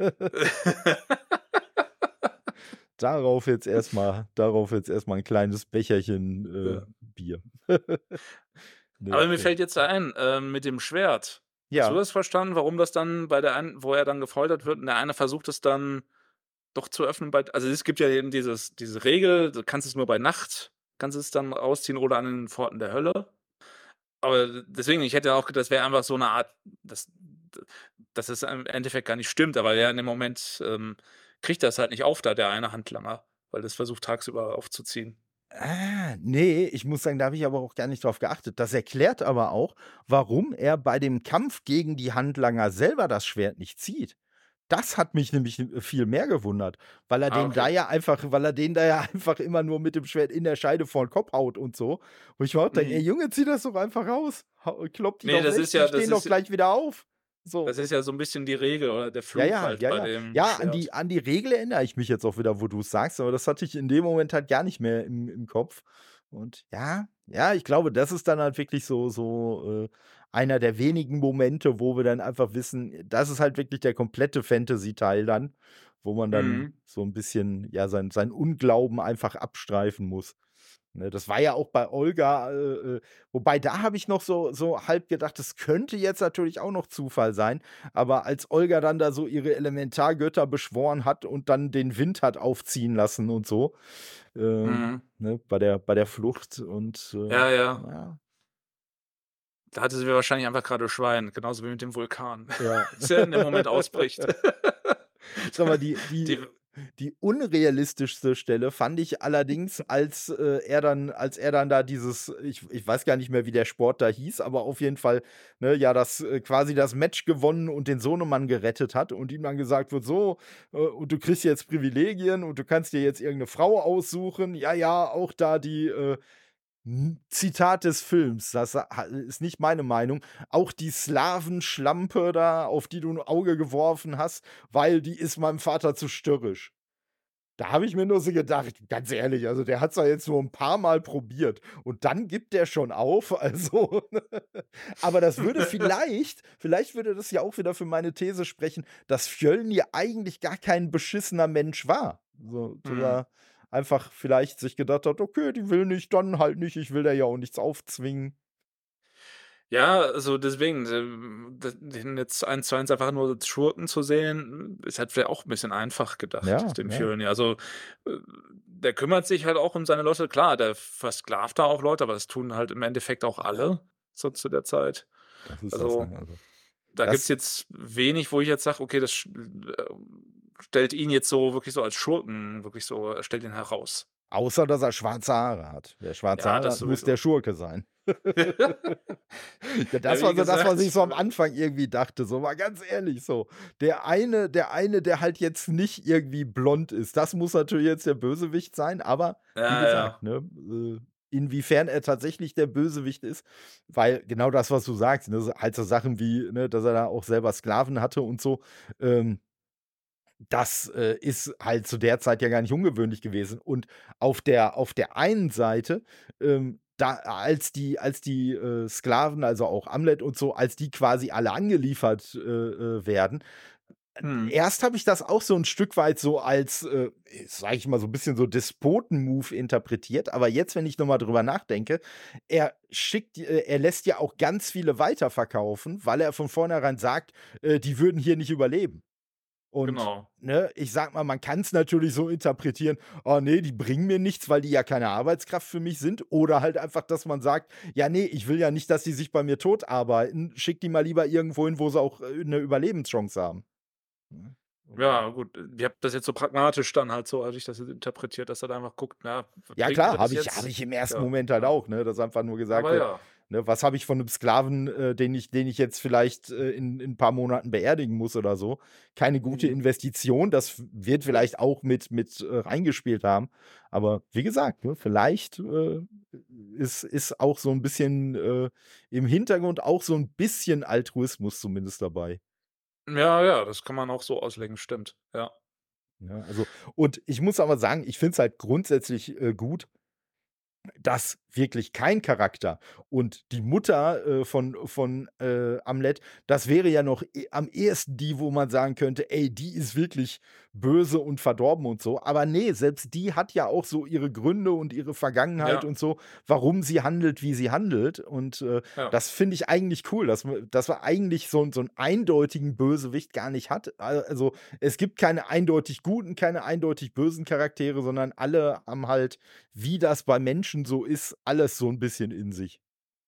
A: Darauf jetzt erst mal darauf jetzt erst mal 'n kleines Becherchen, äh,
B: Ja.
A: Bier. Ne,
B: Aber mir
A: okay.
B: fällt jetzt ein, ähm, mit dem Schwert. Hast du
A: Ja.
B: das verstanden, warum das dann bei der einen wo er dann gefoltert wird und der eine versucht es dann doch zu öffnen bei also, es gibt ja eben dieses diese Regel, du kannst es nur bei Nacht kannst es dann rausziehen oder an den Pforten der Hölle. Aber d deswegen, ich hätte auch gedacht, das wäre einfach so 'ne Art, dass d dass es im Endeffekt gar nicht stimmt, aber ja, in dem Moment, ähm, kriegt er's halt nicht auf da, der eine Handlanger, weil der es versucht, tagsüber aufzuziehen.
A: Ah, ne, ich muss sagen, da habe ich aber auch gar nicht drauf geachtet. Das erklärt aber auch, warum er bei dem Kampf gegen die Handlanger selber das Schwert nicht zieht. Das hat mich nämlich, äh, viel mehr gewundert, weil er
B: Ah,
A: den da
B: okay.
A: ja einfach weil er den da ja einfach immer nur mit dem Schwert in der Scheide vor 'n Kopf haut und so. Wo ich mir auch denke: „Ey
B: Mhm.
A: Junge, zieh das doch einfach raus. Hau klopp die
B: Ne,
A: doch
B: das
A: weg,
B: ist
A: die
B: ja das
A: stehen doch
B: ist
A: gleich wieder auf.“
B: das
A: So.
B: ist ja so 'n bisschen die Regel oder der
A: Ja,
B: Fluch
A: ja,
B: halt
A: ja,
B: bei
A: ja.
B: dem
A: Ja, an
B: Schwert.
A: die an die Regel erinnere ich mich jetzt auch wieder, wo du's sagst, aber das hatte ich in dem Moment halt gar nicht mehr im im Kopf. Und ja, ja, ich glaube, das ist dann halt wirklich so so, äh, einer der wenigen Momente, wo wir dann einfach wissen, das ist halt wirklich der komplette Fantasy-Teil dann, wo man dann
B: Mhm.
A: so 'n bisschen, ja, seinen seinen Unglauben einfach abstreifen muss. Ne, das war ja auch bei Olga, äh, äh wobei da habe ich noch so so halb gedacht, das könnte jetzt natürlich auch noch Zufall sein, aber als Olga dann da so ihre Elementargötter beschworen hat und dann den Wind hat aufziehen lassen und so, ähm,
B: Mhm.
A: ne, bei der bei der Flucht und, äh,
B: Ja, ja.
A: ja,
B: Da hatte sie wahrscheinlich einfach grade Schwein, genauso wie mit dem Vulkan,
A: ja.
B: dass er in dem Moment ausbricht.
A: Sag mal, die die
B: Die
A: die unrealistischste Stelle fand ich allerdings, als, äh, er dann als er dann da dieses ich ich weiß gar nicht mehr, wie der Sport da hieß, aber auf jeden Fall, ne, ja, das äh, quasi das Match gewonnen und den Sohnemann gerettet hat und ihm dann gesagt wird: „So, äh, und du kriegst jetzt Privilegien und du kannst dir jetzt irgendeine Frau aussuchen. Ja, ja, auch da die, äh“ Hm, Zitat des Films, das ha ist nicht meine Meinung. „Auch die Slawenschlampe da, auf die du 'n Auge geworfen hast, weil die ist meinem Vater zu störrisch.“ Da habe ich mir nur so gedacht, ganz ehrlich, also der hat's ja jetzt nur 'n paar Mal probiert und dann gibt der schon auf, also aber das würde vielleicht vielleicht würde das ja auch wieder für meine These sprechen, dass Fjölnir eigentlich gar kein beschissener Mensch war. So, dass
B: Mhm.
A: er einfach vielleicht sich gedacht hat: „Okay, die will nicht, dann halt nicht. Ich will der ja auch nichts aufzwingen.“
B: Ja, also deswegen, ähm, d den jetzt eins zu eins einfach nur als Schurken zu sehen, ist halt vielleicht auch 'n bisschen einfach gedacht,
A: Ja,
B: dem
A: ja,
B: Fjölnir. Also, äh, der kümmert sich halt auch um seine Leute. Klar, der versklavt da auch Leute, aber das tun halt im Endeffekt auch alle so zu der Zeit.
A: das ist das,
B: Also,
A: ne? Also,
B: da gibt's
A: das
B: jetzt wenig, wo ich jetzt sage: „Okay, das sch äh, stellt ihn jetzt so wirklich so als Schurken wirklich so äh, stellt ihn heraus.“
A: außer dass er schwarze Haare hat. Wer schwarze
B: Ja,
A: Haare
B: das
A: hat, muss der
B: sowieso.
A: Schurke sein. Ja,
B: Ja,
A: das
B: wie
A: war so das, was ich
B: gesagt,
A: so am Anfang irgendwie dachte, so mal ganz ehrlich so. Der eine der eine, der halt jetzt nicht irgendwie blond ist, das muss natürlich jetzt der Bösewicht sein, aber wie
B: ja,
A: gesagt,
B: ja.
A: ne, äh, inwiefern er tatsächlich der Bösewicht ist, weil genau das, was du sagst, ne, so halt so Sachen wie, ne, dass er da auch selber Sklaven hatte und so, ähm das, äh, ist halt zu der Zeit ja gar nicht ungewöhnlich gewesen. Und auf der auf der einen Seite, ähm, da als die als die, äh, Sklaven, also auch Amlet und so, als die quasi alle angeliefert, äh, äh, werden,
B: Mhm.
A: erst habe ich das auch so ein Stück weit so als, äh, sage ich mal, so ein bisschen so Despoten-Move interpretiert. Aber jetzt, wenn ich noch mal drüber nachdenke, er schickt äh, er lässt ja auch ganz viele weiterverkaufen, weil er von vornherein sagt, äh, die würden hier nicht überleben. Und,
B: Genau.
A: ne, ich sage mal, man kann es natürlich so interpretieren: „Oh nee, die bringen mir nichts, weil die ja keine Arbeitskraft für mich sind.“ Oder halt einfach, dass man sagt: „Ja, nee, ich will ja nicht, dass die sich bei mir totarbeiten. Schick die mal lieber irgendwo hin, wo sie auch, äh, 'ne Überlebenschance haben.“ Ne? Und
B: Ja, gut, äh, ich habe das jetzt so pragmatisch dann halt so hatte ich das jetzt interpretiert, dass er da einfach guckt, na, was
A: ja
B: bringt mir
A: klar,
B: das
A: habe ich habe
B: jetzt?
A: ich im ersten
B: Ja,
A: Moment halt
B: ja.
A: auch, ne, dass einfach nur gesagt
B: Aber
A: wird,
B: ja.
A: ne, was habe ich von 'nem Sklaven, äh, den ich den ich jetzt vielleicht, äh, in in 'n paar Monaten beerdigen muss oder so. Keine gute
B: Mhm.
A: Investition, das f wird vielleicht auch mit mit, äh, reingespielt haben. Aber wie gesagt, ne, vielleicht, äh, ist ist auch so 'n bisschen, äh, im Hintergrund auch so 'n bisschen Altruismus zumindest dabei.
B: Ja, ja, das kann man auch so auslegen, stimmt, ja.
A: Ja, also und ich muss aber sagen, ich finde es halt grundsätzlich, äh, gut, dass wirklich kein Charakter und die Mutter, äh, von von, äh, Amlet, das wäre ja noch e am ehesten die, wo man sagen könnte: „Ey, die ist wirklich böse und verdorben und so.“ Aber ne, selbst die hat ja auch so ihre Gründe und ihre Vergangenheit
B: Ja,
A: und so, warum sie handelt, wie sie handelt. Und, äh,
B: ja.
A: das finde ich eigentlich cool, dass ma dass man eigentlich so 'n so 'n eindeutigen Bösewicht gar nicht hat. Al also, es gibt keine eindeutig guten, keine eindeutig bösen Charaktere, sondern alle haben halt, wie das bei Menschen so ist, alles so 'n bisschen in sich.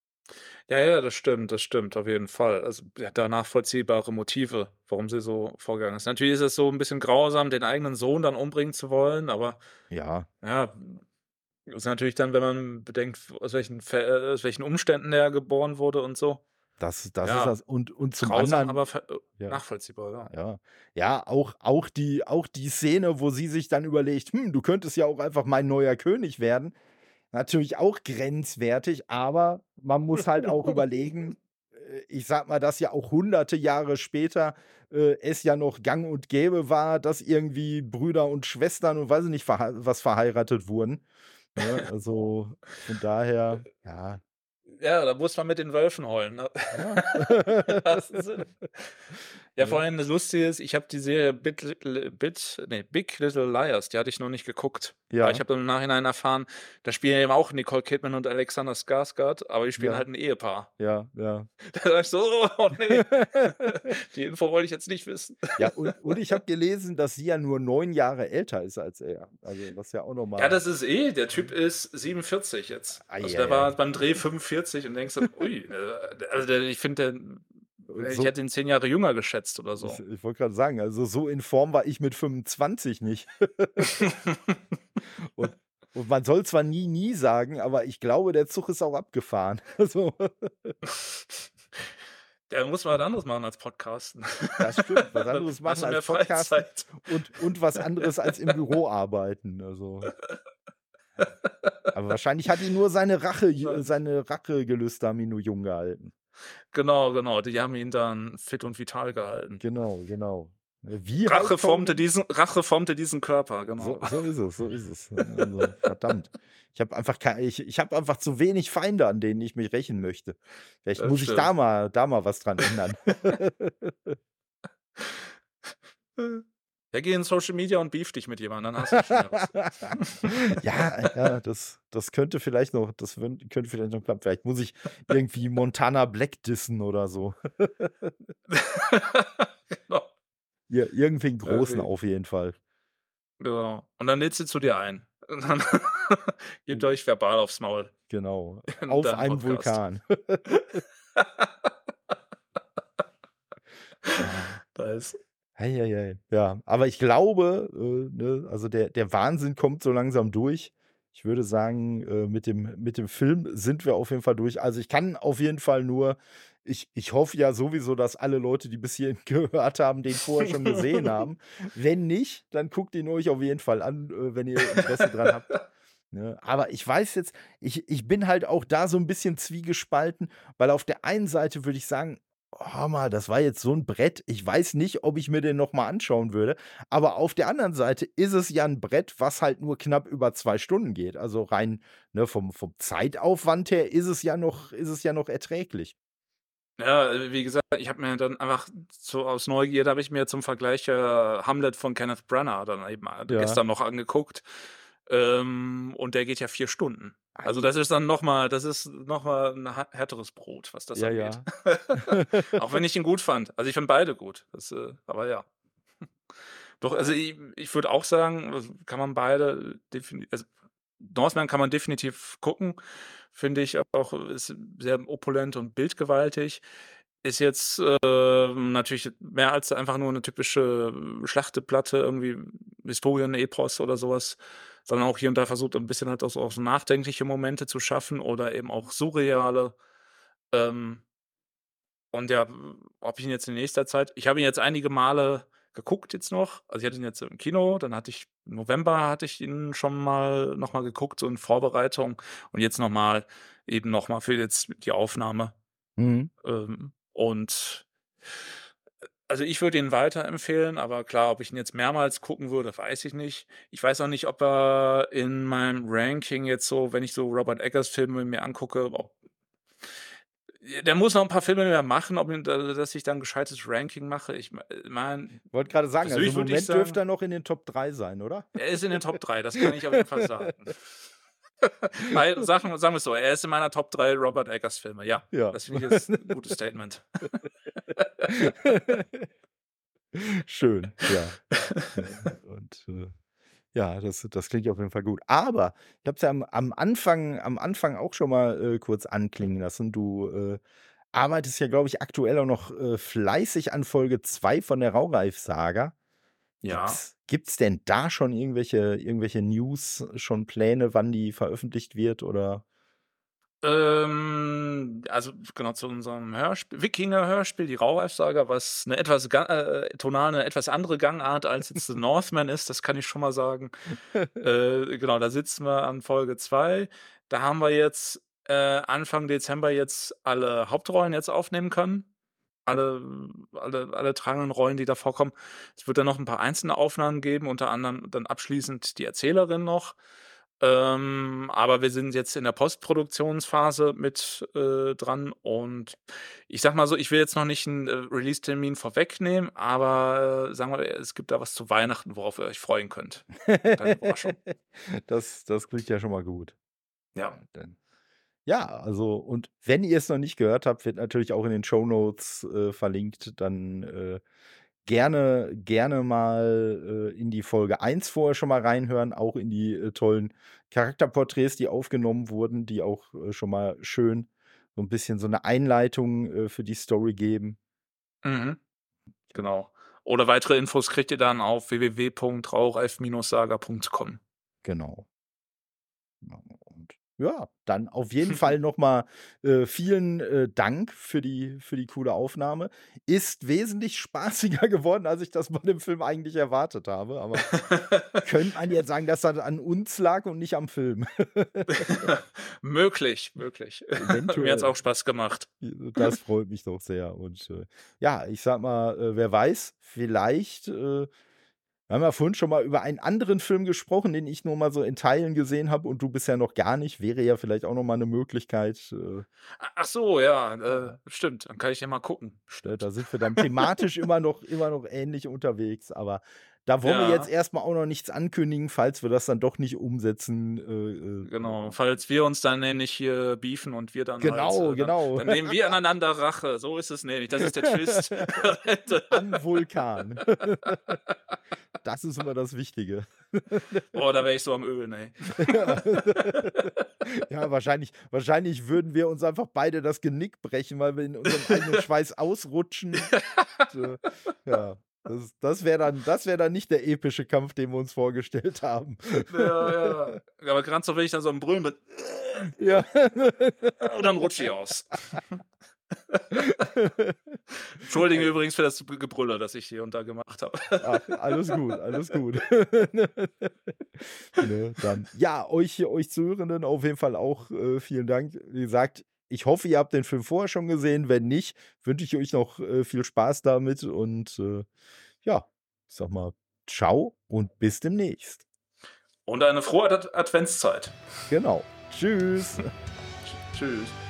B: Ja, ja, das stimmt, das stimmt, auf jeden Fall. Also, er hat da nachvollziehbare Motive, warum sie so vorgegangen ist. Natürlich ist es so 'n bisschen grausam, den eigenen Sohn dann umbringen zu wollen, aber
A: Ja,
B: ja, ist natürlich dann, wenn man bedenkt, aus welchen Ver äh, aus welchen Umständen er geboren wurde und so.
A: das das ist
B: Ja,
A: das. Und und zum
B: grausam,
A: anderen
B: aber ver äh,
A: ja,
B: nachvollziehbar, ja.
A: ja. Ja, auch auch die auch die Szene, wo sie sich dann überlegt: „Hm, du könntest ja auch einfach mein neuer König werden.“ Natürlich auch grenzwertig, aber man muss halt auch überlegen, äh, ich sage mal, dass ja auch hunderte Jahre später, äh, es ja noch gang und gäbe war, dass irgendwie Brüder und Schwestern und weiß ich nicht verhei was verheiratet wurden, ne? Also, von daher, ja,
B: Ja, da muss man mit den Wölfen heulen, ne?
A: ja.
B: Im wahrsten Sinne. Ja, vor
A: Ne?
B: allem das Lustige ist, ich habe die Serie Bit Little Bit ne, Big Little Liars, die hatte ich noch nicht geguckt. Aber ich
A: Ja.
B: habe dann im Nachhinein erfahren, da spielen eben auch Nicole Kidman und Alexander Skarsgård, aber die spielen
A: Ja.
B: halt 'n Ehepaar.
A: Ja, ja.
B: Da war ich so: „Oh ne, die Info wollte ich jetzt nicht wissen.“
A: Ja, und und ich habe gelesen, dass sie ja nur neun Jahre älter ist als er. Also, was ja auch noch
B: Ja,
A: mal
B: das ist eh der Typ ist siebenundvierzig jetzt.
A: Ei,
B: Also, der
A: ei,
B: war
A: ei.
B: beim Dreh fünfundvierzig und denkst so: „Ui“, äh, also, der ich finde,
A: Und
B: der ich
A: so
B: hätte ihn zehn Jahre jünger geschätzt oder
A: Ich
B: so.
A: ich wollte grad sagen, also, so in Form war ich mit fünfundzwanzig nicht. Und und man soll zwar nie, nie sagen, aber ich glaube, der Zug ist auch abgefahren. Also
B: Der muss mal was anderes machen als Podcasten.
A: Das stimmt, was
B: Dann
A: anderes
B: hast
A: machen
B: du
A: als
B: mehr
A: Podcasten
B: Freizeit.
A: und und was anderes als im Büro arbeiten, also Aber wahrscheinlich hat ihn nur seine Rache j
B: Nice.
A: seine Rachegelüste haben ihn nur jung gehalten.
B: Genau, genau, die haben ihn dann fit und vital gehalten.
A: Genau, genau. Wie
B: Rache
A: Hulk
B: formte
A: Hogan
B: diesen Rache formte diesen Körper,
A: So
B: genau.
A: so ist es, so ist es. Also, verdammt. Ich habe einfach kei ich ich habe einfach zu wenig Feinde, an denen ich mich rächen möchte. Vielleicht
B: Das
A: muss ich da
B: stimmt.
A: mal da mal was dran ändern.
B: Ja, geh in Social Media und beef dich mit jemandem, dann hast du schnell was.
A: Ja, ja, das das könnte vielleicht noch das wün könnte vielleicht noch klappen. Vielleicht muss ich irgendwie Montana Black dissen oder so.
B: Genau.
A: Ir irgendwen Großen
B: Okay.
A: auf jeden Fall.
B: Genau. Und dann lädst du zu dir ein. Und dann gebt ihr euch verbal aufs Maul
A: Genau,
B: in
A: auf
B: deinem
A: einem
B: Podcast.
A: Vulkan. Ja.
B: Nice.
A: Hei, hei, hei. Ja, aber ich glaube, äh, ne, also, der der Wahnsinn kommt so langsam durch. Ich würde sagen, äh, mit dem mit dem Film sind wir auf jeden Fall durch. Also, ich kann auf jeden Fall nur ich ich hoffe ja sowieso, dass alle Leute, die bis hierhin gehört haben, den vorher schon gesehen haben. Wenn nicht, dann guckt ihn euch auf jeden Fall an, äh, wenn ihr Interesse dran habt, ne? Aber ich weiß jetzt ich ich bin halt auch da so 'n bisschen zwiegespalten, weil auf der einen Seite würde ich sagen: „Oh, Hammer, das war jetzt so 'n Brett. Ich weiß nicht, ob ich mir den noch mal anschauen würde.“ Aber auf der anderen Seite ist es ja 'n Brett, was halt nur knapp über zwei Stunden geht. Also, rein, ne, vom vom Zeitaufwand her ist es ja noch ist es ja noch erträglich.
B: Ja, äh, wie gesagt, ich habe mir dann einfach so aus Neugierde habe ich mir zum Vergleich, äh, Hamlet von Kenneth Branagh dann eben a
A: Ja.
B: gestern noch angeguckt. Ähm, und der geht ja vier Stunden. Also,
A: Ei.
B: das ist dann noch mal das ist noch mal 'n ha härteres Brot, was das
A: Ja,
B: angeht.
A: ja.
B: Auch wenn ich ihn gut fand. Also, ich fand beide gut. Das, äh aber ja. Doch, also, i ich würde auch sagen, also, kann man beide defini also, Northman kann man definitiv gucken. Finde ich auch ist sehr opulent und bildgewaltig. Ist jetzt, ähm, natürlich mehr als einfach nur 'ne typische Schlachteplatte, irgendwie Historienepos oder so was, sondern auch hier und da versucht, 'n bisschen halt auch so auch so nachdenkliche Momente zu schaffen oder eben auch surreale. Ähm und ja, ob ich ihn jetzt in nächster Zeit ich habe ihn jetzt einige Male geguckt jetzt noch. Also, ich hatte ihn jetzt im Kino, dann hatte ich November hatte ich ihn schon mal noch mal geguckt, so in Vorbereitung und jetzt noch mal eben noch mal für jetzt die Aufnahme.
A: Mhm.
B: Ähm, und also, ich würde ihn weiterempfehlen, aber klar, ob ich ihn jetzt mehrmals gucken würde, weiß ich nicht. Ich weiß auch nicht, ob er in meinem Ranking jetzt so wenn ich so Robert Eggers Filme mir angucke, ob der muss noch 'n paar Filme mehr machen, ob ihm da dass ich da 'n gescheites Ranking mache. Ich mei meine,
A: Wollte grade sagen, also, im
B: persönlich würde ich
A: Moment dürfte
B: sagen
A: er noch in den Top drei sein, oder?
B: er ist in den Top drei, das kann ich auf jeden Fall sagen. Weil sagen wir sagen wir's so, er ist in meiner Top drei Robert Eggers Filme, ja.
A: Ja.
B: Das finde ich ist 'n gutes Statement.
A: Schön, ja. Ne, und, äh, ja, das das klingt auf jeden Fall gut. Aber ich habe es ja am am Anfang am Anfang auch schon mal, äh, kurz anklingen lassen. Du, äh, arbeitest ja, glaube ich, aktuell auch noch, äh, fleißig an Folge zwei von der Raureif-Saga.
B: Ja.
A: Gibt's gibt's denn da schon irgendwelche irgendwelche News, schon Pläne, wann die veröffentlicht wird, oder?
B: Ähm, also, genau, zu unserem Hörsp Wikinger-Hörspiel, die Raureif-Saga, was 'ne etwas ga äh, tonal 'ne etwas andere Gangart als jetzt The Northman ist, das kann ich schon mal sagen. Äh, genau, da sitzen wir an Folge zwei. Da haben wir jetzt, äh, Anfang Dezember jetzt alle Hauptrollen jetzt aufnehmen können. Alle alle alle tragenden Rollen, die da vorkommen. Es wird dann noch 'n paar einzelne Aufnahmen geben, unter anderem dann abschließend die Erzählerin noch. Ähm, aber wir sind jetzt in der Postproduktionsphase mit, äh, dran und ich sage mal so, ich will jetzt noch nicht 'n, äh, Releasetermin vorwegnehmen, aber, äh, sagen wir, es gibt da was zu Weihnachten, worauf ihr euch freuen könnt. Kleine Überraschung.
A: Das das klingt ja schon mal gut.
B: Ja.
A: Ja, dann ja, also und wenn ihr es noch nicht gehört habt, wird natürlich auch in den Shownotes, äh, verlinkt, dann, äh, gerne gerne mal, äh, in die Folge eins vorher schon mal reinhören, auch in die, äh, tollen Charakterporträts, die aufgenommen wurden, die auch, äh, schon mal schön so 'n bisschen so 'ne Einleitung, äh, für die Story geben.
B: Mhm.
A: Genau.
B: Genau. Oder weitere Infos kriegt ihr dann auf w w w punkt raureif Saga punkt com.
A: Genau. Genau. Und ja, dann auf jeden Fall noch mal, äh, vielen, äh, Dank für die für die coole Aufnahme. Ist wesentlich spaßiger geworden, als ich das bei dem Film eigentlich erwartet habe, aber könnte man jetzt sagen, dass das an uns lag und nicht am Film?
B: Möglich, möglich. Mir hat's
A: Eventuell.
B: auch Spaß gemacht.
A: Das freut mich doch sehr und, äh, ja, ich sage mal, äh, wer weiß, vielleicht, äh wir haben ja vorhin schon mal über einen anderen Film gesprochen, den ich nur mal so in Teilen gesehen habe und du bisher noch gar nicht. Wäre ja vielleicht auch noch mal 'ne Möglichkeit, äh
B: A ach so, ja, äh, stimmt, dann kann ich ja mal gucken.
A: Ne, da
B: Stimmt.
A: sind wir dann thematisch immer noch immer noch ähnlich unterwegs, aber da wollen wir jetzt
B: Ja.
A: erst mal auch noch nichts ankündigen, falls wir das dann doch nicht umsetzen, äh, äh,
B: Genau, falls wir uns dann nämlich hier beefen und wir dann halt,
A: Genau,
B: äh dann
A: genau.
B: dann nehmen wir aneinander Rache. So ist es nämlich. Das ist der Twist.
A: Am Vulkan. Das ist immer das Wichtige.
B: Oh, da wäre ich so am Ölen, ey.
A: Ja. Ja, wahrscheinlich wahrscheinlich würden wir uns einfach beide das Genick brechen, weil wir in unserem eigenen Schweiß ausrutschen. Und, äh, ja, das das wäre dann das wäre dann nicht der epische Kampf, den wir uns vorgestellt haben.
B: Ja, ja. Ja, aber grad so, wenn ich dann so am Brüllen bin
A: Ja.
B: und dann rutsche ich aus. Entschuldige übrigens für das Ge Gebrülle, das ich hier und da gemacht habe.
A: Ach, alles gut, alles gut. Ne, dann ja, euch euch Zuhörenden auf jeden Fall auch, äh, vielen Dank. Wie gesagt, ich hoffe, ihr habt den Film vorher schon gesehen. Wenn nicht, wünsche ich euch noch, äh, viel Spaß damit und, äh, ja, ich sage mal, tschau und bis demnächst.
B: Und eine frohe Ad Adventszeit.
A: Genau. Tschüss.
B: Tsch tschüss.